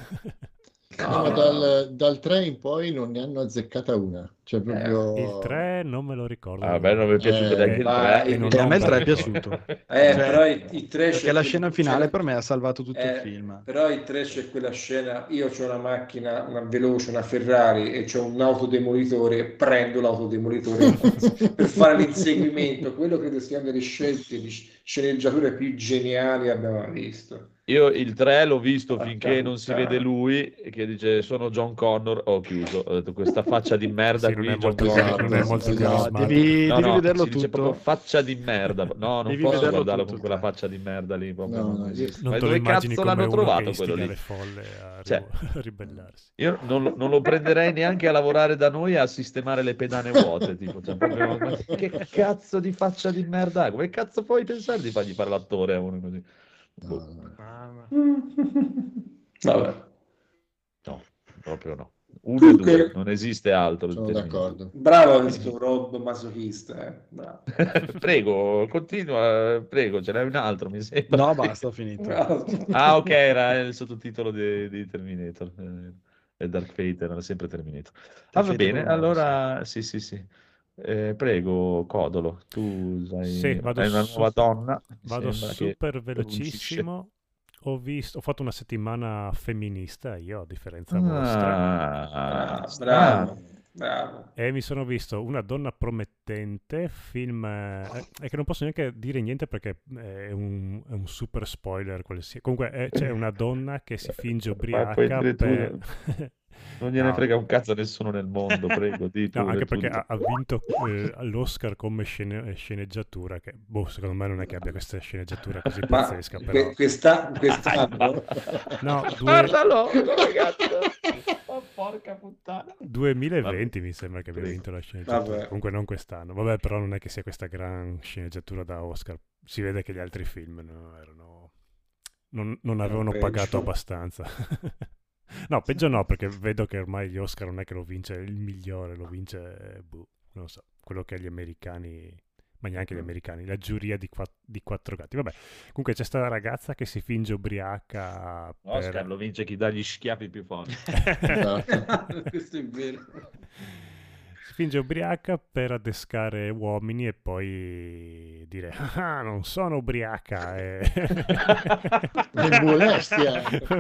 No, No, ma no, dal, dal tre in poi non ne hanno azzeccata una. Cioè, eh, Il proprio... tre non me lo ricordo. Ah, a me non mi è piaciuto Eh, neanche il ma tre. E non E a ho me un il tre è bel piaciuto. ricordo. eh, Cioè, però i, i tre perché c'è la quel- scena c'è finale la- per me ha salvato tutto il Eh, film. però in tre c'è quella scena, io ho una macchina, una veloce, una Ferrari e c'ho un autodemolitore, prendo l'autodemolitore per fare l'inseguimento. Quello credo sia una delle scelte di sceneggiature più geniali che abbiamo mai visto. Io il tre l'ho visto Porca finché non si puttana. vede lui che dice sono John Connor, ho chiuso, ho detto questa faccia di merda Sì, non qui, è John molto, Connor. non è molto Esatto. No, carismatico. devi, No, devi no, vederlo si dice proprio tutto. faccia di merda. No, non Devi posso vederlo guardarlo tutto, con quella tre. faccia di merda lì, proprio No, non no, esiste. Non Ma te lo dove immagini cazzo come l'hanno uno che trovato quello istiga lì? le folle a Cioè, ri- a ribellarsi. io non, lo- non lo prenderei neanche a lavorare da noi a sistemare le pedane vuote, tipo, cioè, proprio, ma che cazzo di faccia di merda ha? Come cazzo puoi pensare di fargli fare l'attore a uno così? Boh. No, no. Mamma. Vabbè. No, proprio no. Uno e due, Comunque, non esiste altro. il Sono Terminator. d'accordo. bravo questo Rob masochista, eh. Bravo. Prego, continua, prego, ce n'è un altro, mi sembra. No, basta, ho finito. Bravo. Ah, ok, era il sottotitolo di, di Terminator. Eh, e Dark Fate era sempre Terminator. Ah, va Fate bene, con un allora sì, sì, sì. Eh, prego, Codolo, tu sei, Sì, vado hai una nuova su- donna, mi Vado sembra, che super pronuncisce. velocissimo. Ho visto, ho fatto una settimana femminista io, a differenza vostra. Ah, Bravo, strano. bravo, bravo. E mi sono visto Una donna promettente, film eh, è che non posso neanche dire niente perché è un, è un super spoiler qualsiasi. Comunque è- c'è una donna che si finge Ma puoi ubriaca dire tu, per... non gliene No. frega un cazzo a nessuno nel mondo, prego, di No, pure anche tu, perché di- ha, ha vinto eh, l'Oscar come scene- sceneggiatura, che boh, secondo me non è che abbia questa sceneggiatura così Ma pazzesca, però... que- questa, quest'anno No, due, Guardalo, ragazzi. Oh, porca puttana. duemilaventi mi sembra che abbia Prego. vinto la sceneggiatura, Vabbè. comunque non quest'anno. Vabbè, però non è che sia questa gran sceneggiatura da Oscar. Si vede che gli altri film no, erano... non, non avevano peggio. pagato abbastanza. No, peggio no, perché vedo che ormai gli Oscar non è che lo vince il migliore, lo vince, boh, non so, quello che gli americani, ma neanche gli americani, la giuria di, qua- di quattro gatti. Vabbè, comunque c'è sta ragazza che si finge ubriaca per... Oscar lo vince chi dà gli schiaffi più forti. Esatto. Questo è vero. Si finge ubriaca per adescare uomini e poi dire ah, non sono ubriaca e... Che molestia.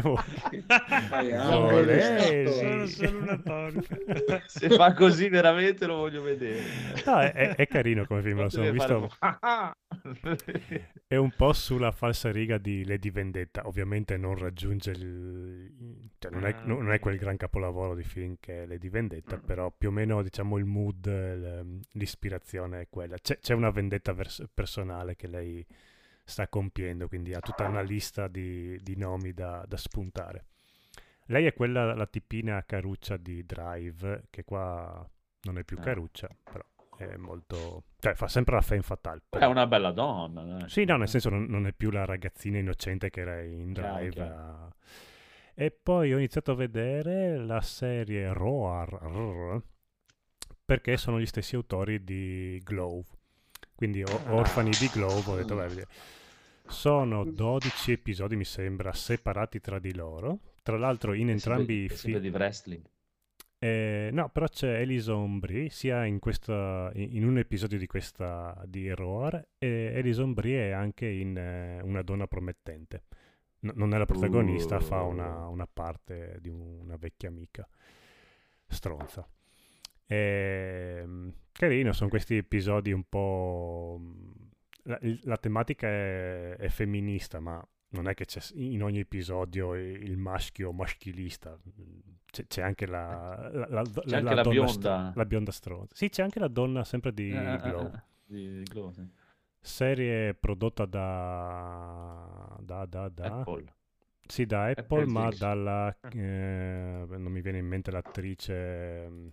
Vai, No, ah, Volesi. Sono solo una porca. Se fa così veramente lo voglio vedere. No, è, è- è carino come film, lo sono Deve fare visto... un- È un po' sulla falsariga di Lady Vendetta, ovviamente non raggiunge il... cioè non è, non è quel gran capolavoro di film che è Lady Vendetta, però più o meno diciamo il mood, l- l'ispirazione è quella. C'è, c'è una vendetta vers- personale che lei sta compiendo, quindi ha tutta una lista di, di nomi da, da spuntare. Lei è quella, la tipina caruccia di Drive, che qua non è più Ah. caruccia, però è molto... cioè fa sempre la femme fatale. È però- una bella donna. dai. sì, no, nel senso non, non è più la ragazzina innocente che era in Chiaro, Drive. chiaro. eh. E poi ho iniziato a vedere la serie Roar, Rrr, perché sono gli stessi autori di Glow. Quindi o- Orfani di Glow, ho detto, beh, vedi. Sono dodici episodi, mi sembra, separati tra di loro. Tra l'altro in È sempre, entrambi i è sempre film... di wrestling. Eh, no, però c'è Alison Brie sia in, questa, in in un episodio di questa di Roar, e Alison Brie è anche in eh, Una donna promettente. No- non è la protagonista, fa una, Uh, una parte di una vecchia amica stronza. Ehm, carino, sono questi episodi un po'... La, il- la tematica è, è femminista, ma non è che c'è s- in ogni episodio il il maschio maschilista. C'è, c'è anche la, la, la- c'è la- anche la la donna str- bionda. la bionda stronza. Sì, c'è anche la donna sempre Eh, di eh, Glow. eh, di, di Glow, sì. Serie prodotta da... da, da, da... Apple. Sì, da Apple, ma Netflix. dalla... eh, non mi viene in mente l'attrice... mm,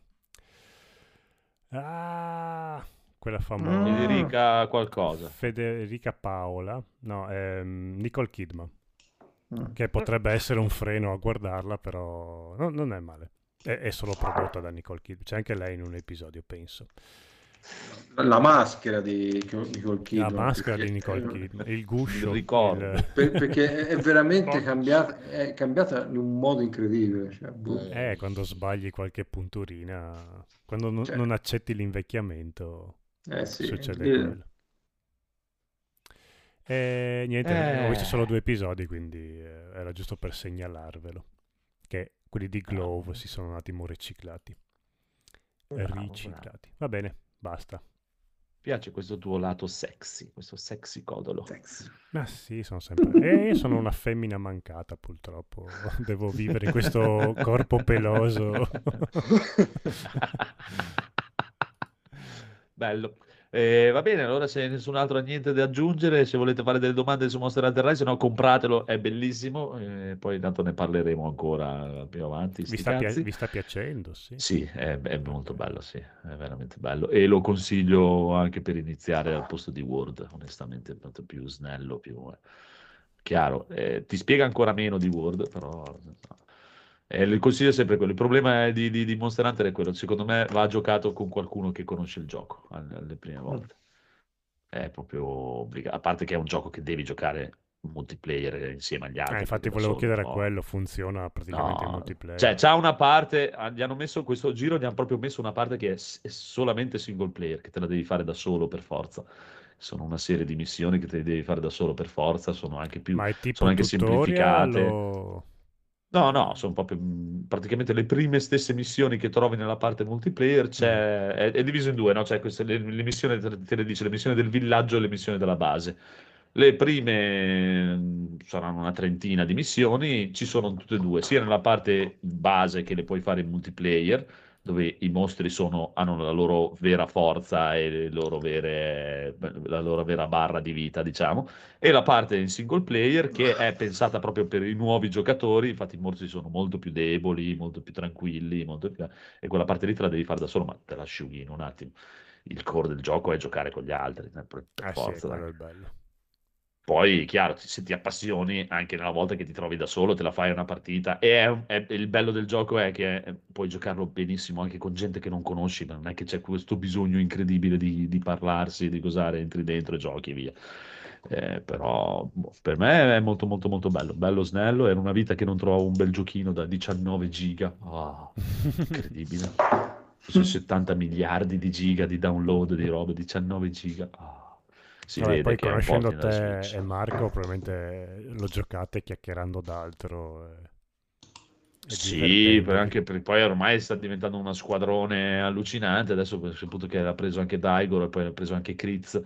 Ah, quella famosa. Mm. Federica qualcosa. Federica Paola. No, ehm, Nicole Kidman. Mm. Che potrebbe essere un freno a guardarla, però no- non è male. È, è solo prodotta da Nicole Kidman. C'è anche lei in un episodio, penso. La maschera di Nicole La Kidman, maschera di perché, Nicole eh, Kidman, il Il guscio, ricordo. il... per- perché è veramente Box. cambiata, è cambiata in un modo incredibile. Cioè, boh. Eh, quando sbagli qualche punturina, quando non, Cioè, non accetti l'invecchiamento, eh sì, succede lì- quello. E niente, ho visto Eh. solo due episodi, quindi eh, era giusto per segnalarvelo. Che quelli di Glow Bravo. si sono un attimo riciclati. Bravo, bravo. Riciclati. Va bene, basta. Piace questo tuo lato sexy, questo sexy codolo. Sex. Ma sì, sono sempre... E io sono una femmina mancata, purtroppo. Devo vivere in questo corpo peloso. Bello. Eh, va bene, allora se nessun altro ha niente da aggiungere, se volete fare delle domande su Monster Hunter Rise, se no compratelo, è bellissimo. Eh, poi tanto ne parleremo ancora più avanti. Vi Sti sta, pia- cazzi. vi sta piacendo, sì? Sì, è, è molto bello, sì, è veramente bello. E lo consiglio anche per iniziare al posto di Word, onestamente, è molto più snello, più eh, chiaro. Eh, ti spiega ancora meno di Word, però no. Eh, il consiglio è sempre quello. Il problema è di, di- di Monster Hunter è quello. Secondo me va giocato con qualcuno che conosce il gioco alle, alle prime volte. È proprio obbligato. A parte che è un gioco che devi giocare multiplayer insieme agli Eh, altri. infatti perché da volevo solo chiedere no. quello, funziona praticamente in No, multiplayer. cioè c'ha una parte, ah, gli hanno messo questo giro, gli hanno proprio messo una parte che è, s- è solamente single player, che te la devi fare da solo per forza. Sono una serie di missioni che te le devi fare da solo per forza, sono anche più, Ma è tipo sono anche tutorial semplificate. o... No, no, sono proprio mh, praticamente le prime stesse missioni che trovi nella parte multiplayer, Mm. c'è, è, è diviso in due, no? C'è queste, le, le missioni, te te le dice, le missioni del villaggio e le missioni della base. Le prime mh, saranno una trentina di missioni, ci sono tutte e due, sia nella parte base che le puoi fare in multiplayer, dove i mostri sono- hanno la loro vera forza e le loro vere- la loro vera barra di vita, diciamo, e la parte in single player che è pensata proprio per i nuovi giocatori, infatti i mostri sono molto più deboli, molto più tranquilli, molto più- e quella parte lì te la devi fare da solo, ma te la asciughi in un attimo. Il core del gioco è giocare con gli altri, eh, per, per Eh sì, forza, dai. quello è il bello. Poi, chiaro, ti- se ti appassioni, anche nella volta che ti trovi da solo, te la fai una partita. E è un- è- il bello del gioco è che eh, puoi giocarlo benissimo anche con gente che non conosci, ma non è che c'è questo bisogno incredibile di, di parlarsi, di cosare, entri dentro e giochi e via. Eh, però boh, per me è molto molto molto bello, bello snello, era una vita che non trovavo un bel giochino da diciannove giga. Ah, incredibile. Sono settanta miliardi di giga di download di robe, diciannove giga. Ah. Si Vabbè, vede poi che è un conoscendo porting da te Switch. e Marco, probabilmente lo giocate chiacchierando d'altro e, e Sì, poi divertendovi. anche per- poi ormai sta diventando uno squadrone allucinante. Adesso ho saputo che era preso anche Daigoro e poi ha preso anche Kriz.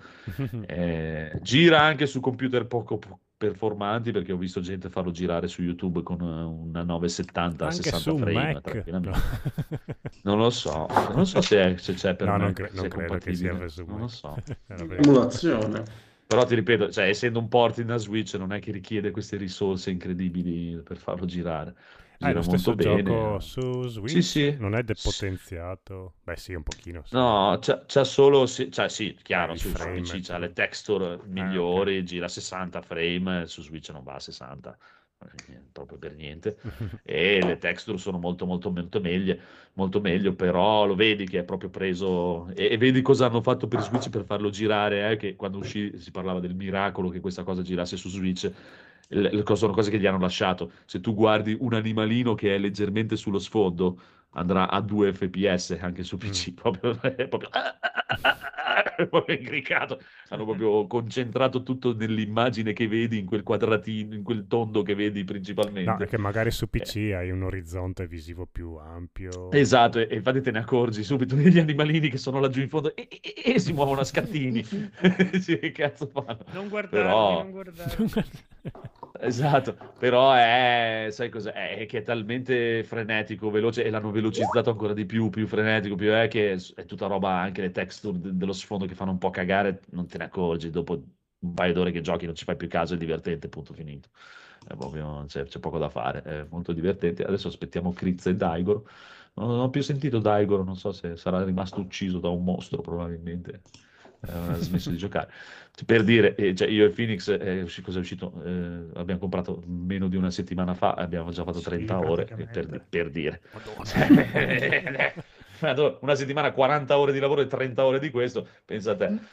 Eh, gira anche su computer poco po- performanti, perché ho visto gente farlo girare su YouTube con eh, una novesettanta a Anche sessanta su frame Mac? tranquillamente. No. Non lo so, non so se, è- se c'è per No, non, Mac, cre- se non è credo che sia compatibile, per su non lo Mac. so. Era per- Emulazione. Però ti ripeto, cioè, essendo un porting da Switch, non è che richiede queste risorse incredibili per farlo girare. Ah, è Gira lo molto stesso bene. gioco su Sì, Switch? sì. Non è S- depotenziato? Beh sì, un pochino sì. No, c'ha, c'ha solo, sì, cioè sì, Eh, chiaro, i su, su frame, P C c'ha insomma. le texture Ah, ok. migliori, gira a sessanta frame, su Switch non va a sessanta, eh, proprio per niente, e le texture sono molto molto molto meglio, molto meglio, però lo vedi che è proprio preso, e, e vedi cosa hanno fatto per Switch per farlo girare, eh, che quando uscì si parlava del miracolo che questa cosa girasse su Switch. Le, le cose- sono cose che gli hanno lasciato. Se tu guardi un animalino che è leggermente sullo sfondo, andrà a due F P S anche su P C, proprio, è proprio, è proprio incricato. Hanno proprio concentrato tutto nell'immagine che vedi in quel quadratino, in quel tondo che vedi No, è principalmente. che magari su Eh, P C hai un orizzonte visivo più ampio. Esatto, e, e infatti te ne accorgi subito degli animalini che sono laggiù in fondo e, e- e- e si muovono a scattini. Sì, che cazzo fanno? Non guardarli, Però, non guardarli. esatto, però è, sai cos'è? È che è talmente frenetico, veloce, e l'hanno velocizzato ancora di più, più frenetico, più è che è tutta roba, anche le texture de- dello sfondo che fanno un po' cagare, non te ne accorgi, dopo un paio d'ore che giochi non ci fai più caso, è divertente, punto finito. È proprio, c'è, c'è poco da fare, è molto divertente. Adesso aspettiamo Kriz e Daigoro. Non, non ho più sentito Daigoro, non so se sarà rimasto ucciso da un mostro, probabilmente. Eh, ha smesso di giocare. Per dire, eh, cioè io e Phoenix, eh, usci- cosa è uscito? Eh, abbiamo comprato meno di una settimana fa, abbiamo già fatto Sì, trenta ore, eh, per, praticamente. per dire. Madonna. Madonna, una settimana, quaranta ore di lavoro e trenta ore di questo, pensa a te.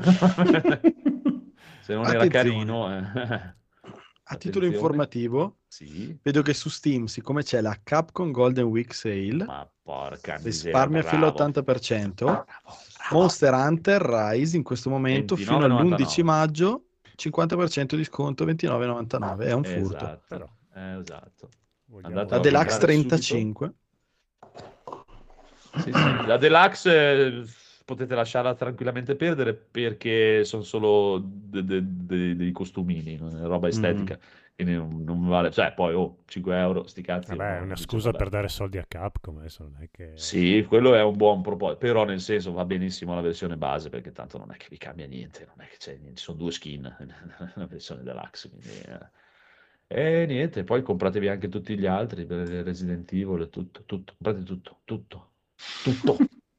Se non era Attenzione. carino, eh. A titolo Attenzione. informativo, Sì, vedo che su Steam, siccome c'è la Capcom Golden Week Sale, ma porca miseria, risparmia fino bravo. all'ottanta per cento. Monster Hunter Rise in questo momento fino ventinove e all'undici novantanove. maggio, cinquanta per cento di sconto, ventinove e novantanove. È un furto. Esatto, Però eh, esatto. vogliamo Andatelo La a Deluxe comprare subito. trentacinque. Sì, sì. La Deluxe eh, potete lasciarla tranquillamente perdere perché sono solo de- de- de- dei costumini, non è roba estetica. Quindi non, non vale, cioè poi oh, cinque euro, sti cazzi. Vabbè, è uno una dice, scusa vabbè. per dare soldi a Capcom, adesso non è che... Sì, quello è un buon proposito, però nel senso va benissimo la versione base perché tanto non è che vi cambia niente, non è che c'è niente, ci sono due skin nella versione deluxe, quindi, eh. E niente, poi compratevi anche tutti gli altri, per Resident Evil, tutto, tutto, comprate tutto, tutto, tutto.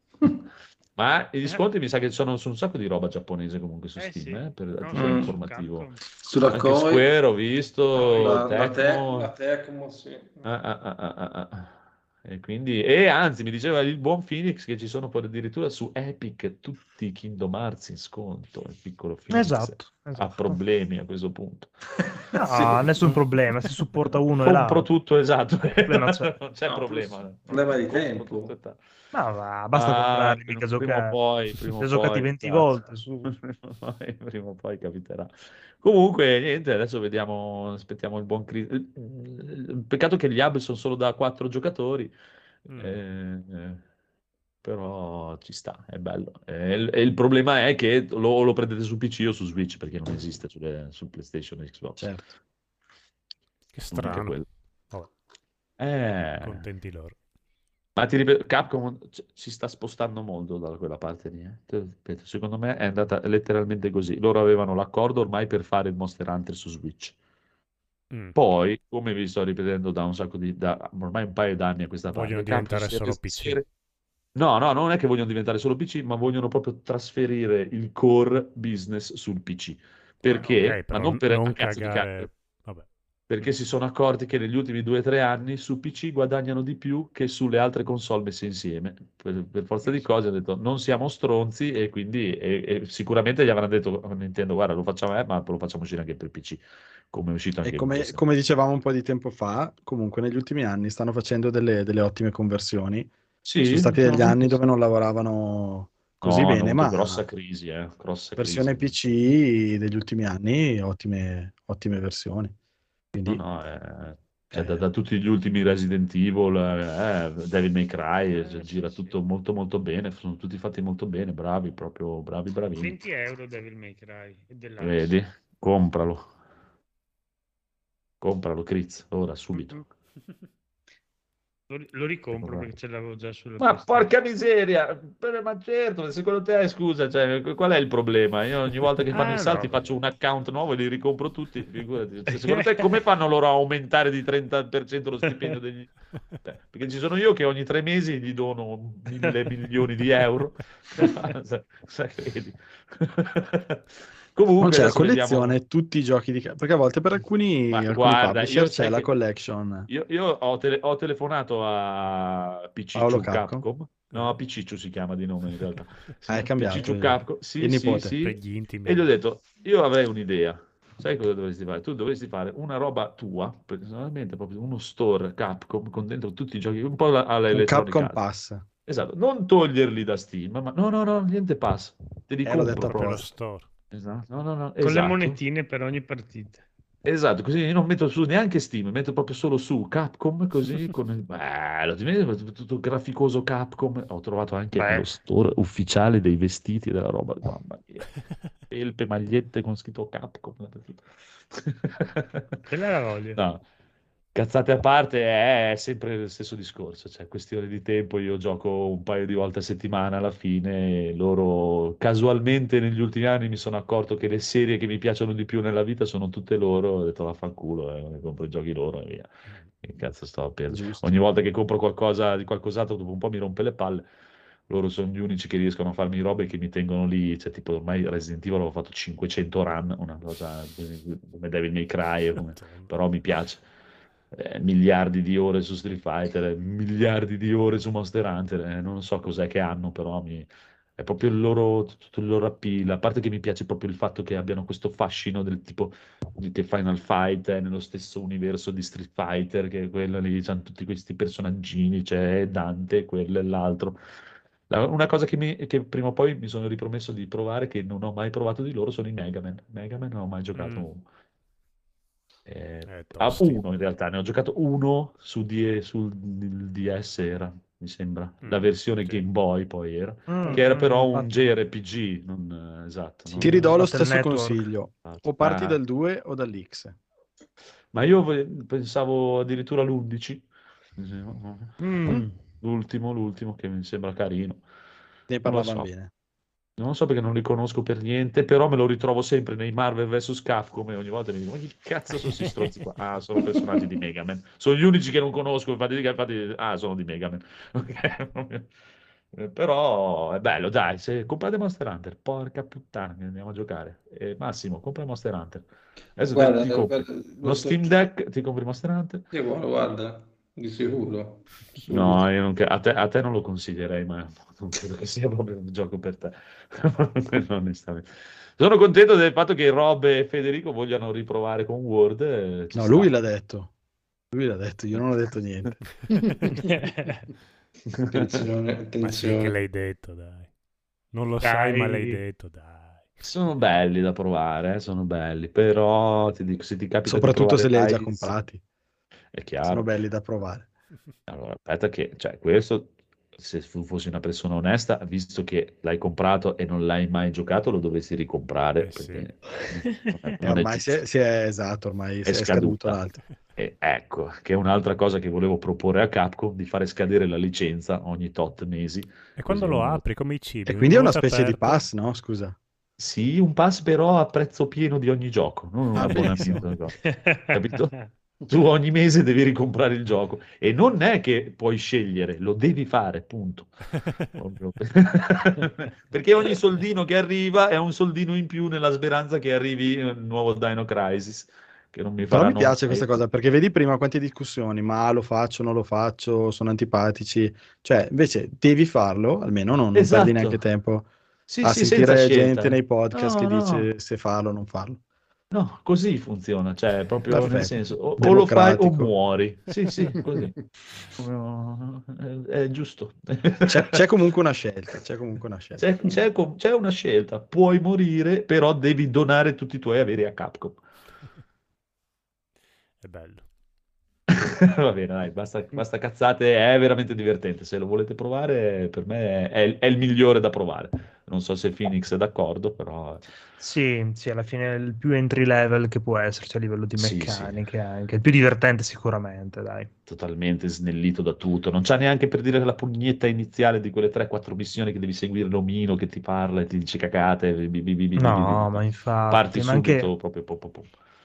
Ma i disconti mi sa che sono su un sacco di roba giapponese comunque su Eh Steam, sì, eh, per a no, titolo Mm. informativo. Capcom. Sulla Anche Koi, Square ho visto, la, la, te, Tecmo. la Tecmo, sì. Ah, ah, ah, ah, ah, ah. E quindi, e anzi, mi diceva il buon Phoenix che ci sono poi addirittura su Epic tutti i Kingdom Hearts in sconto. Il piccolo Phoenix Esatto, ha esatto. problemi a questo punto. No, Sì. nessun problema, si supporta uno e Compro l'altro. tutto, esatto. problema c'è. Non c'è No, problema. plus- problema di Compro tempo. tutto e tal. Ma va, basta Ah, comprarli, prima, mica prima o giocare. poi, prima o Li ho giocati poi, venti esatto. volte su. Prima o poi, prima o poi capiterà. Comunque, niente, adesso vediamo, aspettiamo il buon Chris. Peccato che gli hub sono solo da quattro giocatori, Mm. eh, eh, però ci sta, è bello. E il, e il problema è che lo, lo prendete su P C o su Switch perché non esiste sulle- su PlayStation e Xbox. Certo. Che L'unica è strano. quello. Vabbè, Eh, contenti loro. ma ti ripeto, Capcom c- si sta spostando molto da quella parte lì. eh. Te lo ripeto, secondo me è andata letteralmente così. Loro avevano l'accordo ormai per fare il Monster Hunter su Switch. Mm. Poi, come vi sto ripetendo da un sacco di... da ormai un paio d'anni a questa Vogliono parte, Capcom diventare si è solo resa P C. seri- No, no, non è che vogliono diventare solo P C, ma vogliono proprio trasferire il core business sul P C. Perché? Ok, Ma però non per non a cazzo di cagare... cazzo. Vabbè. Perché si sono accorti che negli ultimi due o tre anni su P C guadagnano di più che sulle altre console messe insieme. Per, per forza di cose hanno detto non siamo stronzi e quindi e, e sicuramente gli avranno detto a Nintendo guarda lo facciamo eh, ma lo facciamo uscire anche per P C, come è uscito anche E con come, questo. come dicevamo un po' di tempo fa, comunque negli ultimi anni stanno facendo delle, delle ottime conversioni. Sì, Sono stati degli ultimamente anni sì. dove non lavoravano così No, hanno bene, avuto ma grossa crisi, eh, grossa versione crisi. P C degli ultimi anni, ottime, ottime versioni. No, Quindi no, eh, cioè, eh, da, da tutti gli ultimi Resident Evil, eh, Devil May Cry, Eh, cioè, sì, gira sì. tutto molto molto bene, sono tutti fatti molto bene, bravi, proprio bravi, bravini. venti euro Devil May Cry e Deluxe. Vedi? Compralo. Compralo, Chris, ora, subito. Lo, lo ricompro Guarda. perché ce l'avevo già sulla Ma PlayStation. porca miseria! Per- Ma certo, secondo te, scusa, cioè, qual è il problema? Io ogni volta che fanno Ah, i salti no. faccio un account nuovo e li ricompro tutti, figurati. Cioè, secondo te come fanno loro a aumentare di trenta per cento lo stipendio degli... Eh, perché ci sono io che ogni tre mesi gli dono mille milioni di euro. Sa- sa credi? Non Comunque c'è la adesso vediamo. collezione, tutti i giochi di... Perché a volte per alcuni, Ma alcuni guarda, publisher io c'è sai la che collection. io, io ho, tele- ho telefonato a Paolo Picicciu Capcom. Capcom. No, Picicciu si chiama di nome in realtà. Ah, è cambiato Picicciu il, Capcom, il sì, sì, nipote. sì. Per gli intimi. E gli ho detto, io avrei un'idea. Sai cosa dovresti fare? Tu dovresti fare una roba tua, personalmente, proprio uno store Capcom con dentro tutti i giochi, un po' alla alla Un Electronic Capcom Arts. Pass. Esatto, non toglierli da Steam, ma no, no, no, niente pass, te li Eh, l'ho detto compro Proprio lo proprio. store. Esatto, no, no, no, Con le esatto. monetine per ogni partita. Esatto, così io non metto su neanche Steam, metto proprio solo su Capcom, così con il bello, ti vedi, tutto tutto graficoso Capcom. Ho trovato anche Beh. lo store ufficiale dei vestiti e della roba, mamma mia. Felpe, magliette con scritto Capcom dappertutto. Quella la voglio. No, cazzate a parte, è sempre il stesso discorso, cioè questione di tempo, io gioco un paio di volte a settimana alla fine, e loro casualmente negli ultimi anni mi sono accorto che le serie che mi piacciono di più nella vita sono tutte loro, ho detto vaffanculo, eh, compro i giochi loro e via. Che cazzo sto a perdere? Giusto. Ogni volta che compro qualcosa di qualcos'altro dopo un po' mi rompe le palle. Loro sono gli unici che riescono a farmi robe che mi tengono lì, cioè tipo ormai Resident Evil avevo fatto cinquecento run, una cosa come Devil May Cry, come- però mi piace. Eh, miliardi di ore su Street Fighter, eh, miliardi di ore su Monster Hunter, eh, non so cos'è che hanno, però mi... è proprio il loro, tutto il loro appeal. A parte che mi piace proprio il fatto che abbiano questo fascino del tipo di- che Final Fight è nello stesso universo di Street Fighter, che quello lì, c'hanno tutti questi personaggini, c'è Dante, quello e l'altro. La- Una cosa che, mi- che prima o poi mi sono ripromesso di provare, che non ho mai provato di loro, sono i Mega Man. Mega Man non ho mai giocato Mm. uno. Eh, Eh, a tosti. uno in realtà, ne ho giocato uno su D- sul D S era, mi sembra, la Mm, versione sì. Game Boy poi era, Mm, che era mm, però un infatti. J R P G, non, eh, esatto. Sì, non- Ti ridò lo Battle stesso Network. consiglio. Esatto. O parti Ah, dal due o dall'X. ma io ve- pensavo addirittura l'undici, Mm. l'ultimo, l'ultimo che mi sembra carino. Ne Non lo parlavano so. bene. Non lo so perché non li conosco per niente, però me lo ritrovo sempre nei Marvel versus. Capcom e ogni volta mi dico, ma chi cazzo sono questi stronzi qua? Ah, sono personaggi di Mega Man. Sono gli unici che non conosco, infatti, infatti ah, sono di Mega Man. Ok? Eh, Però è bello, dai, se comprate Monster Hunter, porca puttana, che andiamo a giocare. Eh, Massimo, compra Monster Hunter. Adesso te- Guarda, ti compri guarda, lo uno sto... Steam Deck, ti compri Monster Hunter? Sì, guarda, guarda, di sicuro. No, io non, che- a te, a te non lo consiglierei, ma non credo che sia proprio un gioco per te. Quello onestamente. Sono contento del fatto che Rob e Federico vogliano riprovare con Word. eh, ci No, sta. lui l'ha detto. Lui l'ha detto, io non ho detto niente. Attenzione, Ma sì, che attenzione. l'hai detto, dai. Non lo sai, ma l'hai Dai. detto, dai. Sono belli da provare, eh, sono belli, però ti dico, se ti capita di Soprattutto se li hai provare già Rise, comprati. è Sono chiaro. belli da provare. Allora, aspetta che, cioè, questo, se tu fossi una persona onesta, visto che l'hai comprato e non l'hai mai giocato, lo dovresti ricomprare, Eh sì. perché non è, E non è ormai si giusto. è, si è- esatto, ormai È si è scaduto scaduta. l'altro. E ecco, che è un'altra cosa che volevo proporre a Capcom, di fare scadere la licenza ogni tot mesi. E quando Così lo uno- apri, come i cibi? E quindi è una volta specie di aperto- pass, no? Scusa. Sì, un pass però a prezzo pieno di ogni gioco, non un Ah, abbonamento. benissimo. Capito? Tu ogni mese devi ricomprare il gioco e non è che puoi scegliere, lo devi fare, punto. Proprio per- Perché ogni soldino che arriva è un soldino in più nella speranza che arrivi il nuovo Dino Crisis, che non mi Però mi faranno piace mai- questa cosa, perché vedi prima quante discussioni, ma lo faccio, non lo faccio, sono antipatici. Cioè, invece devi farlo, almeno non, non Esatto. perdi neanche tempo Sì, a sì, sentire senza scelta. gente nei podcast No, che no. dice se farlo o non farlo. No, così funziona, cioè proprio nel Perfetto. senso, o, o lo fai o Democratico. muori. Sì, sì, così. No, è, è giusto. C'è, c'è comunque una scelta, c'è comunque una scelta. C'è, c'è com- c'è una scelta, puoi morire, però devi donare tutti i tuoi averi a Capcom. È bello. Va bene, dai, basta, basta cazzate, è veramente divertente. Se lo volete provare, per me è, è il migliore da provare. Non so se Phoenix è d'accordo, però Sì, sì, alla fine è il più entry level che può esserci a livello di Sì, sì. meccaniche anche, il più divertente sicuramente, dai. totalmente snellito da tutto. Non c'ha neanche per dire la pugnetta iniziale di quelle tre quattro missioni che devi seguire l'omino che ti parla e ti dice cacate. bi- bi- bi- bi- bi- bi- No, bi- ma infatti, Parti ma subito anche proprio. po- po- po.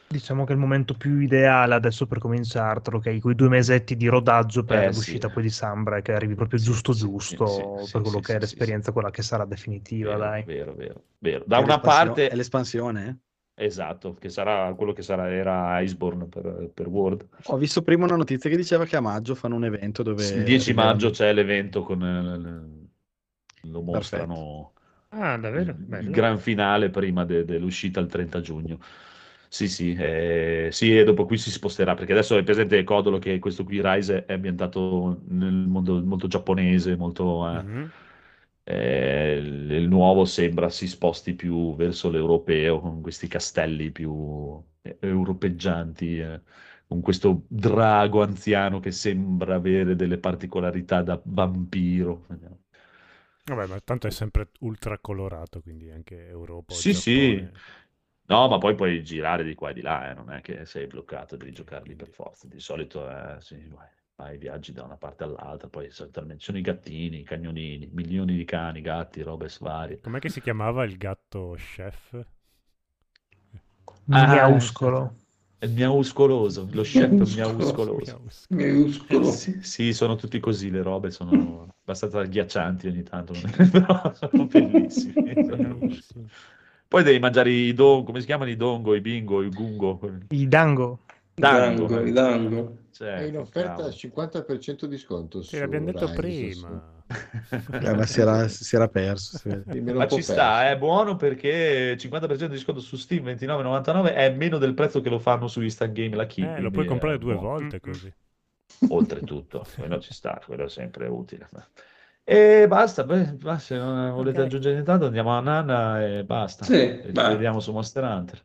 Diciamo che è il momento più ideale adesso per cominciartelo, che hai quei due mesetti di rodaggio per Eh, l'uscita sì. poi di Sambra, che arrivi proprio Sì, giusto sì, giusto sì, sì, per quello sì, che è sì, sì, l'esperienza, quella che sarà definitiva, vero, dai. vero, vero, vero. Da È una l'espansio- è parte, l'espansione, eh? esatto, che sarà quello che sarà, era Iceborne per, per World. Ho visto prima una notizia che diceva che a maggio fanno un evento Il dove dieci maggio rivelano... c'è l'evento con eh, lo mostrano Ah, davvero? il, il Bello. gran finale prima de- dell'uscita il trenta giugno. Sì, sì, eh, sì, e dopo qui si sposterà, perché adesso è presente Codolo che questo qui Rise è ambientato nel mondo molto giapponese, molto... eh, Mhm. eh, il il nuovo sembra si sposti più verso l'europeo, con questi castelli più eh, europeggianti, eh, con questo drago anziano che sembra avere delle particolarità da vampiro. Vabbè, ma tanto è sempre ultra colorato, quindi anche Europa o Sì, sì. Giappone. No, ma poi puoi girare di qua e di là, eh, non è che sei bloccato, devi giocarli per forza. Di solito eh, sì, vai, vai, viaggi da una parte all'altra, poi solitamente ci sono i gattini, i cagnolini, milioni di cani, gatti, robe varie. Com'è che si chiamava il gatto chef? Ah, Miauscolo. è il miauscoloso, lo chef miauscoloso. Miauscolo. Minuscolo. Sì, sì, sono tutti così, le robe sono abbastanza agghiaccianti ogni tanto, però sono bellissimi. Miauscolo. Poi devi mangiare i don, come si chiamano i dongo, i bingo, i gungo, quelli- I dango. dango. Dango, eh. i dango. È in Certo, offerta cavolo. al cinquanta per cento di sconto Sì, su l'abbiamo detto Rise, prima. Eh, ma si era, si era perso. si vede. sì, me l'ho Ma un po' ci sta, perso. è buono perché cinquanta per cento di sconto su Steam, ventinove e novantanove, è meno del prezzo che lo fanno su Instant Game la Key, Eh, lo quindi puoi è comprare due buono. volte così. Oltretutto, quello ci sta, quello è sempre utile. E basta, beh, basta, se non volete Ok. aggiungere nient'altro andiamo a Nana e basta. Sì, E ci vai. vediamo su Monster Hunter.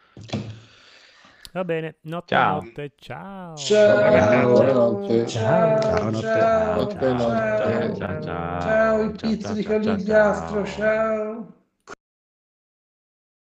Va bene, notte Ciao. notte, ciao. Ciao, Buonanotte. ciao, Ciao, notte. ciao, Notte, notte. ciao, Ciao, ciao, ciao, i ciao, pizzi ciao, di ciao, ciao, conigliastro, ciao. ciao.